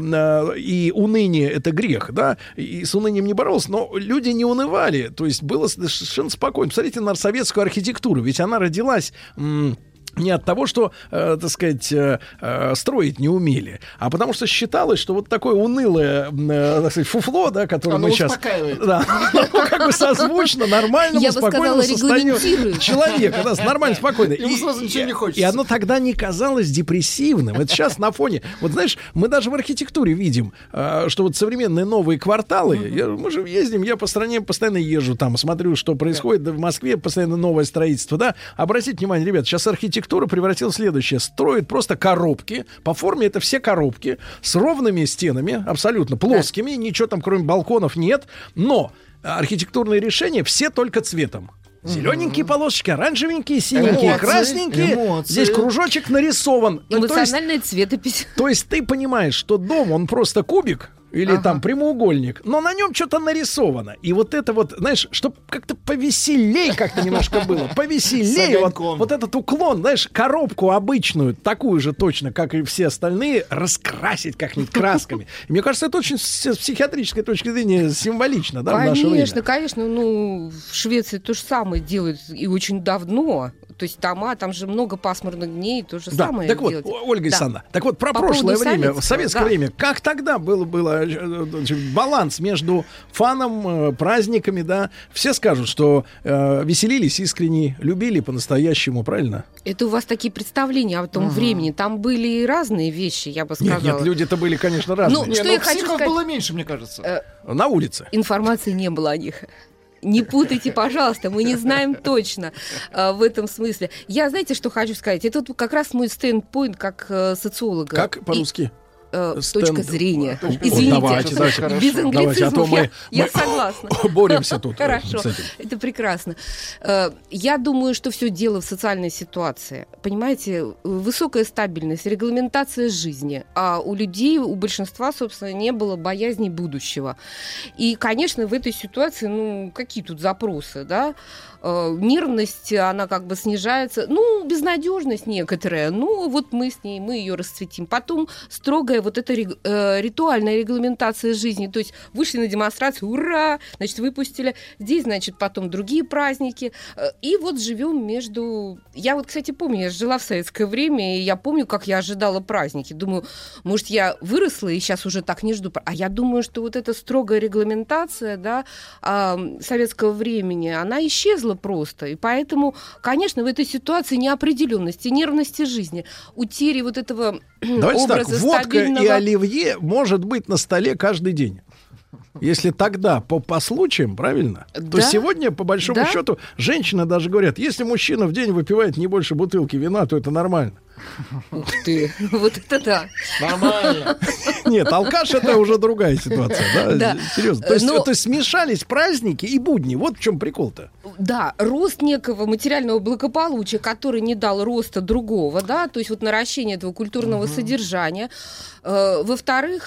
и уныние — это грех, да, и с унынием не боролась, но люди не унывали, то есть было совершенно спокойно. Посмотрите на советскую архитектуру, ведь она родилась... не от того, что, так сказать, строить не умели, а потому что считалось, что вот такое унылое, так сказать, фуфло, да, которое мы сейчас... Да, как бы созвучно нормальному, спокойному состоянию человека, да, нормально, спокойно. Ему сразу ничего не хочется. И оно тогда не казалось депрессивным. Это сейчас на фоне... Вот знаешь, мы даже в архитектуре видим, что вот современные новые кварталы, мы же ездим, я по стране постоянно езжу там, смотрю, что происходит, в Москве постоянно новое строительство, да. Обратите внимание, ребят, сейчас архитектура архитектура превратилась в следующее. Строят просто коробки. По форме это все коробки с ровными стенами, абсолютно плоскими. Ничего там, кроме балконов, нет. Но архитектурные решения все только цветом. Зелененькие полосочки, оранжевенькие, синенькие, красненькие. Здесь кружочек нарисован. Эмоциональная цветопись. То есть ты понимаешь, что дом, он просто кубик или там прямоугольник, но на нем что-то нарисовано. И вот это вот, знаешь, чтобы как-то повеселей как-то немножко было. Повеселей. Вот этот уклон, знаешь, коробку обычную, такую же точно, как и все остальные, раскрасить как-нибудь красками. И мне кажется, это очень с психиатрической точки зрения символично, да, в наше время. Конечно. Ну, в Швеции то же самое делают и очень давно. То есть там же много пасмурных дней, то же самое так делать. Вот, Ольга Александровна, так вот про прошлое время, советское время, как тогда было баланс между фаном, праздниками, да? Все скажут, что веселились искренне, любили по-настоящему, правильно? Это у вас такие представления о том времени. Там были и разные вещи, я бы сказала. Нет, люди-то были, конечно, разные. Ну, что я хочу сказать, было меньше, мне кажется. На улице. Информации не было о них. Не путайте, пожалуйста, мы не знаем точно в этом смысле. Я, знаете, что хочу сказать? Это вот как раз мой стендпоинт как социолога. Как по-русски? Точка зрения. Извините, без англицизмов я согласна. Боремся тут. Хорошо, это прекрасно. Я думаю, что все дело в социальной ситуации. Понимаете, высокая стабильность, регламентация жизни. А у людей, у большинства, собственно, не было боязни будущего. И, конечно, в этой ситуации, ну, какие тут запросы, да? Нервность, она как бы снижается. Ну, безнадежность некоторая. Ну, вот мы ее расцветим. Потом строгая вот эта ритуальная регламентация жизни. То есть вышли на демонстрацию, ура! Значит, выпустили. Здесь, значит, потом другие праздники. И вот живем между... Я вот, кстати, помню, я жила в советское время, и я помню, как я ожидала праздники. Думаю, может, я выросла и сейчас уже так не жду. А я думаю, что вот эта строгая регламентация, да, советского времени, она исчезла просто. И поэтому, конечно, в этой ситуации неопределенности, нервности жизни, утери вот этого Давайте образа так, водка стабильного... и оливье может быть на столе каждый день. Если тогда по случаям, правильно, то сегодня, по большому счету, женщины даже говорят, если мужчина в день выпивает не больше бутылки вина, то это нормально. Ух ты, вот это да. Нормально. Нет, алкаш — это уже другая ситуация, да? Серьезно. То есть смешались праздники и будни. Вот в чем прикол-то. Да, рост некого материального благополучия, который не дал роста другого, да, то есть вот наращение этого культурного содержания. Во-вторых,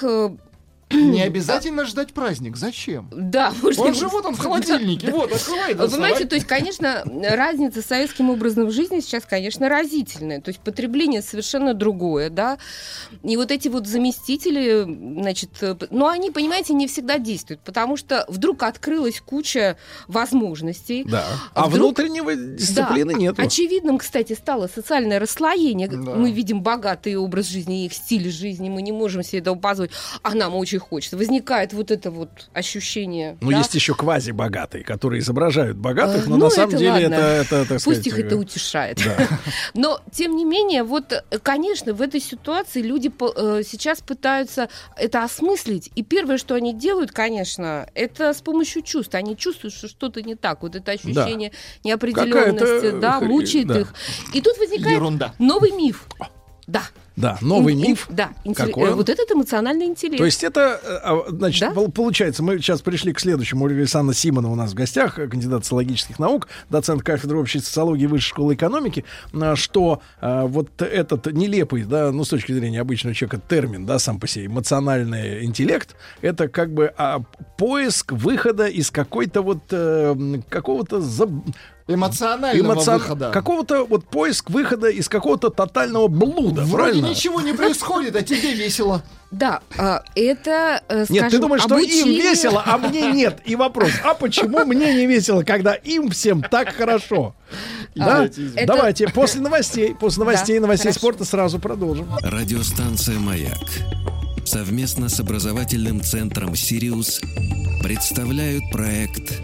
не обязательно ждать праздник. Зачем? Да, он же вот он в холодильнике. Вот, открывай. Вы понимаете, то есть, конечно, разница с советским образом жизни сейчас, конечно, разительная. То есть потребление совершенно другое, да. И вот эти вот заместители, значит, ну, они, понимаете, не всегда действуют, потому что вдруг открылась куча возможностей. Да. А внутреннего дисциплины нет. Очевидным, кстати, стало социальное расслоение. Да. Мы видим богатый образ жизни, их стиль жизни, мы не можем себе этого позволить. А нам очень хочется. Возникает вот это вот ощущение. Ну, есть еще квази-богатые, которые изображают богатых, но на самом деле это так пусть сказать, их это утешает. Да. Но, тем не менее, вот, конечно, в этой ситуации люди сейчас пытаются это осмыслить. И первое, что они делают, конечно, это с помощью чувств. Они чувствуют, что что-то не так. Вот это ощущение неопределенности, мучает их. И тут возникает новый миф. Да, новый миф. Да, вот этот эмоциональный интеллект. То есть это, значит, получается, мы сейчас пришли к следующему. Ольга Александровна Симонова у нас в гостях, кандидат социологических наук, доцент кафедры общей социологии Высшей школы экономики, что вот этот нелепый, да, ну, с точки зрения обычного человека, термин, да, сам по себе, эмоциональный интеллект, это как бы поиск выхода из какой-то вот, какого-то эмоционального выхода. Какого-то вот поиск выхода из какого-то тотального блуда. Вроде правильно? Ничего не происходит, а тебе весело. Да, это, скажем, нет, ты думаешь, обучение... что им весело, а мне нет. И вопрос, а почему мне не весело, когда им всем так хорошо? Да? Давайте, после новостей спорта сразу продолжим. Радиостанция «Маяк» совместно с образовательным центром «Сириус» представляют проект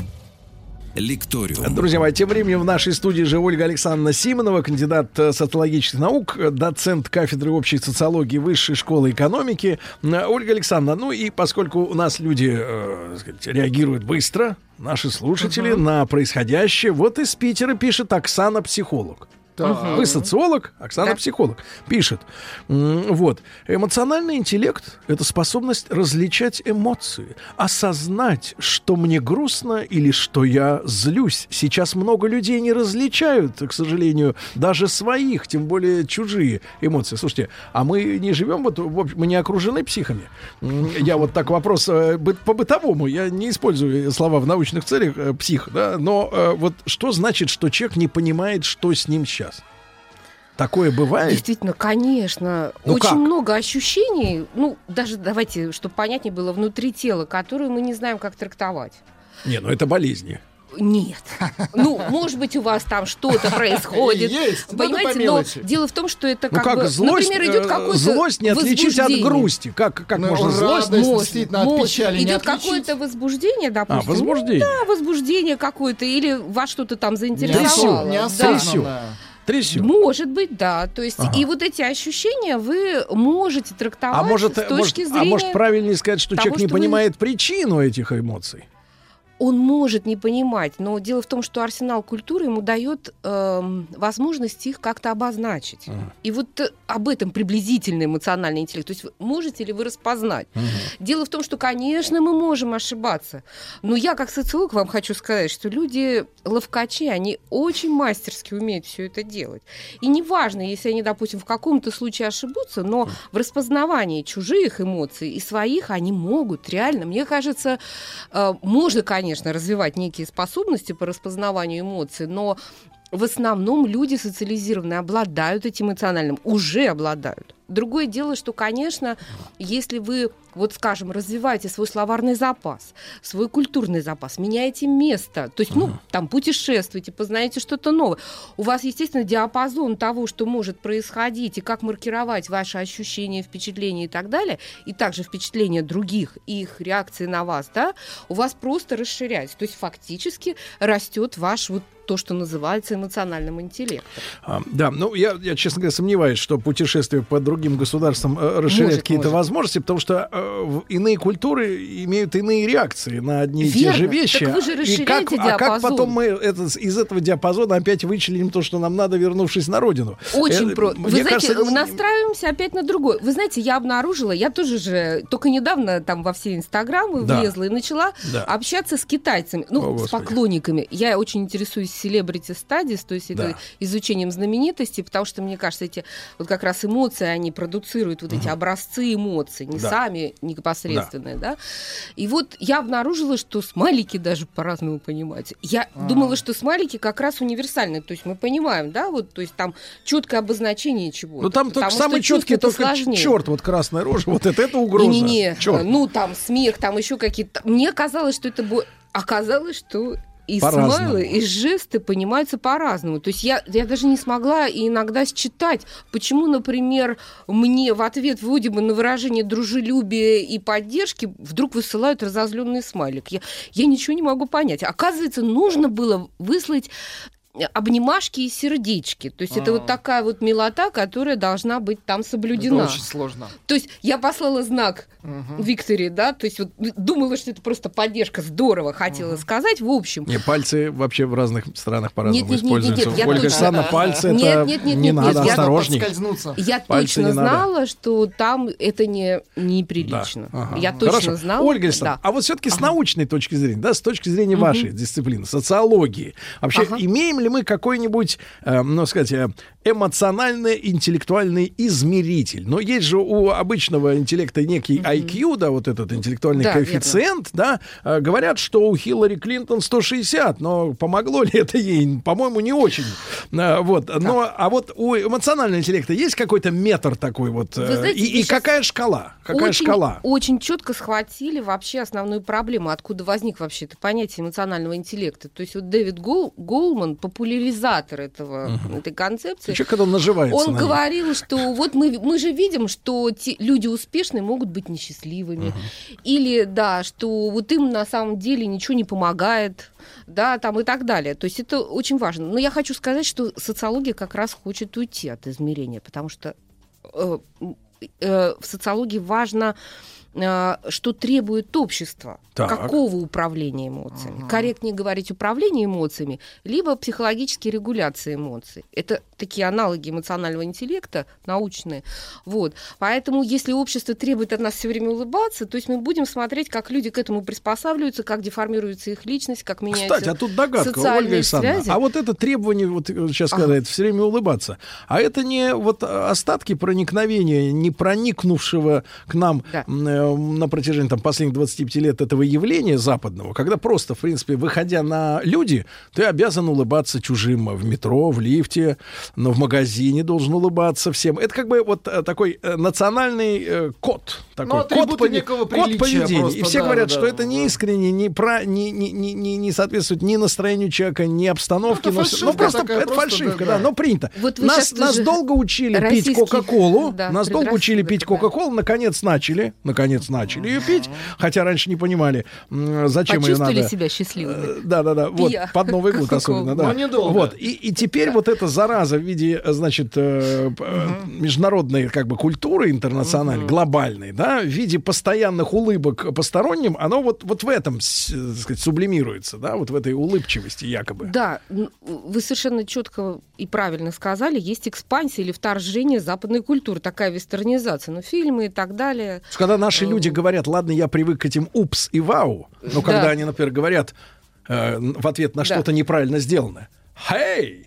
«Лекториум». Друзья мои, тем временем в нашей студии же Ольга Александровна Симонова, кандидат социологических наук, доцент кафедры общей социологии Высшей школы экономики. Ольга Александровна, ну и поскольку у нас люди реагируют быстро, наши слушатели, на происходящее, вот из Питера пишет Оксана, психолог. Вы социолог, Оксана психолог. Пишет. Вот. Эмоциональный интеллект — это способность различать эмоции, осознать, что мне грустно или что я злюсь. Сейчас много людей не различают, к сожалению, даже своих, тем более чужие эмоции. Слушайте, а мы не живем, мы не окружены психами? Я вот так вопрос по-бытовому, я не использую слова в научных целях, псих, да, но вот что значит, что человек не понимает, что с ним сейчас? Такое бывает? Действительно, конечно. Очень много ощущений, даже давайте, чтобы понятнее было, внутри тела, которые мы не знаем, как трактовать. Не, это болезни. Нет. Может быть, у вас там что-то происходит. Есть, понимаете, но дело в том, что это злость, например, идет какое-то злость не отличить от грусти. Как можно злость? Действительно, от печали не идет какое-то возбуждение, допустим. Возбуждение. Да, возбуждение какое-то, или вас что-то там заинтересовало. Трясет. Может быть, да. То есть, и вот эти ощущения вы можете трактовать с точки зрения... может, правильнее сказать, что человек не понимает причину этих эмоций? Он может не понимать, но дело в том, что арсенал культуры ему дает возможность их как-то обозначить. И вот об этом приблизительный эмоциональный интеллект. То есть можете ли вы распознать? Дело в том, что, конечно, мы можем ошибаться. Но я, как социолог, вам хочу сказать, что люди-ловкачи, они очень мастерски умеют все это делать. И неважно, если они, допустим, в каком-то случае ошибутся, но в распознавании чужих эмоций и своих они могут реально. Мне кажется, можно, конечно, развивать некие способности по распознаванию эмоций, но в основном люди социализированные обладают этим эмоциональным, уже обладают. Другое дело, что, конечно, если вы, скажем, развиваете свой словарный запас, свой культурный запас, меняете место, то есть, там путешествуете, познаете что-то новое, у вас, естественно, диапазон того, что может происходить, и как маркировать ваши ощущения, впечатления и так далее, и также впечатления других и их реакции на вас, да, у вас просто расширяется. То есть, фактически растет ваш то, что называется эмоциональным интеллектом. Да, я, честно говоря, сомневаюсь, что путешествие по другим государствам расширяет какие-то возможности, потому что иные культуры имеют иные реакции на одни и те же вещи. Так вы же расширяете диапазон. А как потом мы из этого диапазона опять вычленим то, что нам надо, вернувшись на родину? Очень просто. Вы знаете, настраиваемся опять на другое. Вы знаете, я обнаружила, я тоже же только недавно там во все инстаграмы влезла и начала общаться с китайцами, с поклонниками. Я очень интересуюсь celebrity studies, то есть это изучением знаменитостей, потому что, мне кажется, эти как раз эмоции, они продуцируют эти образцы эмоций, не сами непосредственные, да. И я обнаружила, что смайлики даже по-разному понимают. Я думала, что смайлики как раз универсальные, то есть мы понимаем, да, то есть там четкое обозначение чего-то. Там только самый четкий, только черт, красная рожа, это угроза. Не-не-не, там смех, там еще какие-то... Мне казалось, что это будет... Оказалось, что и смайлы, и жесты понимаются по-разному. То есть я даже не смогла иногда считать, почему, например, мне в ответ вроде бы на выражение дружелюбия и поддержки вдруг высылают разозленный смайлик. Я ничего не могу понять. Оказывается, нужно было выслать обнимашки и сердечки. То есть это такая милота, которая должна быть там соблюдена. Это очень сложно. То есть я послала знак Виктории, да, то есть думала, что это просто поддержка, здорово хотела сказать, в общем. Пальцы вообще в разных странах по-разному используются. Ольга Александровна, пальцы это не надо, осторожней. Я точно знала, что там это неприлично. Я точно знала. Ольга Александровна, а все-таки с научной точки зрения, да, с точки зрения вашей дисциплины, социологии, вообще имеем ли мы какой-нибудь, эмоционально-интеллектуальный измеритель? Но есть же у обычного интеллекта некий IQ, да, этот интеллектуальный коэффициент, да, говорят, что у Хиллари Клинтон 160, но помогло ли это ей? По-моему, не очень. У эмоционального интеллекта есть какой-то метр такой знаете, и какая шкала? Очень четко схватили вообще основную проблему, откуда возник вообще это понятие эмоционального интеллекта. То есть Дэвид Голман, популяризатор этой концепции, когда он наживается он говорил, что мы же видим, что люди успешные могут быть несчастливыми, или что им на самом деле ничего не помогает, да, там и так далее. То есть это очень важно. Но я хочу сказать, что социология как раз хочет уйти от измерения, потому что в социологии важно что требует общество. Так. Какого управления эмоциями? Корректнее говорить управление эмоциями, либо психологические регуляции эмоций. Это такие аналоги эмоционального интеллекта, научные. Вот. Поэтому, если общество требует от нас все время улыбаться, то есть мы будем смотреть, как люди к этому приспосабливаются, как деформируется их личность, как меняются Кстати, а тут догадка, социальные Ольга Александровна. связи. А вот это требование, вот сейчас сказать, все время улыбаться, а это не вот остатки проникновения, не проникнувшего к нам на протяжении последних 25 лет этого явления западного, когда просто, в принципе, выходя на люди, ты обязан улыбаться чужим в метро, в лифте, но в магазине должен улыбаться всем. Это как бы вот такой национальный код. Такой код поведения. Просто, и все говорят, что это не искренне, не соответствует ни настроению человека, ни обстановке. Но просто это фальшивка, да, но принято. Вот нас долго учили пить Кока-Колу. Нас долго учили пить Кока-Колу. Наконец начали ее пить. Хотя раньше не понимали, зачем ее надо. Почувствовали себя счастливыми. Да. Вот, под Новый год особенно, да. Вот. И теперь вот эта зараза в виде, значит, международной как бы культуры интернациональной, глобальной, да, в виде постоянных улыбок посторонним, оно вот в этом, так сказать, сублимируется, да, вот в этой улыбчивости якобы. Да, вы совершенно четко и правильно сказали, есть экспансия или вторжение западной культуры, такая вестернизация, фильмы и так далее. Когда наши люди говорят, ладно, я привык к этим упс и вау, но когда они, например, говорят в ответ на что-то неправильно сделанное, «Хей!»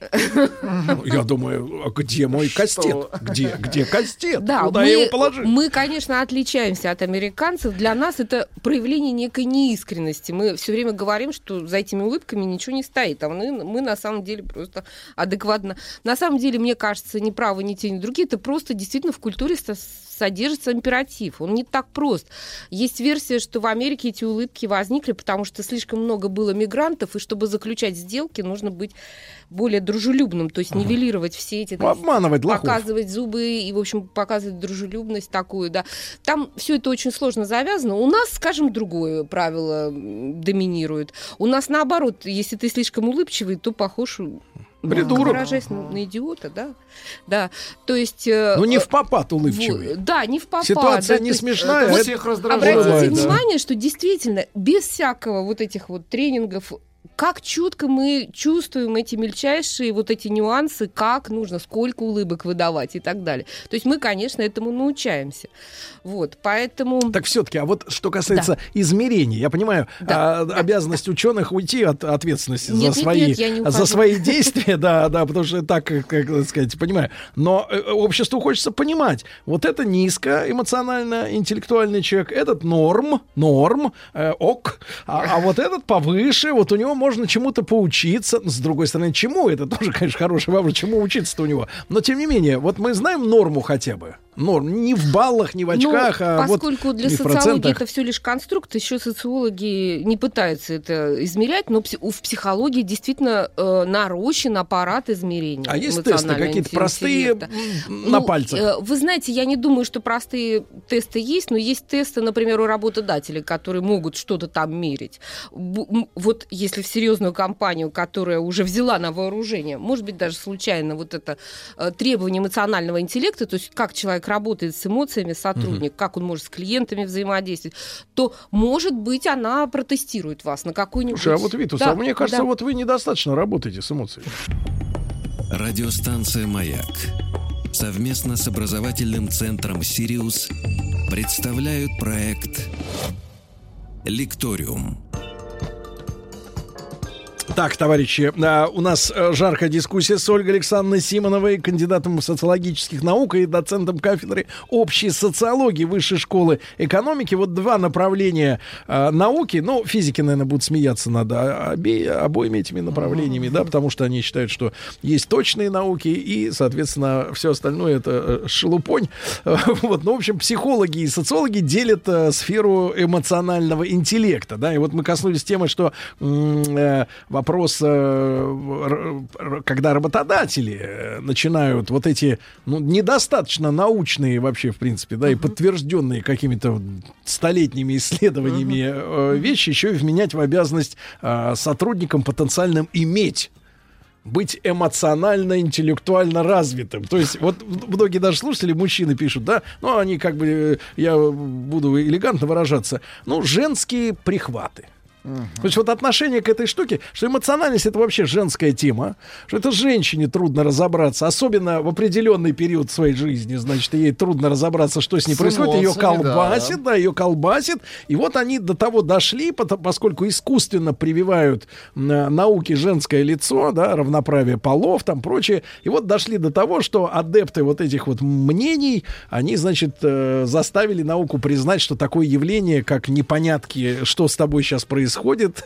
Я думаю, а где мой кастет? Где кастет? Да, куда я его положил? Мы, конечно, отличаемся от американцев. Для нас это проявление некой неискренности. Мы все время говорим, что за этими улыбками ничего не стоит. А мы на самом деле просто адекватно. На самом деле, мне кажется, ни правы, ни те, ни другие. Это просто действительно в культуре содержится императив. Он не так прост. Есть версия, что в Америке эти улыбки возникли, потому что слишком много было мигрантов, и чтобы заключать сделки, нужно быть более дружелюбным, то есть нивелировать все эти... Обманывать лохов. Показывать зубы и, в общем, показывать дружелюбность такую, да. Там все это очень сложно завязано. У нас, скажем, другое правило доминирует. У нас, наоборот, если ты слишком улыбчивый, то похож... Придурок. Выражаясь на идиота, да. То есть... Ну, не в попад улыбчивый. Да, не в попад. Ситуация не смешная. Обратите внимание, что действительно без всякого вот этих вот тренингов, как четко мы чувствуем эти мельчайшие вот эти нюансы, как нужно, сколько улыбок выдавать и так далее. То есть мы, конечно, этому научаемся. Вот, поэтому... Так все-таки, а вот что касается измерений, я понимаю, обязанность ученых уйти от ответственности за свои действия, да, потому что так, как сказать, понимаю. Но обществу хочется понимать, вот это низко эмоционально-интеллектуальный человек, этот норм, ок, а вот этот повыше, вот у него можно чему-то поучиться. С другой стороны, чему? Это тоже, конечно, хороший вопрос. Чему учиться-то у него? Но, тем не менее, вот мы знаем норму хотя бы. Норм. Не в баллах, не в очках, а поскольку для социологии это все лишь конструкт, еще социологи не пытаются это измерять, но в психологии действительно нарощен аппарат измерений. А есть тесты какие-то простые на пальцах? Вы знаете, я не думаю, что простые тесты есть, но есть тесты, например, у работодателей, которые могут что-то там мерить. Вот если в серьезную компанию, которая уже взяла на вооружение, может быть, даже случайно вот это требование эмоционального интеллекта, то есть как человек работает с эмоциями, сотрудник, как он может с клиентами взаимодействовать, то, может быть, она протестирует вас на какой-нибудь... Слушай, а вот, Витус, мне кажется, вот вы недостаточно работаете с эмоциями. Радиостанция «Маяк» совместно с образовательным центром «Сириус» представляют проект «Лекториум». Так, товарищи, у нас жаркая дискуссия с Ольгой Александровной Симоновой, кандидатом социологических наук и доцентом кафедры общей социологии Высшей школы экономики. Вот два направления науки. Ну, физики, наверное, будут смеяться над обоими этими направлениями, да, потому что они считают, что есть точные науки и, соответственно, все остальное это шелупонь. Вот, ну, в общем, психологи и социологи делят сферу эмоционального интеллекта, да, и вот мы коснулись темы, что вопрос, когда работодатели начинают вот эти недостаточно научные вообще, в принципе, да, и подтвержденные какими-то столетними исследованиями вещи еще и вменять в обязанность сотрудникам потенциальным иметь быть эмоционально, интеллектуально развитым. То есть вот многие даже слушатели, мужчины пишут, да, ну они как бы, я буду элегантно выражаться, ну, женские прихваты. То есть вот отношение к этой штуке, что эмоциональность — это вообще женская тема, что это женщине трудно разобраться, особенно в определенный период своей жизни, значит, ей трудно разобраться, что с ней происходит, ее колбасит, ее колбасит, и вот они до того дошли, поскольку искусственно прививают науке женское лицо, да, равноправие полов, там прочее, и вот дошли до того, что адепты вот этих вот мнений, они, значит, заставили науку признать, что такое явление, как непонятки, что с тобой сейчас происходит,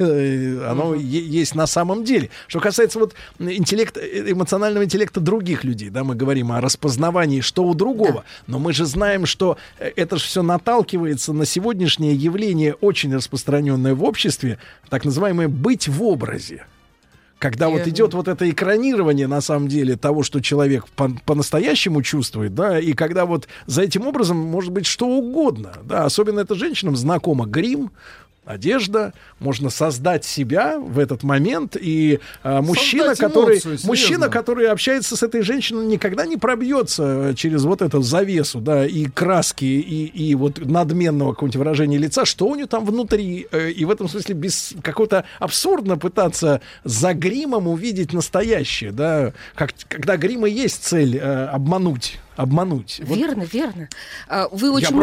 оно есть на самом деле. Что касается вот эмоционального интеллекта других людей, да, мы говорим о распознавании, что у другого, но мы же знаем, что это же все наталкивается на сегодняшнее явление, очень распространенное в обществе, так называемое «быть в образе». Когда вот идет вот это экранирование, на самом деле, того, что человек по-настоящему чувствует, да, и когда вот за этим образом может быть что угодно, да, особенно это женщинам знакомо грим, одежда, можно создать себя в этот момент, и мужчина, который общается с этой женщиной, никогда не пробьется через вот эту завесу, да, и краски, и вот надменного какого-нибудь выражения лица, что у нее там внутри, и в этом смысле без какого-то абсурдно пытаться за гримом увидеть настоящее, да, когда грима есть цель обмануть. Верно, верно. Вы очень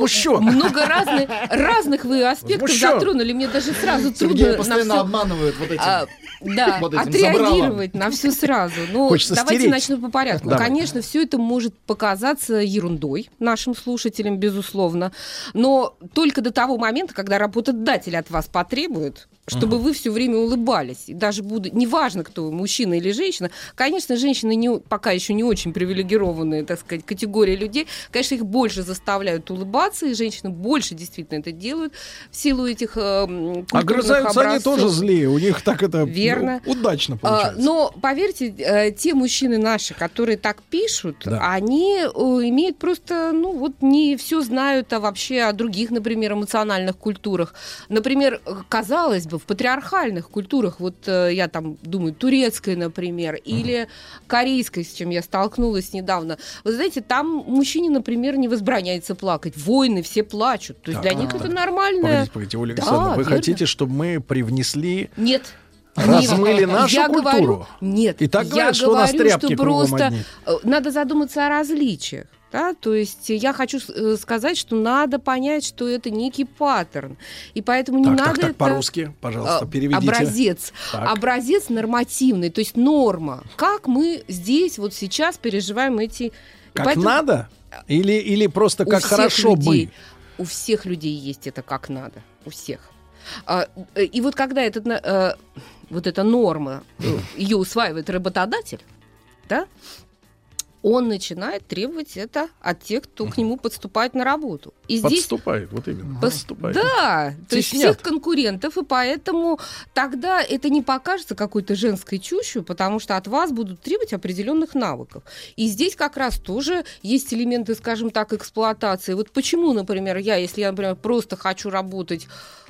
много разных вы аспектов затронули. Мне даже сразу трудно постоянно обманывают вот этим. Отреагировать на все сразу. Но давайте начну по порядку. Давай. Конечно, все это может показаться ерундой нашим слушателям, безусловно. Но только до того момента, когда работодатель от вас потребует, чтобы вы все время улыбались. И даже неважно, кто вы, мужчина или женщина. Конечно, женщины пока еще не очень привилегированные, так сказать, категория людей. Конечно, их больше заставляют улыбаться, и женщины больше действительно это делают в силу этих культурных огрызаются образцов. Они тоже злее, у них так это верно. Удачно получается. Но, поверьте, те мужчины наши, которые так пишут, они имеют просто, не все знают вообще о других, например, эмоциональных культурах. Например, казалось бы, в патриархальных культурах, вот я там думаю, турецкой, например, или корейской, с чем я столкнулась недавно, вы знаете, там мужчине, например, не возбраняется плакать. Войны, все плачут. То есть для них это нормально. Погодите, Ольга Александровна, вы хотите, чтобы мы привнесли... Нет. Размыли нашу культуру? Нет. И так говорят, что у нас тряпки кругом одни. Надо задуматься о различиях. Да? То есть я хочу сказать, что надо понять, что это некий паттерн. И поэтому не надо это... по-русски, пожалуйста, переведите. Образец нормативный, то есть норма. Как мы здесь вот сейчас переживаем эти... Как поэтому... надо? Или просто как хорошо бы? У всех людей есть это как надо. У всех. И вот когда вот эта норма, ее усваивает работодатель, да, он начинает требовать это от тех, кто к нему подступает на работу. И подступает, здесь... вот именно. Подступает. Да, то есть всех конкурентов, и поэтому тогда это не покажется какой-то женской чушью, потому что от вас будут требовать определенных навыков. И здесь как раз тоже есть элементы, скажем так, эксплуатации. Вот почему, например, если я, например, просто хочу работать...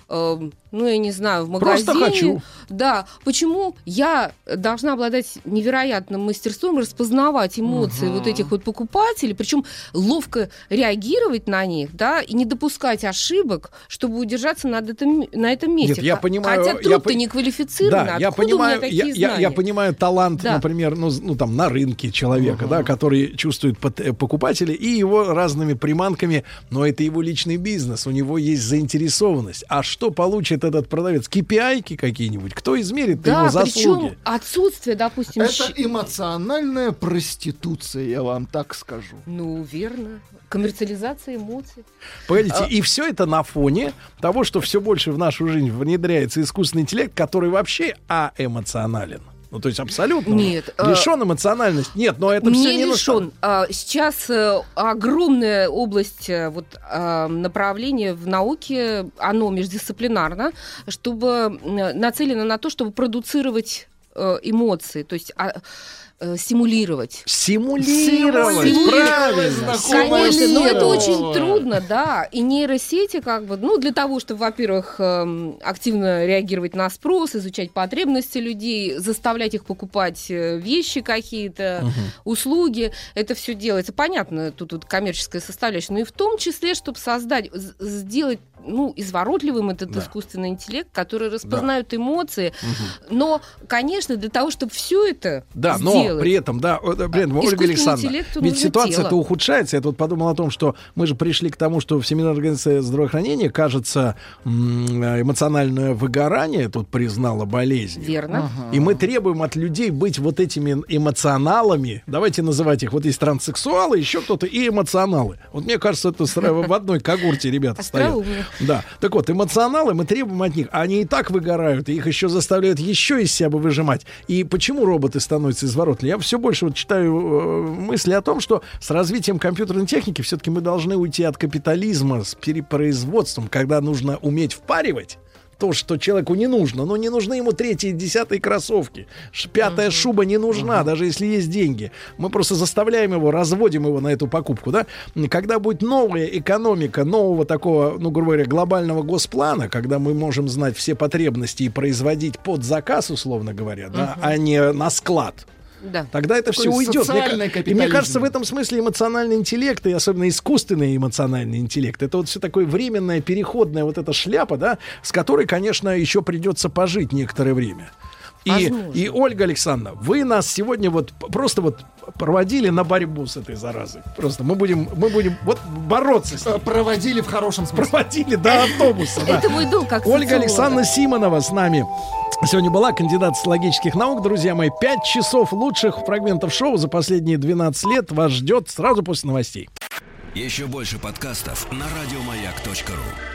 я не знаю, в магазине. Просто хочу. Да. Почему я должна обладать невероятным мастерством распознавать эмоции вот этих вот покупателей, причем ловко реагировать на них, да, и не допускать ошибок, чтобы удержаться на этом месте. Нет, я понимаю, хотя труд-то не квалифицированный, да, я понимаю, я понимаю талант, да. Например, там на рынке человека, да, который чувствует покупателя и его разными приманками, но это его личный бизнес, у него есть заинтересованность. А что получит этот продавец? KPI-ки какие-нибудь? Кто измерит его заслуги? Причем отсутствие, допустим... Это эмоциональная проституция, я вам так скажу. Верно. Коммерциализация эмоций. Погодите, и все это на фоне того, что все больше в нашу жизнь внедряется искусственный интеллект, который вообще аэмоционален. То есть абсолютно лишен эмоциональности. Нет, но это все не лишен. Сейчас огромная область направления в науке, оно междисциплинарно, чтобы нацелено на то, чтобы продуцировать эмоции. То есть симулировать. Симулировать, правильно. Конечно, но это очень трудно, да. И нейросети как бы, ну, для того, чтобы, во-первых, активно реагировать на спрос, изучать потребности людей, заставлять их покупать вещи какие-то, услуги, это все делается. Понятно, тут коммерческая составляющая, но и в том числе, чтобы сделать изворотливым этот искусственный интеллект, который распознает эмоции. Но, конечно, для того, чтобы все это сделать... но при этом, Ольга Александровна, ведь ситуация-то ухудшается. Я тут подумал о том, что мы же пришли к тому, что Всемирная организация здравоохранения, кажется, эмоциональное выгорание тут признала болезнью. Верно. И мы требуем от людей быть вот этими эмоционалами. Давайте называть их. Вот есть транссексуалы, еще кто-то, и эмоционалы. Вот мне кажется, это в одной когорте ребята стоят. Да. Так вот, эмоционалы, мы требуем от них. Они и так выгорают, и их еще заставляют еще из себя выжимать. И почему роботы становятся изворотливыми? Я все больше читаю мысли о том, что с развитием компьютерной техники все-таки мы должны уйти от капитализма с перепроизводством, когда нужно уметь впаривать то, что человеку не нужно. Но не нужны ему 3-й и 10-й кроссовки. 5-я шуба не нужна, даже если есть деньги. Мы просто заставляем его, разводим его на эту покупку. Да? Когда будет новая экономика, нового такого, грубо говоря, глобального госплана, когда мы можем знать все потребности и производить под заказ, условно говоря, да, а не на склад, да. Тогда это все уйдет. И мне кажется, в этом смысле эмоциональный интеллект, и особенно искусственный эмоциональный интеллект, это вот все такое временная, переходная вот эта шляпа, да, с которой, конечно, еще придется пожить некоторое время. И, Ольга Александровна, вы нас сегодня просто проводили на борьбу с этой заразой. Просто мы будем бороться с ней. Проводили в хорошем смысле. Проводили до автобуса. Это мой долг как Ольга Александровна Симонова с нами сегодня была, кандидат социологических наук. Друзья мои, 5 часов лучших фрагментов шоу за последние 12 лет вас ждет сразу после новостей. Еще больше подкастов на радиомаяк.ру.